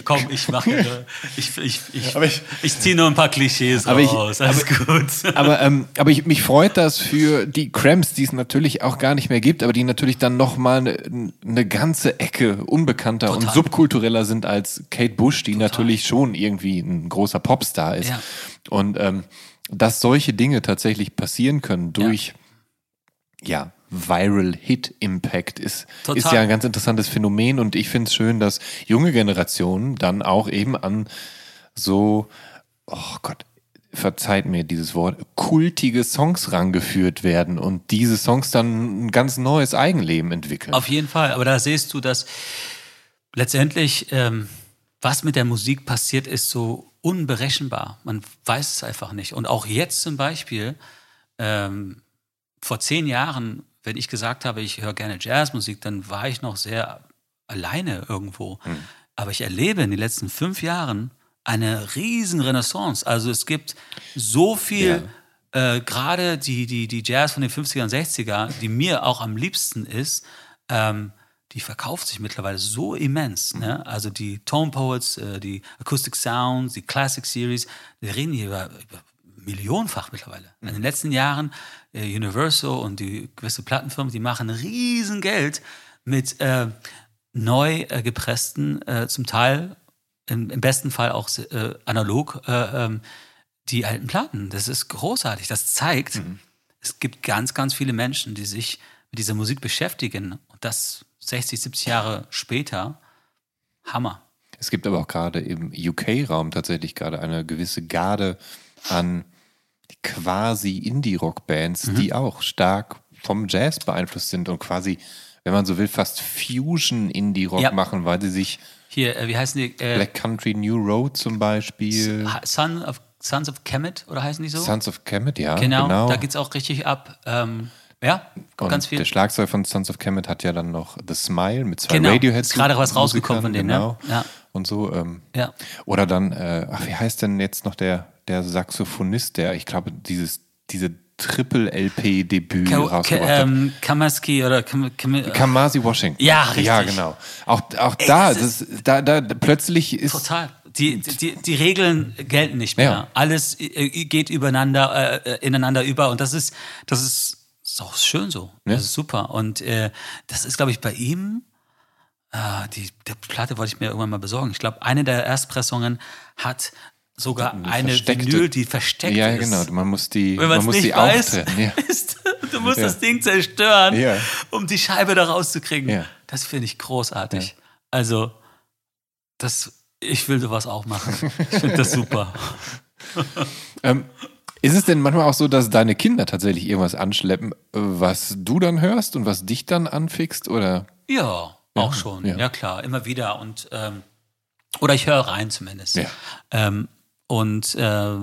ich ziehe nur ein paar Klischees raus. Alles gut. Aber mich freut das für die Cramps, die es natürlich auch gar nicht mehr gibt, aber die natürlich dann nochmal eine ganze Ecke unbekannter und subkultureller sind als Kate Bush, die natürlich schon irgendwie ein großer Popstar ist. Ja. Und dass solche Dinge tatsächlich passieren können durch Viral Hit Impact ist ja ein ganz interessantes Phänomen und ich finde es schön, dass junge Generationen dann auch eben an so, oh Gott, verzeiht mir dieses Wort, kultige Songs rangeführt werden und diese Songs dann ein ganz neues Eigenleben entwickeln. Auf jeden Fall, aber da siehst du, dass letztendlich was mit der Musik passiert, ist so unberechenbar. Man weiß es einfach nicht. Und auch jetzt zum Beispiel, vor 10 Jahren, wenn ich gesagt habe, ich höre gerne Jazzmusik, dann war ich noch sehr alleine irgendwo. Aber ich erlebe in den letzten 5 Jahren eine riesen Renaissance. Also es gibt so viel, gerade die Jazz von den 50er und 60er, die mir auch am liebsten ist, die verkauft sich mittlerweile so immens. Ne? Also die Tone Poets, die Acoustic Sounds, die Classic Series, wir reden hier über millionenfach mittlerweile. In den letzten Jahren Universal und die gewisse Plattenfirmen, die machen riesen Geld mit neu gepressten, zum Teil im besten Fall auch analog, die alten Platten. Das ist großartig. Das zeigt, es gibt ganz, ganz viele Menschen, die sich mit dieser Musik beschäftigen. Und das 60, 70 Jahre später, Hammer. Es gibt aber auch gerade im UK-Raum tatsächlich gerade eine gewisse Garde an quasi Indie-Rock-Bands, die auch stark vom Jazz beeinflusst sind und quasi, wenn man so will, fast Fusion-Indie-Rock machen, weil sie sich hier, wie heißen die? Black Country New Road zum Beispiel. Sons of Kemet, oder heißen die so? Sons of Kemet, ja. Genau. Da geht's auch richtig ab. Ganz viel. Der Schlagzeug von Sons of Kemet hat ja dann noch The Smile mit zwei Radioheads. Ist gerade was rausgekommen von denen, genau. Ne? Ja. Und so. Oder dann, wie heißt denn jetzt noch der Saxophonist, der, ich glaube, diese Triple-LP-Debüt rausgebracht hat. Kamaski oder Kamasi Washington. Ja, richtig. Ja, genau. Auch da plötzlich ist... Total. Die Regeln gelten nicht mehr. Ja. Alles geht ineinander über und das ist auch schön so. Ja. Das ist super. Und das ist, glaube ich, bei ihm, die Platte wollte ich mir irgendwann mal besorgen. Ich glaube, eine der Erstpressungen hat sogar eine Vinyl, die versteckt ist. Ja, genau. Man muss die auftrennen. Ja. Du musst das Ding zerstören, um die Scheibe da rauszukriegen. Ja. Das finde ich großartig. Ja. Also, ich will sowas auch machen. Ich finde das super. Ist es denn manchmal auch so, dass deine Kinder tatsächlich irgendwas anschleppen, was du dann hörst und was dich dann anfixt? Oder? Ja, auch schon. Ja, klar. Immer wieder. Und, oder ich höre rein zumindest. Ja. Und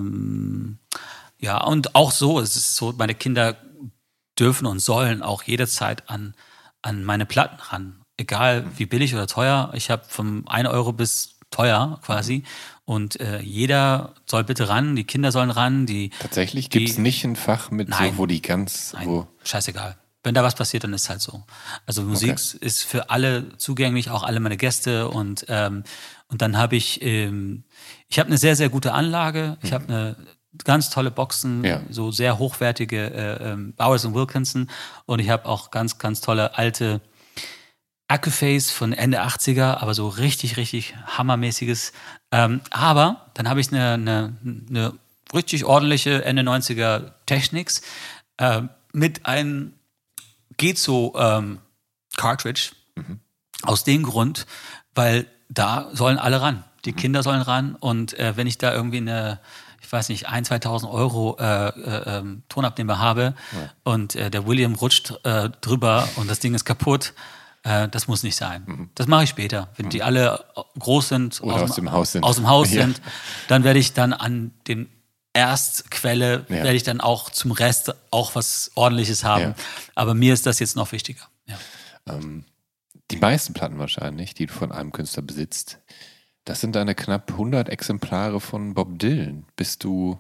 auch so, es ist so, meine Kinder dürfen und sollen auch jederzeit an meine Platten ran. Egal wie billig oder teuer. Ich habe vom 1 Euro bis teuer quasi. Und jeder soll bitte ran, die Kinder sollen ran. Tatsächlich gibt es nicht ein Fach mit nein, so, wo die ganz... Nein, scheißegal. Wenn da was passiert, dann ist es halt so. Also Musik ist für alle zugänglich, auch alle meine Gäste. Und dann habe ich habe eine sehr, sehr gute Anlage. Ich habe eine ganz tolle Boxen, so sehr hochwertige Bowers & Wilkinson. Und ich habe auch ganz, ganz tolle alte Accuphase von Ende 80er, aber so richtig, richtig hammermäßiges. Aber dann habe ich eine richtig ordentliche Ende 90er Technics mit einem Gezo Cartridge. Aus dem Grund, weil da sollen alle ran. Die Kinder sollen ran und wenn ich da irgendwie 1.000-2.000 Euro Tonabnehmer habe und der William rutscht drüber und das Ding ist kaputt, das muss nicht sein. Das mache ich später. Wenn die alle groß sind, oder aus dem Haus sind, dann werde ich dann an den Erstquelle, werde ich dann auch zum Rest auch was Ordentliches haben. Ja. Aber mir ist das jetzt noch wichtiger. Ja. Die meisten Platten wahrscheinlich, die du von einem Künstler besitzt, das sind deine knapp 100 Exemplare von Bob Dylan. Bist du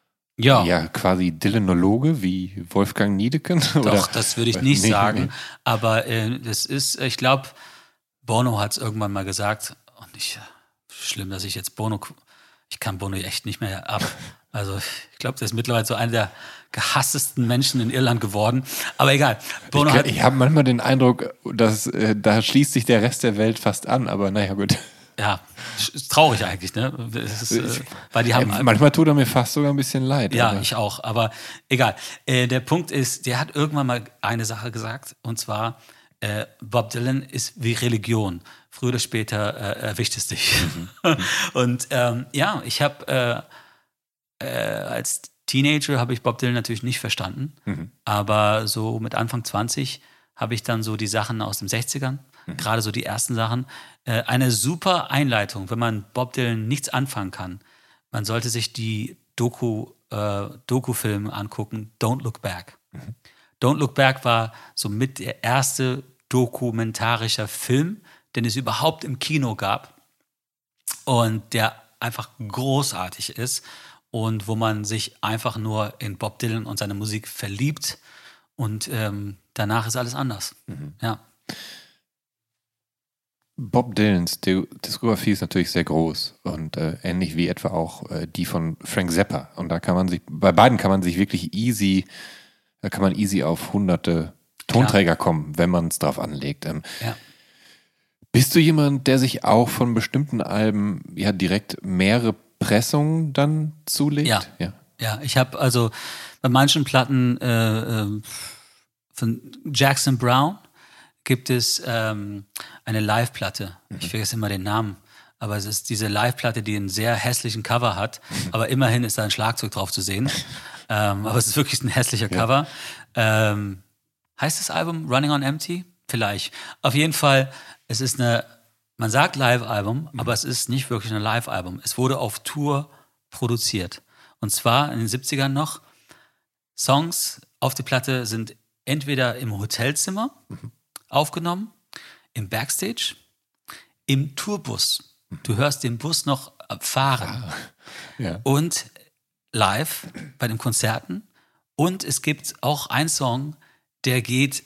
quasi Dylanologe wie Wolfgang Niedecken? Doch, oder? Das würde ich nicht sagen. Aber das ist, ich glaube, Bono hat es irgendwann mal gesagt. Und schlimm, dass ich jetzt ich kann Bono echt nicht mehr ab. Also ich glaube, der ist mittlerweile so einer der gehasstesten Menschen in Irland geworden. Aber egal. Ich habe manchmal den Eindruck, dass da schließt sich der Rest der Welt fast an. Aber naja, gut. Ja, ist traurig eigentlich, ne? Weil die haben manchmal tut er mir fast sogar ein bisschen leid. Ja, ich auch, aber egal. Der Punkt ist, der hat irgendwann mal eine Sache gesagt, und zwar, Bob Dylan ist wie Religion. Früher oder später erwischt es dich. Und ich habe als Teenager habe ich Bob Dylan natürlich nicht verstanden, aber so mit Anfang 20 habe ich dann so die Sachen aus den 60ern, gerade so die ersten Sachen, eine super Einleitung, wenn man Bob Dylan nichts anfangen kann. Man sollte sich die Doku-Filme angucken, Don't Look Back. Don't Look Back war somit der erste dokumentarische Film, den es überhaupt im Kino gab. Und der einfach großartig ist und wo man sich einfach nur in Bob Dylan und seine Musik verliebt und danach ist alles anders. Ja. Bob Dylans Diskografie ist natürlich sehr groß und ähnlich wie etwa auch die von Frank Zappa. Und da kann man sich, bei beiden kann man sich wirklich easy auf hunderte Tonträger kommen, wenn man es drauf anlegt. Bist du jemand, der sich auch von bestimmten Alben ja direkt mehrere Pressungen dann zulegt? Ja, ich habe also bei manchen Platten von Jackson Browne gibt es eine Live-Platte. Ich vergesse immer den Namen. Aber es ist diese Live-Platte, die einen sehr hässlichen Cover hat. Aber immerhin ist da ein Schlagzeug drauf zu sehen. Aber es ist wirklich ein hässlicher Cover. Heißt das Album Running on Empty? Vielleicht. Auf jeden Fall, es ist man sagt Live-Album, aber es ist nicht wirklich ein Live-Album. Es wurde auf Tour produziert. Und zwar in den 70ern noch. Songs auf die Platte sind entweder im Hotelzimmer aufgenommen, im Backstage, im Tourbus. Du hörst den Bus noch fahren. Und live bei den Konzerten. Und es gibt auch einen Song, der geht,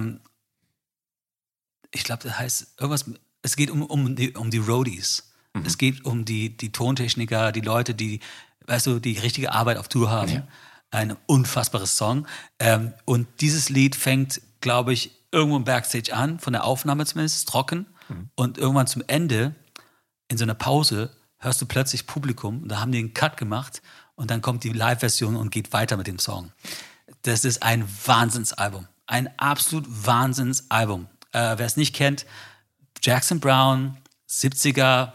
ich glaube, das heißt irgendwas, es geht um die Roadies. Es geht um die Tontechniker, die Leute, die, weißt du, die richtige Arbeit auf Tour haben. Ja. Ein unfassbares Song. Und dieses Lied fängt, glaube ich, irgendwo im Backstage an, von der Aufnahme zumindest, trocken. Und irgendwann zum Ende, in so einer Pause, hörst du plötzlich Publikum. Und da haben die einen Cut gemacht. Und dann kommt die Live-Version und geht weiter mit dem Song. Das ist ein Wahnsinnsalbum. Ein absolut Wahnsinnsalbum. Wer es nicht kennt, Jackson Browne, 70er,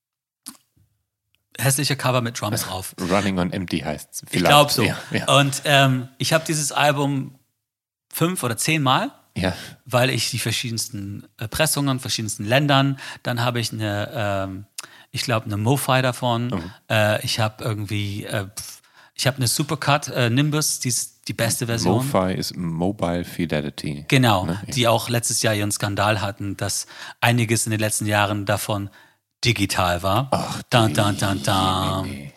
hässlicher Cover mit Drums drauf. Running on Empty heißt es. Ich glaube so. Ja. Und ich habe dieses Album 5 oder 10 Mal, weil ich die verschiedensten Pressungen, verschiedensten Ländern, dann habe ich eine Mo-Fi davon. Ich habe irgendwie, ich habe eine Supercut Nimbus, die ist die beste Version. Mo-Fi ist Mobile Fidelity. Genau, ne? Die auch letztes Jahr ihren Skandal hatten, dass einiges in den letzten Jahren davon digital war. Ach, Nee.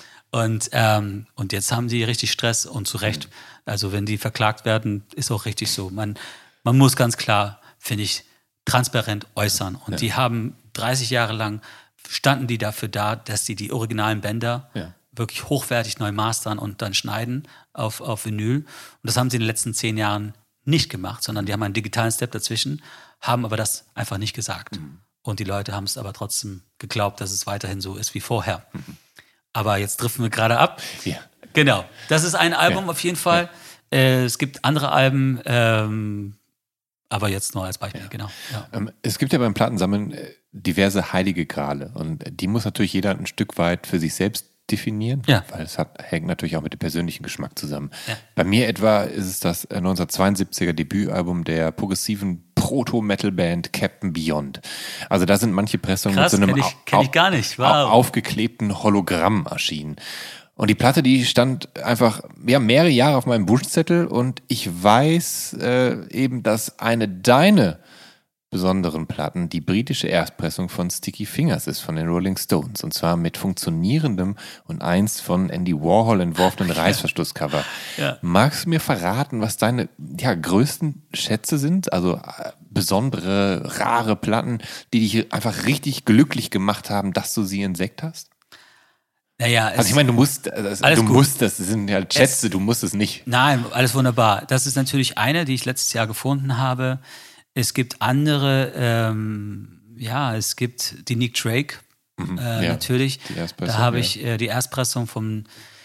Und jetzt haben die richtig Stress und zu Recht. Also wenn die verklagt werden, ist auch richtig so. Man muss ganz klar, finde ich, transparent äußern. Und die haben 30 Jahre lang standen die dafür da, dass sie die originalen Bänder wirklich hochwertig neu mastern und dann schneiden auf Vinyl. Und das haben sie in den letzten 10 Jahren nicht gemacht, sondern die haben einen digitalen Step dazwischen, haben aber das einfach nicht gesagt. Und die Leute haben es aber trotzdem geglaubt, dass es weiterhin so ist wie vorher. Aber jetzt driften wir gerade ab. Ja. Genau, das ist ein Album auf jeden Fall. Es gibt andere Alben, aber jetzt nur als Beispiel, genau. Ja. Es gibt ja beim Plattensammeln diverse heilige Grale und die muss natürlich jeder ein Stück weit für sich selbst definieren, weil es hängt natürlich auch mit dem persönlichen Geschmack zusammen. Ja. Bei mir etwa ist es das 1972er Debütalbum der progressiven Proto-Metal-Band Captain Beyond. Also da sind manche Pressungen mit so einem kenn ich gar nicht. Wow. Aufgeklebten Hologramm erschienen. Und die Platte, die stand einfach mehrere Jahre auf meinem Wunschzettel und ich weiß eben, dass eine deiner besonderen Platten die britische Erstpressung von Sticky Fingers ist, von den Rolling Stones. Und zwar mit funktionierendem und einst von Andy Warhol entworfenen Reißverschlusscover. Ja. Magst du mir verraten, was deine größten Schätze sind? Also besondere, rare Platten, die dich einfach richtig glücklich gemacht haben, dass du sie entdeckt hast? Naja, also ich meine, du musst, das sind ja Schätze, du musst es nicht. Nein, alles wunderbar. Das ist natürlich eine, die ich letztes Jahr gefunden habe. Es gibt andere, es gibt die Nick Drake, natürlich. Da habe ich die Erstpressung vom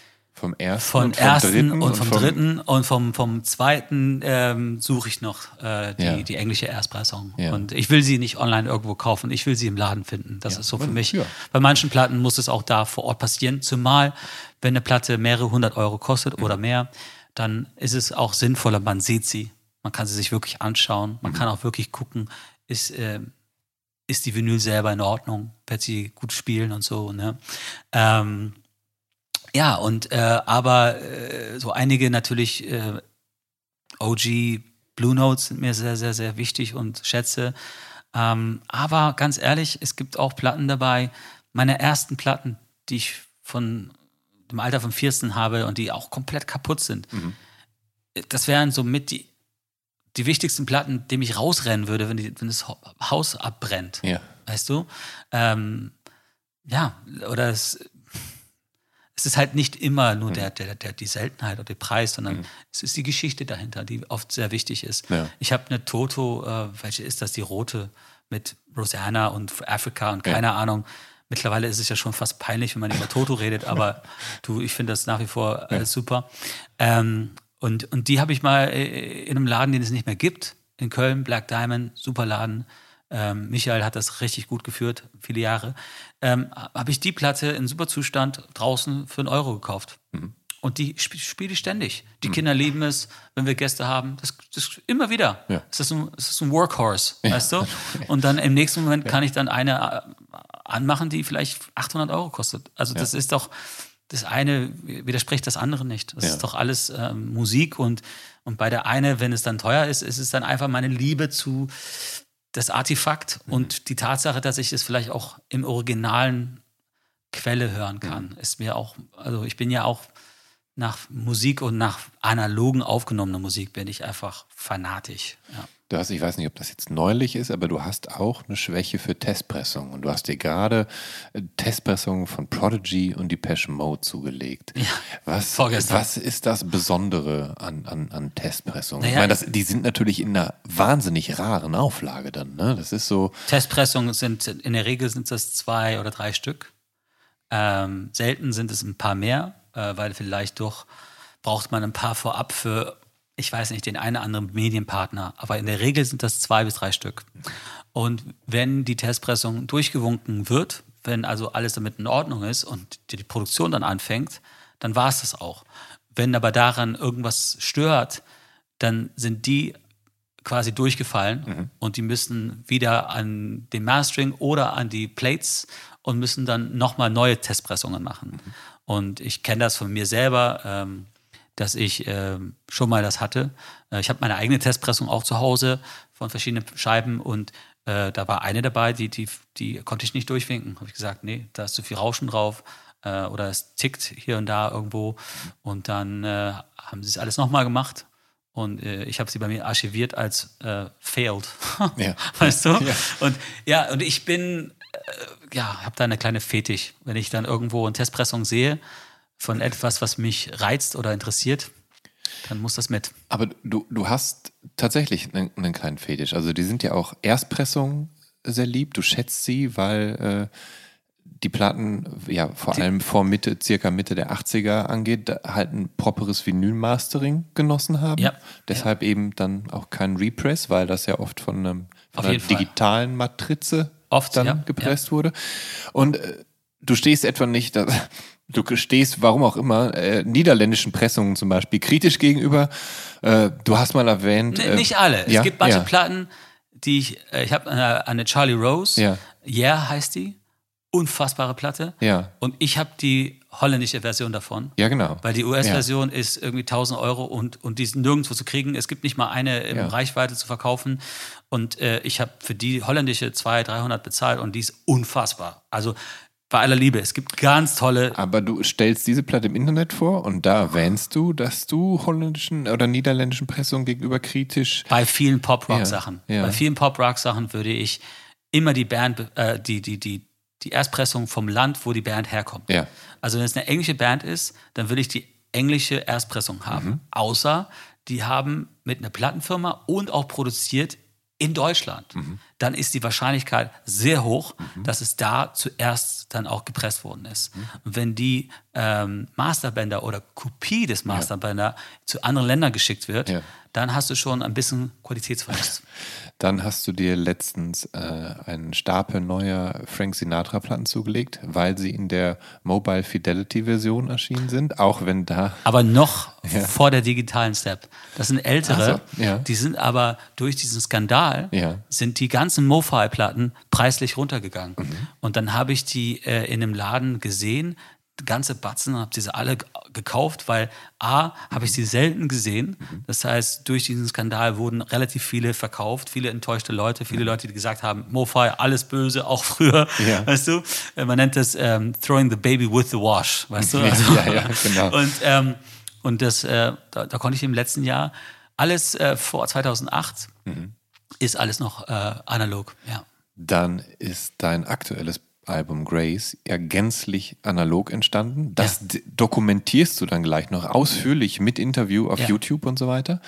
ersten und vom dritten und vom zweiten suche ich noch die englische Erstpressung. Ja. Und ich will sie nicht online irgendwo kaufen, ich will sie im Laden finden. Das ist so für mich. Ja. Bei manchen Platten muss es auch da vor Ort passieren, zumal wenn eine Platte mehrere 100 Euro kostet oder mehr, dann ist es auch sinnvoller, man sieht sie. Man kann sie sich wirklich anschauen. Man kann auch wirklich gucken, ist die Vinyl selber in Ordnung? Wird sie gut spielen und so, ne? Aber so einige natürlich OG Blue Notes sind mir sehr, sehr, sehr wichtig und schätze. Aber ganz ehrlich, es gibt auch Platten dabei. Meine ersten Platten, die ich von dem Alter von 14 habe und die auch komplett kaputt sind. Das wären so mit die wichtigsten Platten, dem ich rausrennen würde, wenn das Haus abbrennt. Ja. Weißt du? Oder es ist halt nicht immer nur die Seltenheit oder der Preis, sondern es ist die Geschichte dahinter, die oft sehr wichtig ist. Ja. Ich habe eine Toto, welche ist das, die rote mit Rosanna und Africa und keine Ahnung. Mittlerweile ist es ja schon fast peinlich, wenn man über Toto redet, aber ich finde das nach wie vor alles super. Und die habe ich mal in einem Laden, den es nicht mehr gibt, in Köln, Black Diamond, super Laden. Michael hat das richtig gut geführt, viele Jahre. Habe ich die Platte in super Zustand draußen für 1 Euro gekauft. Und die spiele ich ständig. Die Kinder lieben es, wenn wir Gäste haben. Das immer wieder. Ja. Es ist ein Workhorse, weißt du? Und dann im nächsten Moment kann ich dann eine anmachen, die vielleicht 800 Euro kostet. Also das ist doch, das eine widerspricht das andere nicht. Das ist doch alles Musik und bei der eine, wenn es dann teuer ist, ist es dann einfach meine Liebe zu das Artefakt und die Tatsache, dass ich es vielleicht auch im originalen Quelle hören kann, ist mir auch, also ich bin ja auch nach Musik und nach analogen aufgenommener Musik bin ich einfach fanatisch. Ja. Ich weiß nicht, ob das jetzt neulich ist, aber du hast auch eine Schwäche für Testpressungen. Und du hast dir gerade Testpressungen von Prodigy und Depeche Mode zugelegt. Ja, was ist das Besondere an Testpressungen? Naja, ich meine, die sind natürlich in einer wahnsinnig raren Auflage dann. Ne? Das ist so. Testpressungen sind, in der Regel sind das 2 oder 3 Stück. Selten sind es ein paar mehr, weil vielleicht braucht man ein paar vorab für, ich weiß nicht, den einen oder anderen Medienpartner, aber in der Regel sind das 2 bis 3 Stück. Und wenn die Testpressung durchgewunken wird, wenn also alles damit in Ordnung ist und die Produktion dann anfängt, dann war es das auch. Wenn aber daran irgendwas stört, dann sind die quasi durchgefallen und die müssen wieder an den Mastering oder an die Plates und müssen dann nochmal neue Testpressungen machen. Und ich kenne das von mir selber, dass ich schon mal das hatte. Ich habe meine eigene Testpressung auch zu Hause von verschiedenen Scheiben und da war eine dabei, die konnte ich nicht durchwinken. Habe ich gesagt, nee, da ist zu viel Rauschen drauf oder es tickt hier und da irgendwo. Und dann haben sie es alles nochmal gemacht und ich habe sie bei mir archiviert als failed. Ja. Weißt du? Ja. Und ich bin, habe da eine kleine Fetisch. Wenn ich dann irgendwo eine Testpressung sehe, von etwas, was mich reizt oder interessiert, dann muss das mit. Aber du hast tatsächlich einen kleinen Fetisch. Also die sind ja auch Erstpressungen sehr lieb. Du schätzt sie, weil die Platten, ja vor allem circa Mitte der 80er angeht, halt ein properes Vinyl-Mastering genossen haben. Ja. Deshalb eben dann auch kein Repress, weil das ja oft von einer digitalen Matrize dann gepresst wurde. Und du stehst etwa nicht... Du stehst, warum auch immer, niederländischen Pressungen zum Beispiel kritisch gegenüber. Du hast mal erwähnt... Nicht alle. Es gibt manche Platten, die ich habe eine Charlie Rose, Yeah heißt die, unfassbare Platte. Ja. Und ich habe die holländische Version davon. Ja, genau. Weil die US-Version ist irgendwie 1.000 Euro und die ist nirgendwo zu kriegen. Es gibt nicht mal eine in Reichweite zu verkaufen. Und ich habe für die holländische 200-300 bezahlt und die ist unfassbar. Also bei aller Liebe, es gibt ganz tolle... Aber du stellst diese Platte im Internet vor und da erwähnst du, dass du holländischen oder niederländischen Pressungen gegenüber kritisch... Bei vielen Pop-Rock-Sachen. Ja. Bei vielen Pop-Rock-Sachen würde ich immer die Band, die Erstpressung vom Land, wo die Band herkommt. Ja. Also wenn es eine englische Band ist, dann würde ich die englische Erstpressung haben. Außer die haben mit einer Plattenfirma und auch produziert in Deutschland, dann ist die Wahrscheinlichkeit sehr hoch, dass es da zuerst dann auch gepresst worden ist. Und wenn die Masterbänder oder Kopie des Masterbänder zu anderen Ländern geschickt wird, dann hast du schon ein bisschen Qualitätsverlust. Dann hast du dir letztens einen Stapel neuer Frank Sinatra-Platten zugelegt, weil sie in der Mobile Fidelity-Version erschienen sind, auch wenn da... Aber noch vor der digitalen Step. Das sind ältere, die sind aber durch diesen Skandal, sind die ganzen Mo-Fi-Platten preislich runtergegangen. Und dann habe ich die in einem Laden gesehen, ganze Batzen, habe diese alle gekauft, weil A, habe ich sie selten gesehen. Das heißt, durch diesen Skandal wurden relativ viele verkauft, viele enttäuschte Leute, viele Leute, die gesagt haben, Mo-Fi, alles böse, auch früher, weißt du? Man nennt das throwing the baby with the wash, weißt du? Also, ja, genau. Und das, da konnte ich im letzten Jahr alles vor 2008 ist alles noch analog, ja. Dann ist dein aktuelles Album Grace ja gänzlich analog entstanden. Das dokumentierst du dann gleich noch ausführlich mit Interview auf YouTube und so weiter.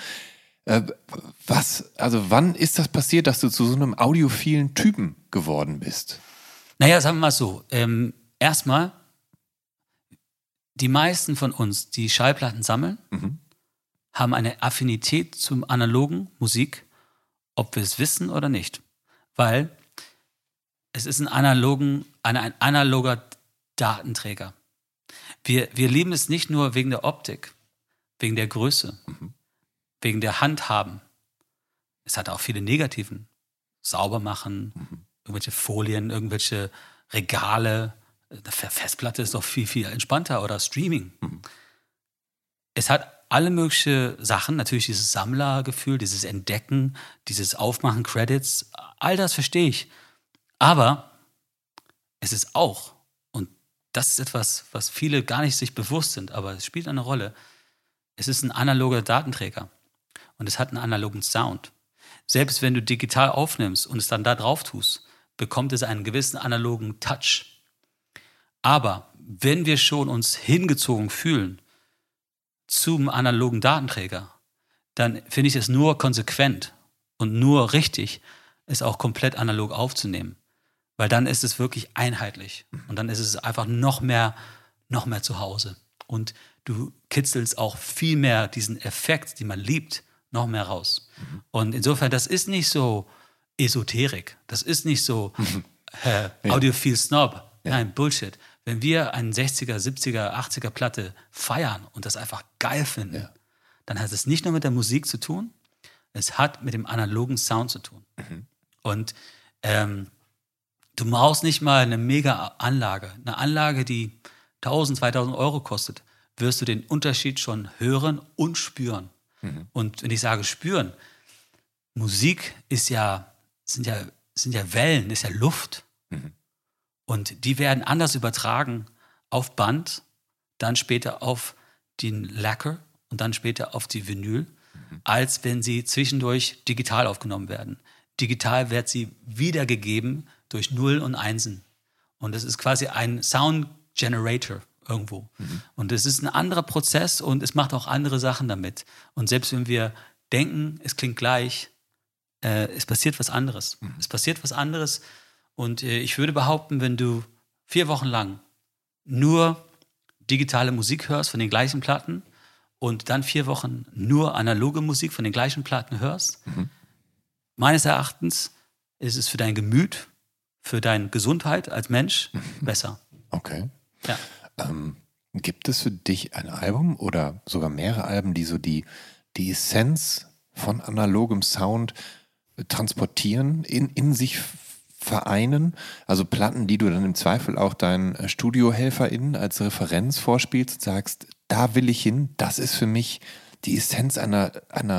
Wann ist das passiert, dass du zu so einem audiophilen Typen geworden bist? Naja, sagen wir mal so. Erstmal, die meisten von uns, die Schallplatten sammeln, haben eine Affinität zum analogen Musik, ob wir es wissen oder nicht. Weil es ist ein analoger Datenträger. Wir lieben es nicht nur wegen der Optik, wegen der Größe, wegen der Handhaben. Es hat auch viele Negativen. Sauber machen, irgendwelche Folien, irgendwelche Regale. Festplatte ist doch viel, viel entspannter oder Streaming. Es hat alle möglichen Sachen, natürlich dieses Sammlergefühl, dieses Entdecken, dieses Aufmachen, Credits, all das verstehe ich. Aber es ist auch, und das ist etwas, was viele gar nicht sich bewusst sind, aber es spielt eine Rolle, es ist ein analoger Datenträger und es hat einen analogen Sound. Selbst wenn du digital aufnimmst und es dann da drauf tust, bekommt es einen gewissen analogen Touch. Aber wenn wir schon uns hingezogen fühlen zum analogen Datenträger, dann finde ich es nur konsequent und nur richtig, es auch komplett analog aufzunehmen. Weil dann ist es wirklich einheitlich und dann ist es einfach noch mehr zu Hause. Und du kitzelst auch viel mehr diesen Effekt, den man liebt, noch mehr raus. Und insofern, das ist nicht so Esoterik, das ist nicht so Audiophile Snob. Nein, Bullshit. Wenn wir einen 60er, 70er, 80er Platte feiern und das einfach geil finden, dann hat es nicht nur mit der Musik zu tun, es hat mit dem analogen Sound zu tun. Und du brauchst nicht mal eine mega Anlage. Eine Anlage, die 1.000, 2.000 Euro kostet, wirst du den Unterschied schon hören und spüren. Und wenn ich sage spüren, Musik sind ja Wellen, ist ja Luft. Und die werden anders übertragen auf Band, dann später auf den Lacquer und dann später auf die Vinyl, als wenn sie zwischendurch digital aufgenommen werden. Digital wird sie wiedergegeben durch Null und Einsen. Und das ist quasi ein Sound Generator irgendwo. Und es ist ein anderer Prozess und es macht auch andere Sachen damit. Und selbst wenn wir denken, es klingt gleich, es passiert was anderes. Es passiert was anderes. Und ich würde behaupten, wenn du 4 Wochen lang nur digitale Musik hörst von den gleichen Platten und dann 4 Wochen nur analoge Musik von den gleichen Platten hörst, meines Erachtens ist es für dein Gemüt, für deine Gesundheit als Mensch besser. Okay. Ja. Gibt es für dich ein Album oder sogar mehrere Alben, die so die Essenz von analogem Sound transportieren, in sich vereinen? Also Platten, die du dann im Zweifel auch deinen StudiohelferInnen als Referenz vorspielst und sagst, da will ich hin, das ist für mich die Essenz einer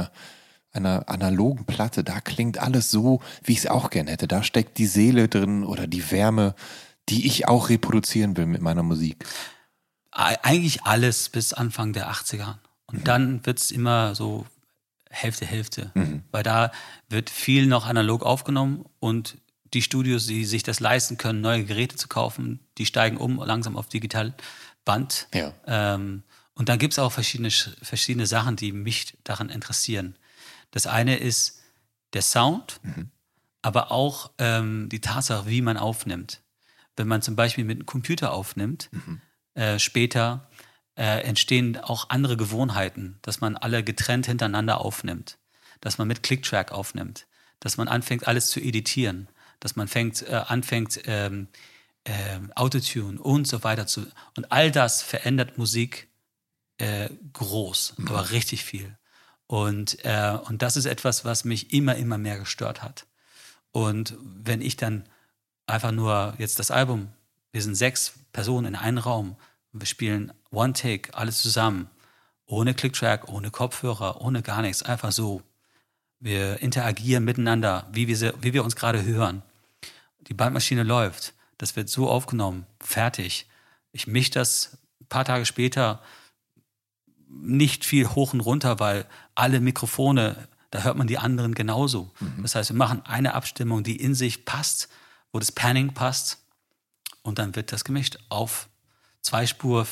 analogen Platte. Da klingt alles so, wie ich es auch gerne hätte. Da steckt die Seele drin oder die Wärme, die ich auch reproduzieren will mit meiner Musik. Eigentlich alles bis Anfang der 80er. Und dann wird es immer so Hälfte. Weil da wird viel noch analog aufgenommen und die Studios, die sich das leisten können, neue Geräte zu kaufen, die steigen langsam auf Digitalband. Ja. Und dann gibt es auch verschiedene Sachen, die mich daran interessieren. Das eine ist der Sound, aber auch die Tatsache, wie man aufnimmt. Wenn man zum Beispiel mit einem Computer aufnimmt, später entstehen auch andere Gewohnheiten, dass man alle getrennt hintereinander aufnimmt, dass man mit Clicktrack aufnimmt, dass man anfängt, alles zu editieren, dass man anfängt, Autotune und so weiter zu. Und all das verändert Musik groß, aber richtig viel. Und das ist etwas, was mich immer mehr gestört hat. Und wenn ich dann einfach nur jetzt das Album, wir sind 6 Personen in einem Raum Wir spielen One Take, alles zusammen. Ohne Clicktrack, ohne Kopfhörer, ohne gar nichts. Einfach so. Wir interagieren miteinander, wie wir uns gerade hören. Die Bandmaschine läuft. Das wird so aufgenommen. Fertig. Ich mische das ein paar Tage später nicht viel hoch und runter, weil alle Mikrofone, da hört man die anderen genauso. Das heißt, wir machen eine Abstimmung, die in sich passt, wo das Panning passt. Und dann wird das gemischt auf Zweispur,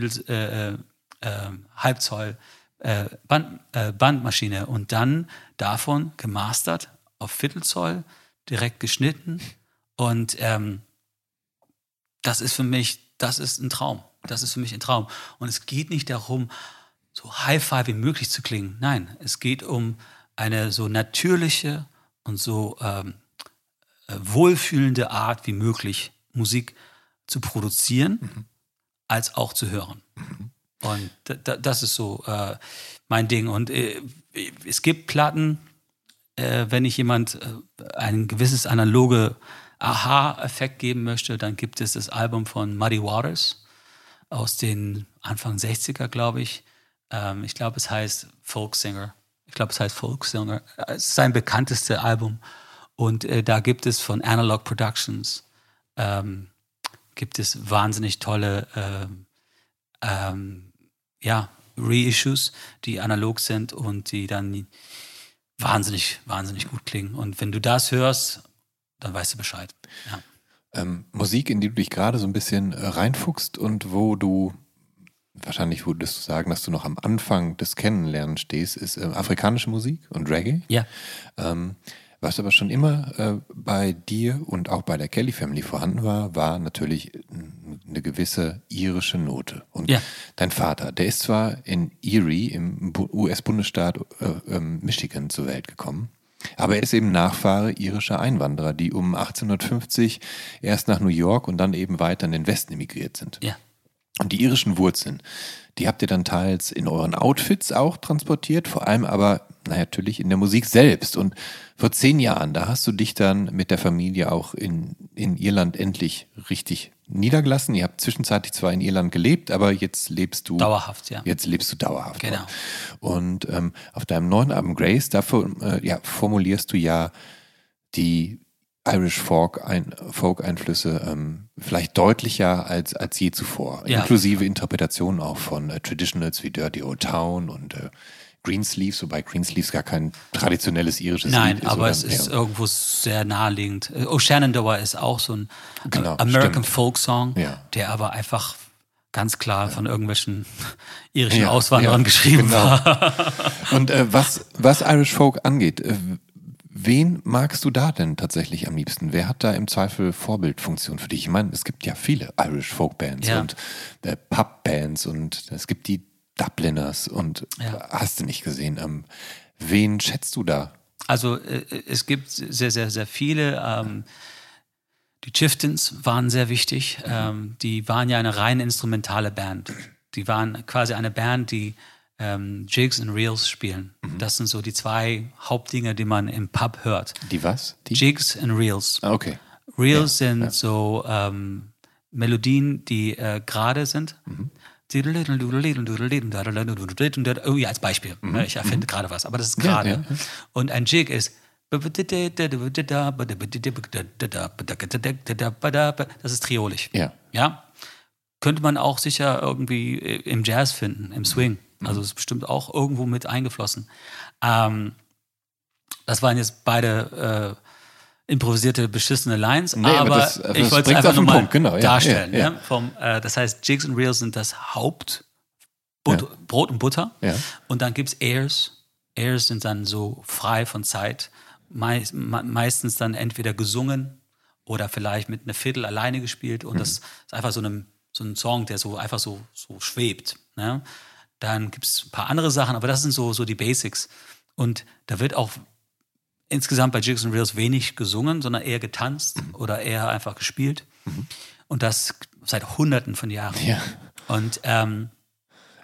Halbzoll Bandmaschine und dann davon gemastert auf Viertelzoll, direkt geschnitten und das ist für mich, das ist ein Traum. Das ist für mich ein Traum. Und es geht nicht darum, so Hi-Fi wie möglich zu klingen. Nein, es geht um eine so natürliche und so wohlfühlende Art wie möglich Musik zu produzieren, als auch zu hören. Und das ist so mein Ding. Und es gibt Platten, wenn ich jemand ein gewisses analoge Aha-Effekt geben möchte, dann gibt es das Album von Muddy Waters aus den Anfang 60er, glaube ich. Ich glaube, es heißt Folk Singer. Es ist sein bekanntestes Album. Und da gibt es von Analog Productions gibt es wahnsinnig tolle Reissues, die analog sind und die dann wahnsinnig, wahnsinnig gut klingen. Und wenn du das hörst, dann weißt du Bescheid. Ja. Musik, in die du dich gerade so ein bisschen reinfuchst und wo du, wahrscheinlich würdest du sagen, dass du noch am Anfang des Kennenlernens stehst, ist afrikanische Musik und Reggae. Ja. Was aber schon immer bei dir und auch bei der Kelly Family vorhanden war natürlich eine gewisse irische Note. Und dein Vater, der ist zwar in Erie im US-Bundesstaat Michigan zur Welt gekommen, aber er ist eben Nachfahre irischer Einwanderer, die um 1850 erst nach New York und dann eben weiter in den Westen emigriert sind. Ja. Und die irischen Wurzeln, die habt ihr dann teils in euren Outfits auch transportiert, vor allem aber natürlich in der Musik selbst. Und vor 10 Jahren, da hast du dich dann mit der Familie auch in Irland endlich richtig niedergelassen. Ihr habt zwischenzeitlich zwar in Irland gelebt, aber jetzt lebst du dauerhaft, ja. Jetzt lebst du dauerhaft. Genau. Und auf deinem neuen Album Grace, da formulierst du ja die Irish Folk-Einflüsse vielleicht deutlicher als je zuvor. Ja. Inklusive Interpretationen auch von Traditionals wie Dirty Old Town und Greensleeves, wobei Greensleeves gar kein traditionelles irisches Lied ist. Nein, aber es ist irgendwo sehr naheliegend. Oh, Shenandoah ist auch so ein American Folk-Song, der aber einfach ganz klar von irgendwelchen irischen Auswanderern geschrieben war. Und was Irish Folk angeht, wen magst du da denn tatsächlich am liebsten? Wer hat da im Zweifel Vorbildfunktion für dich? Ich meine, es gibt ja viele Irish Folk Bands und Pub-Bands und es gibt die Dubliners und hast du nicht gesehen. Wen schätzt du da? Also es gibt sehr, sehr, sehr viele. Die Chieftains waren sehr wichtig. Die waren ja eine rein instrumentale Band. Die waren quasi eine Band, die Jigs und Reels spielen. Das sind so die 2 Hauptdinge, die man im Pub hört. Die was? Die? Jigs und Reels. Ah, okay. Reels sind so Melodien, die gerade sind. Oh ja, als Beispiel. Ich erfinde gerade was, aber das ist gerade. Ja. Und ein Jig ist das ist triolig. Ja? Könnte man auch sicher irgendwie im Jazz finden, im Swing. Also ist bestimmt auch irgendwo mit eingeflossen. Das waren jetzt beide improvisierte, beschissene Lines, aber ich wollte es einfach nur mal darstellen. Ja. Das heißt, Jigs und Reels sind das Haupt, Brot und Butter. Ja. Und dann gibt es Airs. Airs sind dann so frei von Zeit. Meistens dann entweder gesungen oder vielleicht mit einer Fiddle alleine gespielt. Und das ist einfach so ein Song, der so einfach so schwebt. Ne? Dann gibt es ein paar andere Sachen, aber das sind so die Basics. Und da wird auch insgesamt bei Jigs and Reels wenig gesungen, sondern eher getanzt oder eher einfach gespielt. Und das seit Hunderten von Jahren. Ja. Und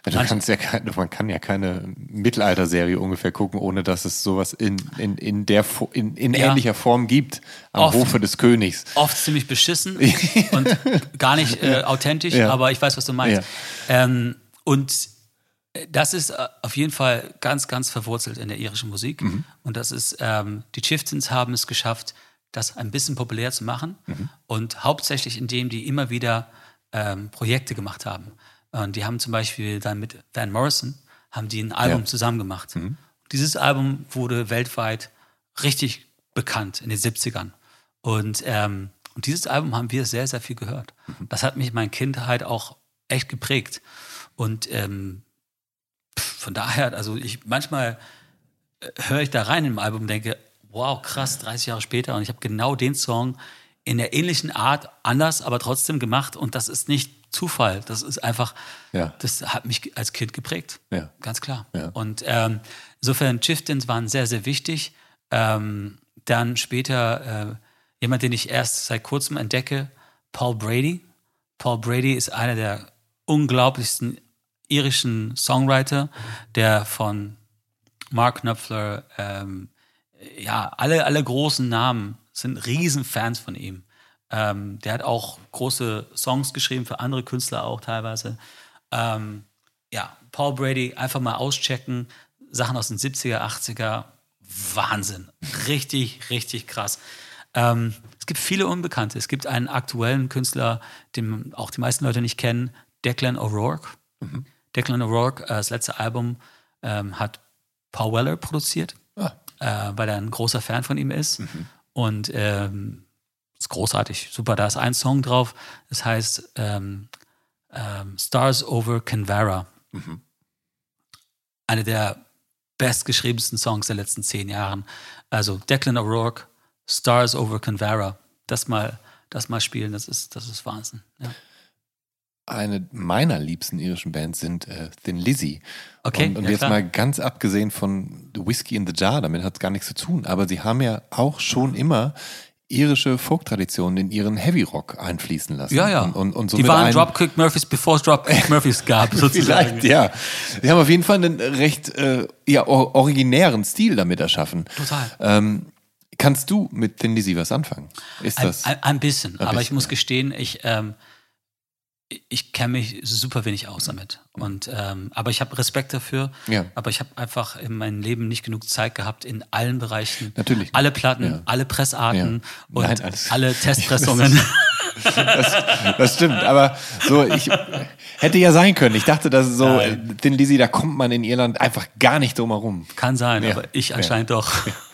Man kann ja keine Mittelalterserie ungefähr gucken, ohne dass es sowas in ähnlicher Form gibt am Hofe des Königs. Oft ziemlich beschissen und gar nicht authentisch, aber ich weiß, was du meinst. Ja. Und das ist auf jeden Fall ganz, ganz verwurzelt in der irischen Musik. Und das ist, die Chieftains haben es geschafft, das ein bisschen populär zu machen. Und hauptsächlich, indem die immer wieder Projekte gemacht haben. Und die haben zum Beispiel dann mit Van Morrison haben die ein Album zusammen gemacht. Dieses Album wurde weltweit richtig bekannt in den 70ern. Und dieses Album haben wir sehr, sehr viel gehört. Das hat mich in meiner Kindheit auch echt geprägt. Und von daher, also manchmal höre ich da rein im Album und denke, wow, krass, 30 Jahre später und ich habe genau den Song in der ähnlichen Art, anders, aber trotzdem gemacht und das ist nicht Zufall, das ist einfach, das hat mich als Kind geprägt, ganz klar. Ja. Und insofern, Chieftains waren sehr, sehr wichtig. Dann später jemand, den ich erst seit kurzem entdecke, Paul Brady. Paul Brady ist einer der unglaublichsten irischen Songwriter, der von Mark Knopfler, alle großen Namen sind Riesenfans von ihm. Der hat auch große Songs geschrieben für andere Künstler auch teilweise. Paul Brady, einfach mal auschecken. Sachen aus den 70er, 80er, Wahnsinn. Richtig, richtig krass. Es gibt viele Unbekannte. Es gibt einen aktuellen Künstler, den auch die meisten Leute nicht kennen, Declan O'Rourke. Declan O'Rourke, das letzte Album, hat Paul Weller produziert, weil er ein großer Fan von ihm ist. Und ist großartig, super. Da ist ein Song drauf, das heißt Stars over Canberra. Eine der bestgeschriebensten Songs der letzten 10 Jahren. Also Declan O'Rourke, Stars over Canberra. Das mal spielen, das ist Wahnsinn. Ja. Eine meiner liebsten irischen Bands sind Thin Lizzy. Okay, und jetzt mal ganz abgesehen von The Whiskey in the Jar, damit hat es gar nichts zu tun. Aber sie haben ja auch schon immer irische Folk-Traditionen in ihren Heavy-Rock einfließen lassen. Ja. Und die waren Dropkick Murphys, bevor es Dropkick Murphys gab, sozusagen. Vielleicht, ja. Sie haben auf jeden Fall einen recht originären Stil damit erschaffen. Total. Kannst du mit Thin Lizzy was anfangen? Ist das ein bisschen, aber ich muss gestehen, ich kenne mich super wenig aus damit. Und, aber ich habe Respekt dafür. Ja. Aber ich habe einfach in meinem Leben nicht genug Zeit gehabt in allen Bereichen. Natürlich. Alle Platten, alle Pressarten und alle Testpressungen. Das stimmt, aber so, ich hätte ja sein können. Ich dachte, dass so Thin Lizzy, da kommt man in Irland einfach gar nicht drum herum. Kann sein, aber ich anscheinend doch.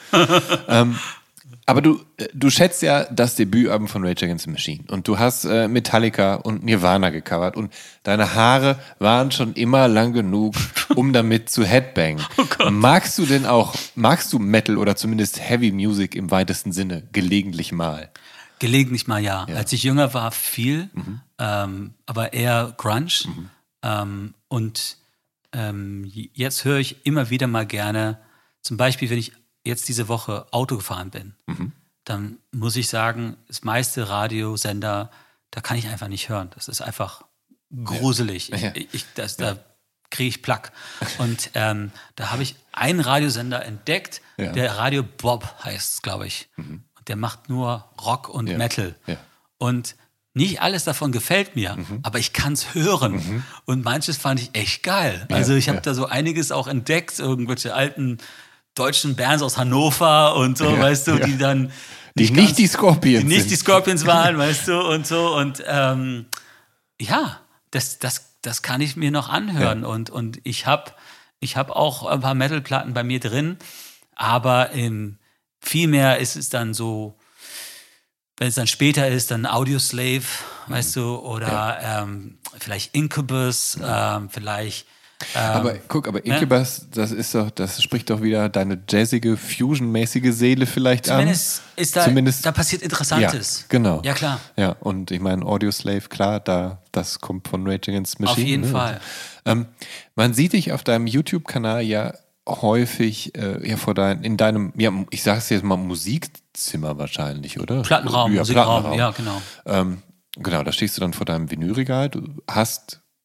Aber du schätzt ja das Debütalbum von Rage Against the Machine und du hast Metallica und Nirvana gecovert und deine Haare waren schon immer lang genug, um damit zu headbangen. Magst du Metal oder zumindest Heavy Music im weitesten Sinne gelegentlich mal? Gelegentlich mal, ja. Als ich jünger war, viel, aber eher Grunge. Und jetzt höre ich immer wieder mal gerne, zum Beispiel, wenn ich jetzt diese Woche Auto gefahren bin, dann muss ich sagen, das meiste Radiosender, da kann ich einfach nicht hören. Das ist einfach gruselig. Ja. Da kriege ich Plack. Und da habe ich einen Radiosender entdeckt, der Radio Bob heißt, glaube ich. Und der macht nur Rock und Metal. Ja. Und nicht alles davon gefällt mir, aber ich kann es hören. Und manches fand ich echt geil. Also ich habe da so einiges auch entdeckt, irgendwelche alten deutschen Bands aus Hannover und so, weißt du, die dann die nicht die Scorpions waren, weißt du, und so. Und das kann ich mir noch anhören. Und ich hab auch ein paar Metal-Platten bei mir drin, aber viel mehr ist es dann so, wenn es dann später ist, dann Audioslave, weißt du, oder vielleicht Incubus, vielleicht. Aber Incubus, das spricht doch wieder deine jazzige, fusion-mäßige Seele vielleicht zumindest an. Da passiert Interessantes. Ja, genau. Ja, klar. Ja, und ich meine, Audioslave, klar, das kommt von Rage Against the Machine. Auf jeden Fall. Man sieht dich auf deinem YouTube-Kanal ja häufig in deinem, ich sag's jetzt mal, Musikzimmer wahrscheinlich, oder? Plattenraum, Musikraum, ja, genau. Genau, da stehst du dann vor deinem Vinylregal, du hast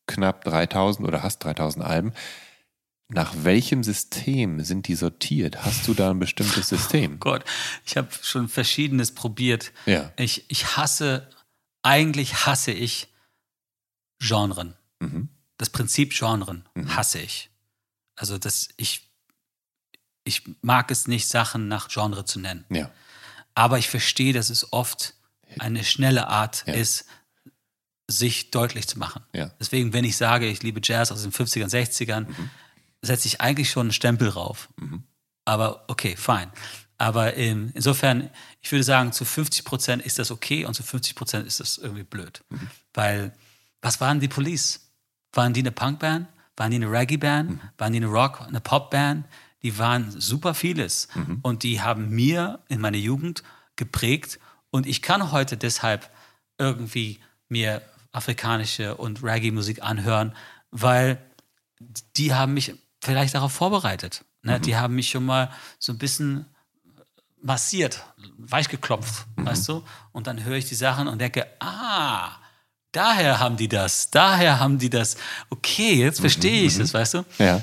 knapp 3000 oder hast 3000 Alben. Nach welchem System sind die sortiert? Hast du da ein bestimmtes System? Oh Gott, ich habe schon Verschiedenes probiert. Ja. Eigentlich hasse ich Genren. Mhm. Das Prinzip Genren hasse ich. Also ich mag es nicht, Sachen nach Genre zu nennen. Ja. Aber ich verstehe, dass es oft eine schnelle Art ist, sich deutlich zu machen. Ja. Deswegen, wenn ich sage, ich liebe Jazz aus den 50ern, 60ern, setze ich eigentlich schon einen Stempel drauf. Aber okay, fine. Aber insofern, ich würde sagen, zu 50% ist das okay und zu 50% ist das irgendwie blöd. Weil, was waren die Police? Waren die eine Punkband? Waren die eine Reggae-Band? Waren die eine Rock-, eine Pop-Band? Die waren super vieles. Und die haben mir in meiner Jugend geprägt. Und ich kann heute deshalb irgendwie mir afrikanische und Reggae-Musik anhören, weil die haben mich vielleicht darauf vorbereitet. Ne? Die haben mich schon mal so ein bisschen massiert, weich geklopft, weißt du? Und dann höre ich die Sachen und denke, daher haben die das. Okay, jetzt verstehe ich das, weißt du? Ja.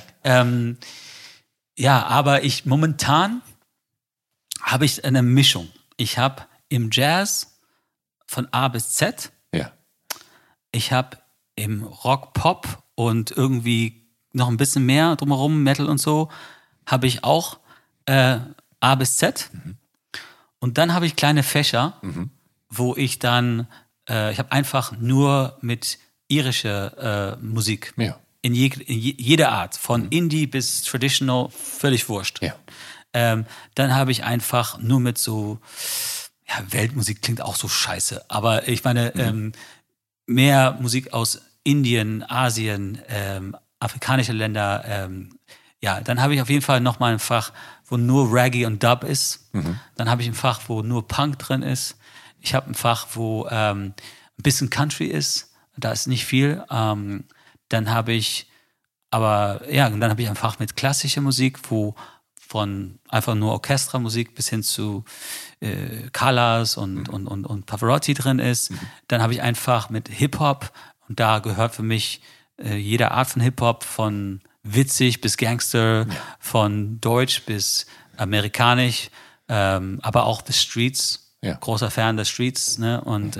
Aber momentan habe ich eine Mischung. Ich habe im Jazz von A bis Z. Ja. Ich habe im Rock, Pop und irgendwie noch ein bisschen mehr drumherum, Metal und so, habe ich auch A bis Z. Und dann habe ich kleine Fächer, wo ich dann, ich habe einfach nur mit irischer Musik. Ja. In jeder Art, von Indie bis Traditional, völlig wurscht. Ja. Dann habe ich einfach nur mit so, Weltmusik klingt auch so scheiße, aber ich meine, mehr Musik aus Indien, Asien, afrikanische Länder, dann habe ich auf jeden Fall nochmal ein Fach, wo nur Reggae und Dub ist. Dann habe ich ein Fach, wo nur Punk drin ist. Ich habe ein Fach, wo ein bisschen Country ist. Da ist nicht viel. Dann habe ich ein Fach mit klassischer Musik, wo von einfach nur Orchestramusik bis hin zu Callas und Pavarotti drin ist. Dann habe ich ein Fach mit Hip-Hop und da gehört für mich jede Art von Hip-Hop, von witzig bis Gangster, von Deutsch bis amerikanisch, aber auch The Streets. Ja. Großer Fan der Streets, ne? Und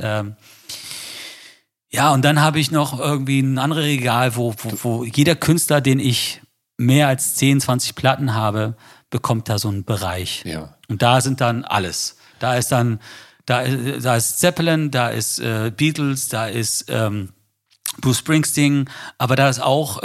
und dann habe ich noch irgendwie ein anderes Regal, wo jeder Künstler, den ich mehr als 10, 20 Platten habe, bekommt da so einen Bereich. Ja. Und da sind dann alles. Da ist Zeppelin, da ist Beatles, da ist Bruce Springsteen, aber da ist auch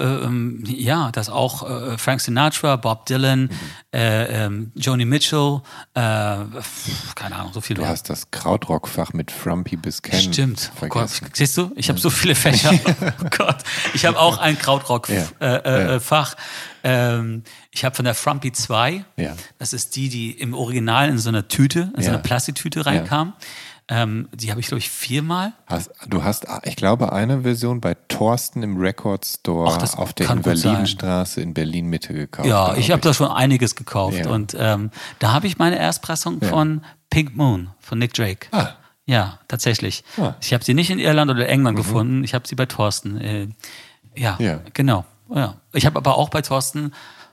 Frank Sinatra, Bob Dylan, Joni Mitchell, keine Ahnung, so viel. Du hast das Krautrock-Fach mit Frumpy bis Ken. Stimmt. Oh Gott, vergessen. siehst du? Ich habe so viele Fächer. Oh Gott. Ich habe auch ein Krautrock-Fach. Ich habe von der Frumpy 2, das ist die im Original in so einer Tüte, in so einer Plastiktüte reinkam. Die habe ich, glaube ich, 4-mal. Du hast, ich glaube, eine Version bei Thorsten im Record Store auf der Invalidenstraße in Berlin-Mitte gekauft. Ja, ich habe da schon einiges gekauft. Ja. Und da habe ich meine Erstpressung von Pink Moon, von Nick Drake. Ja, tatsächlich. Ich habe sie nicht in Irland oder England gefunden, ich habe sie bei Thorsten. Genau. Ja. Ich habe aber auch bei Thorsten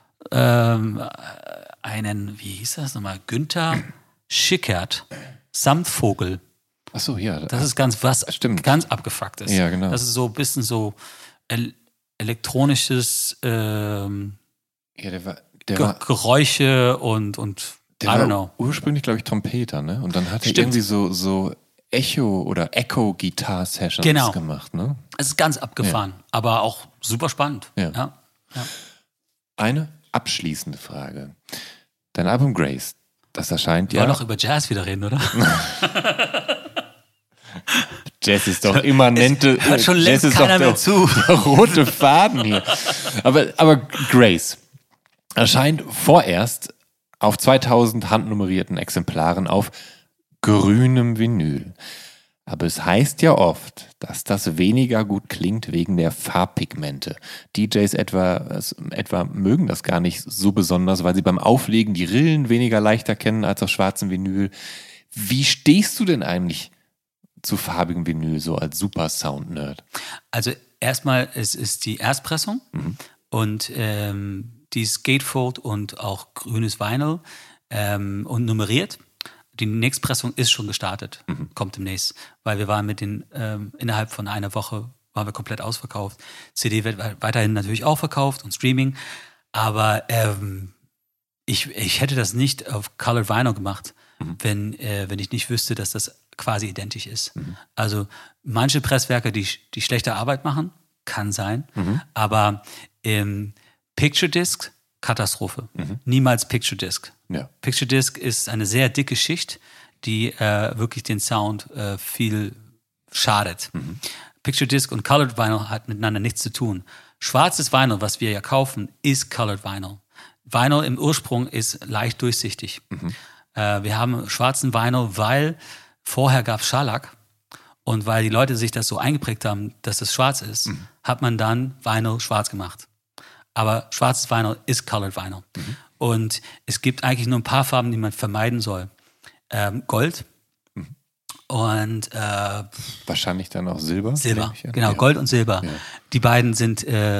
einen, wie hieß das nochmal, Günther Schickert, Samtvogel. Ach so, ja. Das ist ganz abgefucktes. Ja, genau. Das ist so ein bisschen so elektronisches Geräusche und I don't know. Ursprünglich, glaube ich, Trompeter, ne? Und dann hat er irgendwie so Echo- oder Echo-Guitar-Sessions gemacht, ne? Es ist ganz abgefahren, aber auch super spannend. Ja. Eine abschließende Frage. Dein Album Grace, das erscheint Wir wollen noch über Jazz wieder reden, oder? Jazz ist doch immanente. Hört schon längst keiner mehr zu. Der rote Faden hier. Aber Grace erscheint vorerst auf 2000 handnummerierten Exemplaren auf grünem Vinyl. Aber es heißt ja oft, dass das weniger gut klingt wegen der Farbpigmente. DJs etwa mögen das gar nicht so besonders, weil sie beim Auflegen die Rillen weniger leicht erkennen als auf schwarzem Vinyl. Wie stehst du denn eigentlich zu farbigem Vinyl, so als Super-Sound-Nerd? Also erstmal, es ist die Erstpressung und die ist Gatefold und auch grünes Vinyl und nummeriert. Die Nächstpressung ist schon gestartet, kommt demnächst, weil wir waren mit den innerhalb von einer Woche waren wir komplett ausverkauft. CD wird weiterhin natürlich auch verkauft und Streaming, aber ich hätte das nicht auf Colored Vinyl gemacht, wenn ich nicht wüsste, dass das quasi identisch ist. Also manche Presswerke, die schlechte Arbeit machen, kann sein, aber Picture Disc, Katastrophe. Niemals Picture Disc. Ja. Picture Disc ist eine sehr dicke Schicht, die wirklich den Sound viel schadet. Picture Disc und Colored Vinyl hat miteinander nichts zu tun. Schwarzes Vinyl, was wir ja kaufen, ist Colored Vinyl. Vinyl im Ursprung ist leicht durchsichtig. Wir haben schwarzen Vinyl, weil vorher gab es Scharlack und weil die Leute sich das so eingeprägt haben, dass es schwarz ist, hat man dann Vinyl schwarz gemacht. Aber schwarzes Vinyl ist Colored Vinyl. Und es gibt eigentlich nur ein paar Farben, die man vermeiden soll. Gold und wahrscheinlich dann auch Silber. Silber, genau, ja. Gold und Silber. Ja. Die beiden sind,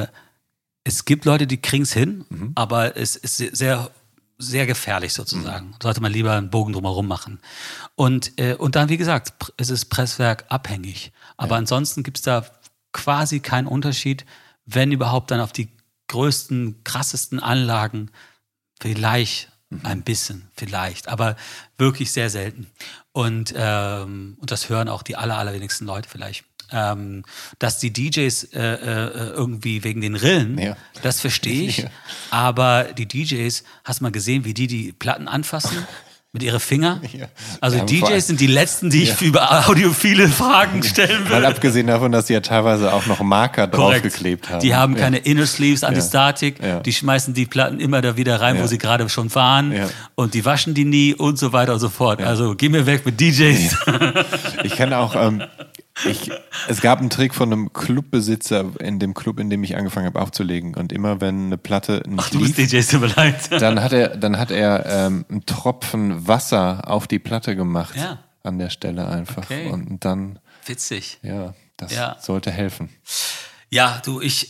es gibt Leute, die kriegen es hin, aber es ist sehr, sehr gefährlich sozusagen. Sollte man lieber einen Bogen drumherum machen. Und dann, wie gesagt, es ist Presswerk abhängig. Aber ansonsten gibt es da quasi keinen Unterschied, wenn überhaupt dann auf die größten, krassesten Anlagen vielleicht ein bisschen, vielleicht, aber wirklich sehr selten. Und das hören auch die allerwenigsten Leute vielleicht. Dass die DJs irgendwie wegen den Rillen, das verstehe ich. Aber die DJs, hast du mal gesehen, wie die Platten anfassen? Mit ihren Fingern? Ja. Also DJs sind die Letzten, die ich über audiophile Fragen stellen will. Mal abgesehen davon, dass sie ja teilweise auch noch Marker draufgeklebt haben. Die haben keine Inner Sleeves, Antistatik. Ja. Die schmeißen die Platten immer da wieder rein, wo sie gerade schon fahren. Ja. Und die waschen die nie und so weiter und so fort. Ja. Also geh mir weg mit DJs. Ja. Ich kann auch... es gab einen Trick von einem Clubbesitzer in dem Club, in dem ich angefangen habe aufzulegen. Und immer wenn eine Platte nicht lief, DJs, tut mir leid. dann hat er einen Tropfen Wasser auf die Platte gemacht. Ja. An der Stelle einfach. Okay. Und dann... Witzig. Ja, das sollte helfen. Ja, du, ich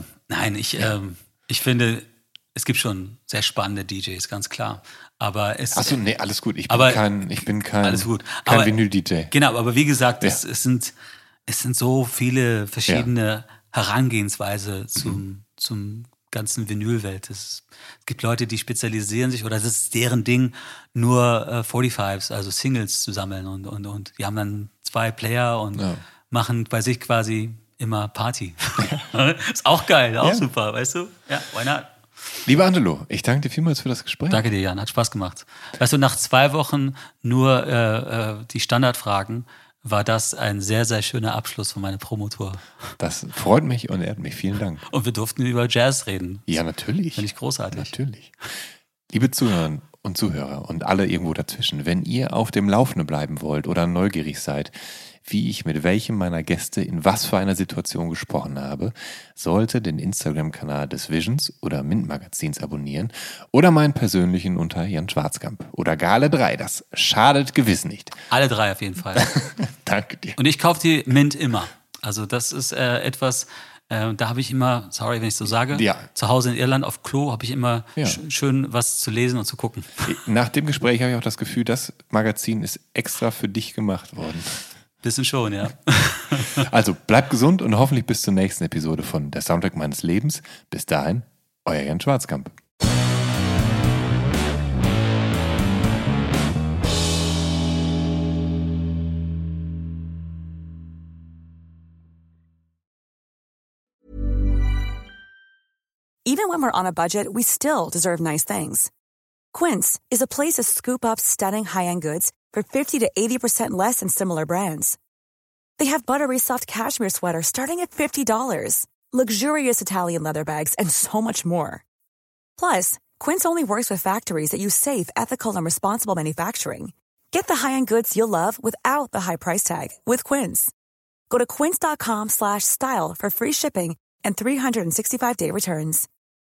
finde, es gibt schon sehr spannende DJs, ganz klar. Aber Achso, nee, alles gut. Ich bin kein Vinyl-DJ. Genau, aber wie gesagt, es sind so viele verschiedene Herangehensweise zum ganzen Vinylwelt. Es gibt Leute, die spezialisieren sich, oder es ist deren Ding, nur 45s, also Singles zu sammeln und die haben dann 2 Player und machen bei sich quasi immer Party. Ist auch geil, auch super, weißt du? Ja, why not? Lieber Angelo, ich danke dir vielmals für das Gespräch. Danke dir, Jan, hat Spaß gemacht. Weißt du, nach 2 Wochen nur die Standardfragen war das ein sehr, sehr schöner Abschluss von meiner Promotour. Das freut mich und ehrt mich. Vielen Dank. Und wir durften über Jazz reden. Ja, natürlich. Finde ich großartig. Natürlich. Liebe Zuhörerinnen und Zuhörer und alle irgendwo dazwischen, wenn ihr auf dem Laufenden bleiben wollt oder neugierig seid, wie ich mit welchem meiner Gäste in was für einer Situation gesprochen habe, sollte den Instagram-Kanal des Visions oder Mint-Magazins abonnieren oder meinen persönlichen unter Jan Schwarzkamp oder gar alle 3. Das schadet gewiss nicht. Alle 3 auf jeden Fall. Danke dir. Und ich kaufe die Mint immer. Also das ist etwas, da habe ich immer, sorry, wenn ich so sage, zu Hause in Irland auf Klo habe ich immer schön was zu lesen und zu gucken. Nach dem Gespräch habe ich auch das Gefühl, das Magazin ist extra für dich gemacht worden. Bisschen schon, ja. Also bleibt gesund und hoffentlich bis zur nächsten Episode von Der Soundtrack meines Lebens. Bis dahin, euer Jan Schwarzkamp. Even when we're on a budget, we still deserve nice things. Quince is a place to scoop up stunning high-end goods for 50 to 80% less than similar brands. They have buttery soft cashmere sweaters starting at $50, luxurious Italian leather bags, and so much more. Plus, Quince only works with factories that use safe, ethical, and responsible manufacturing. Get the high-end goods you'll love without the high price tag with Quince. Go to quince.com/style for free shipping and 365-day returns.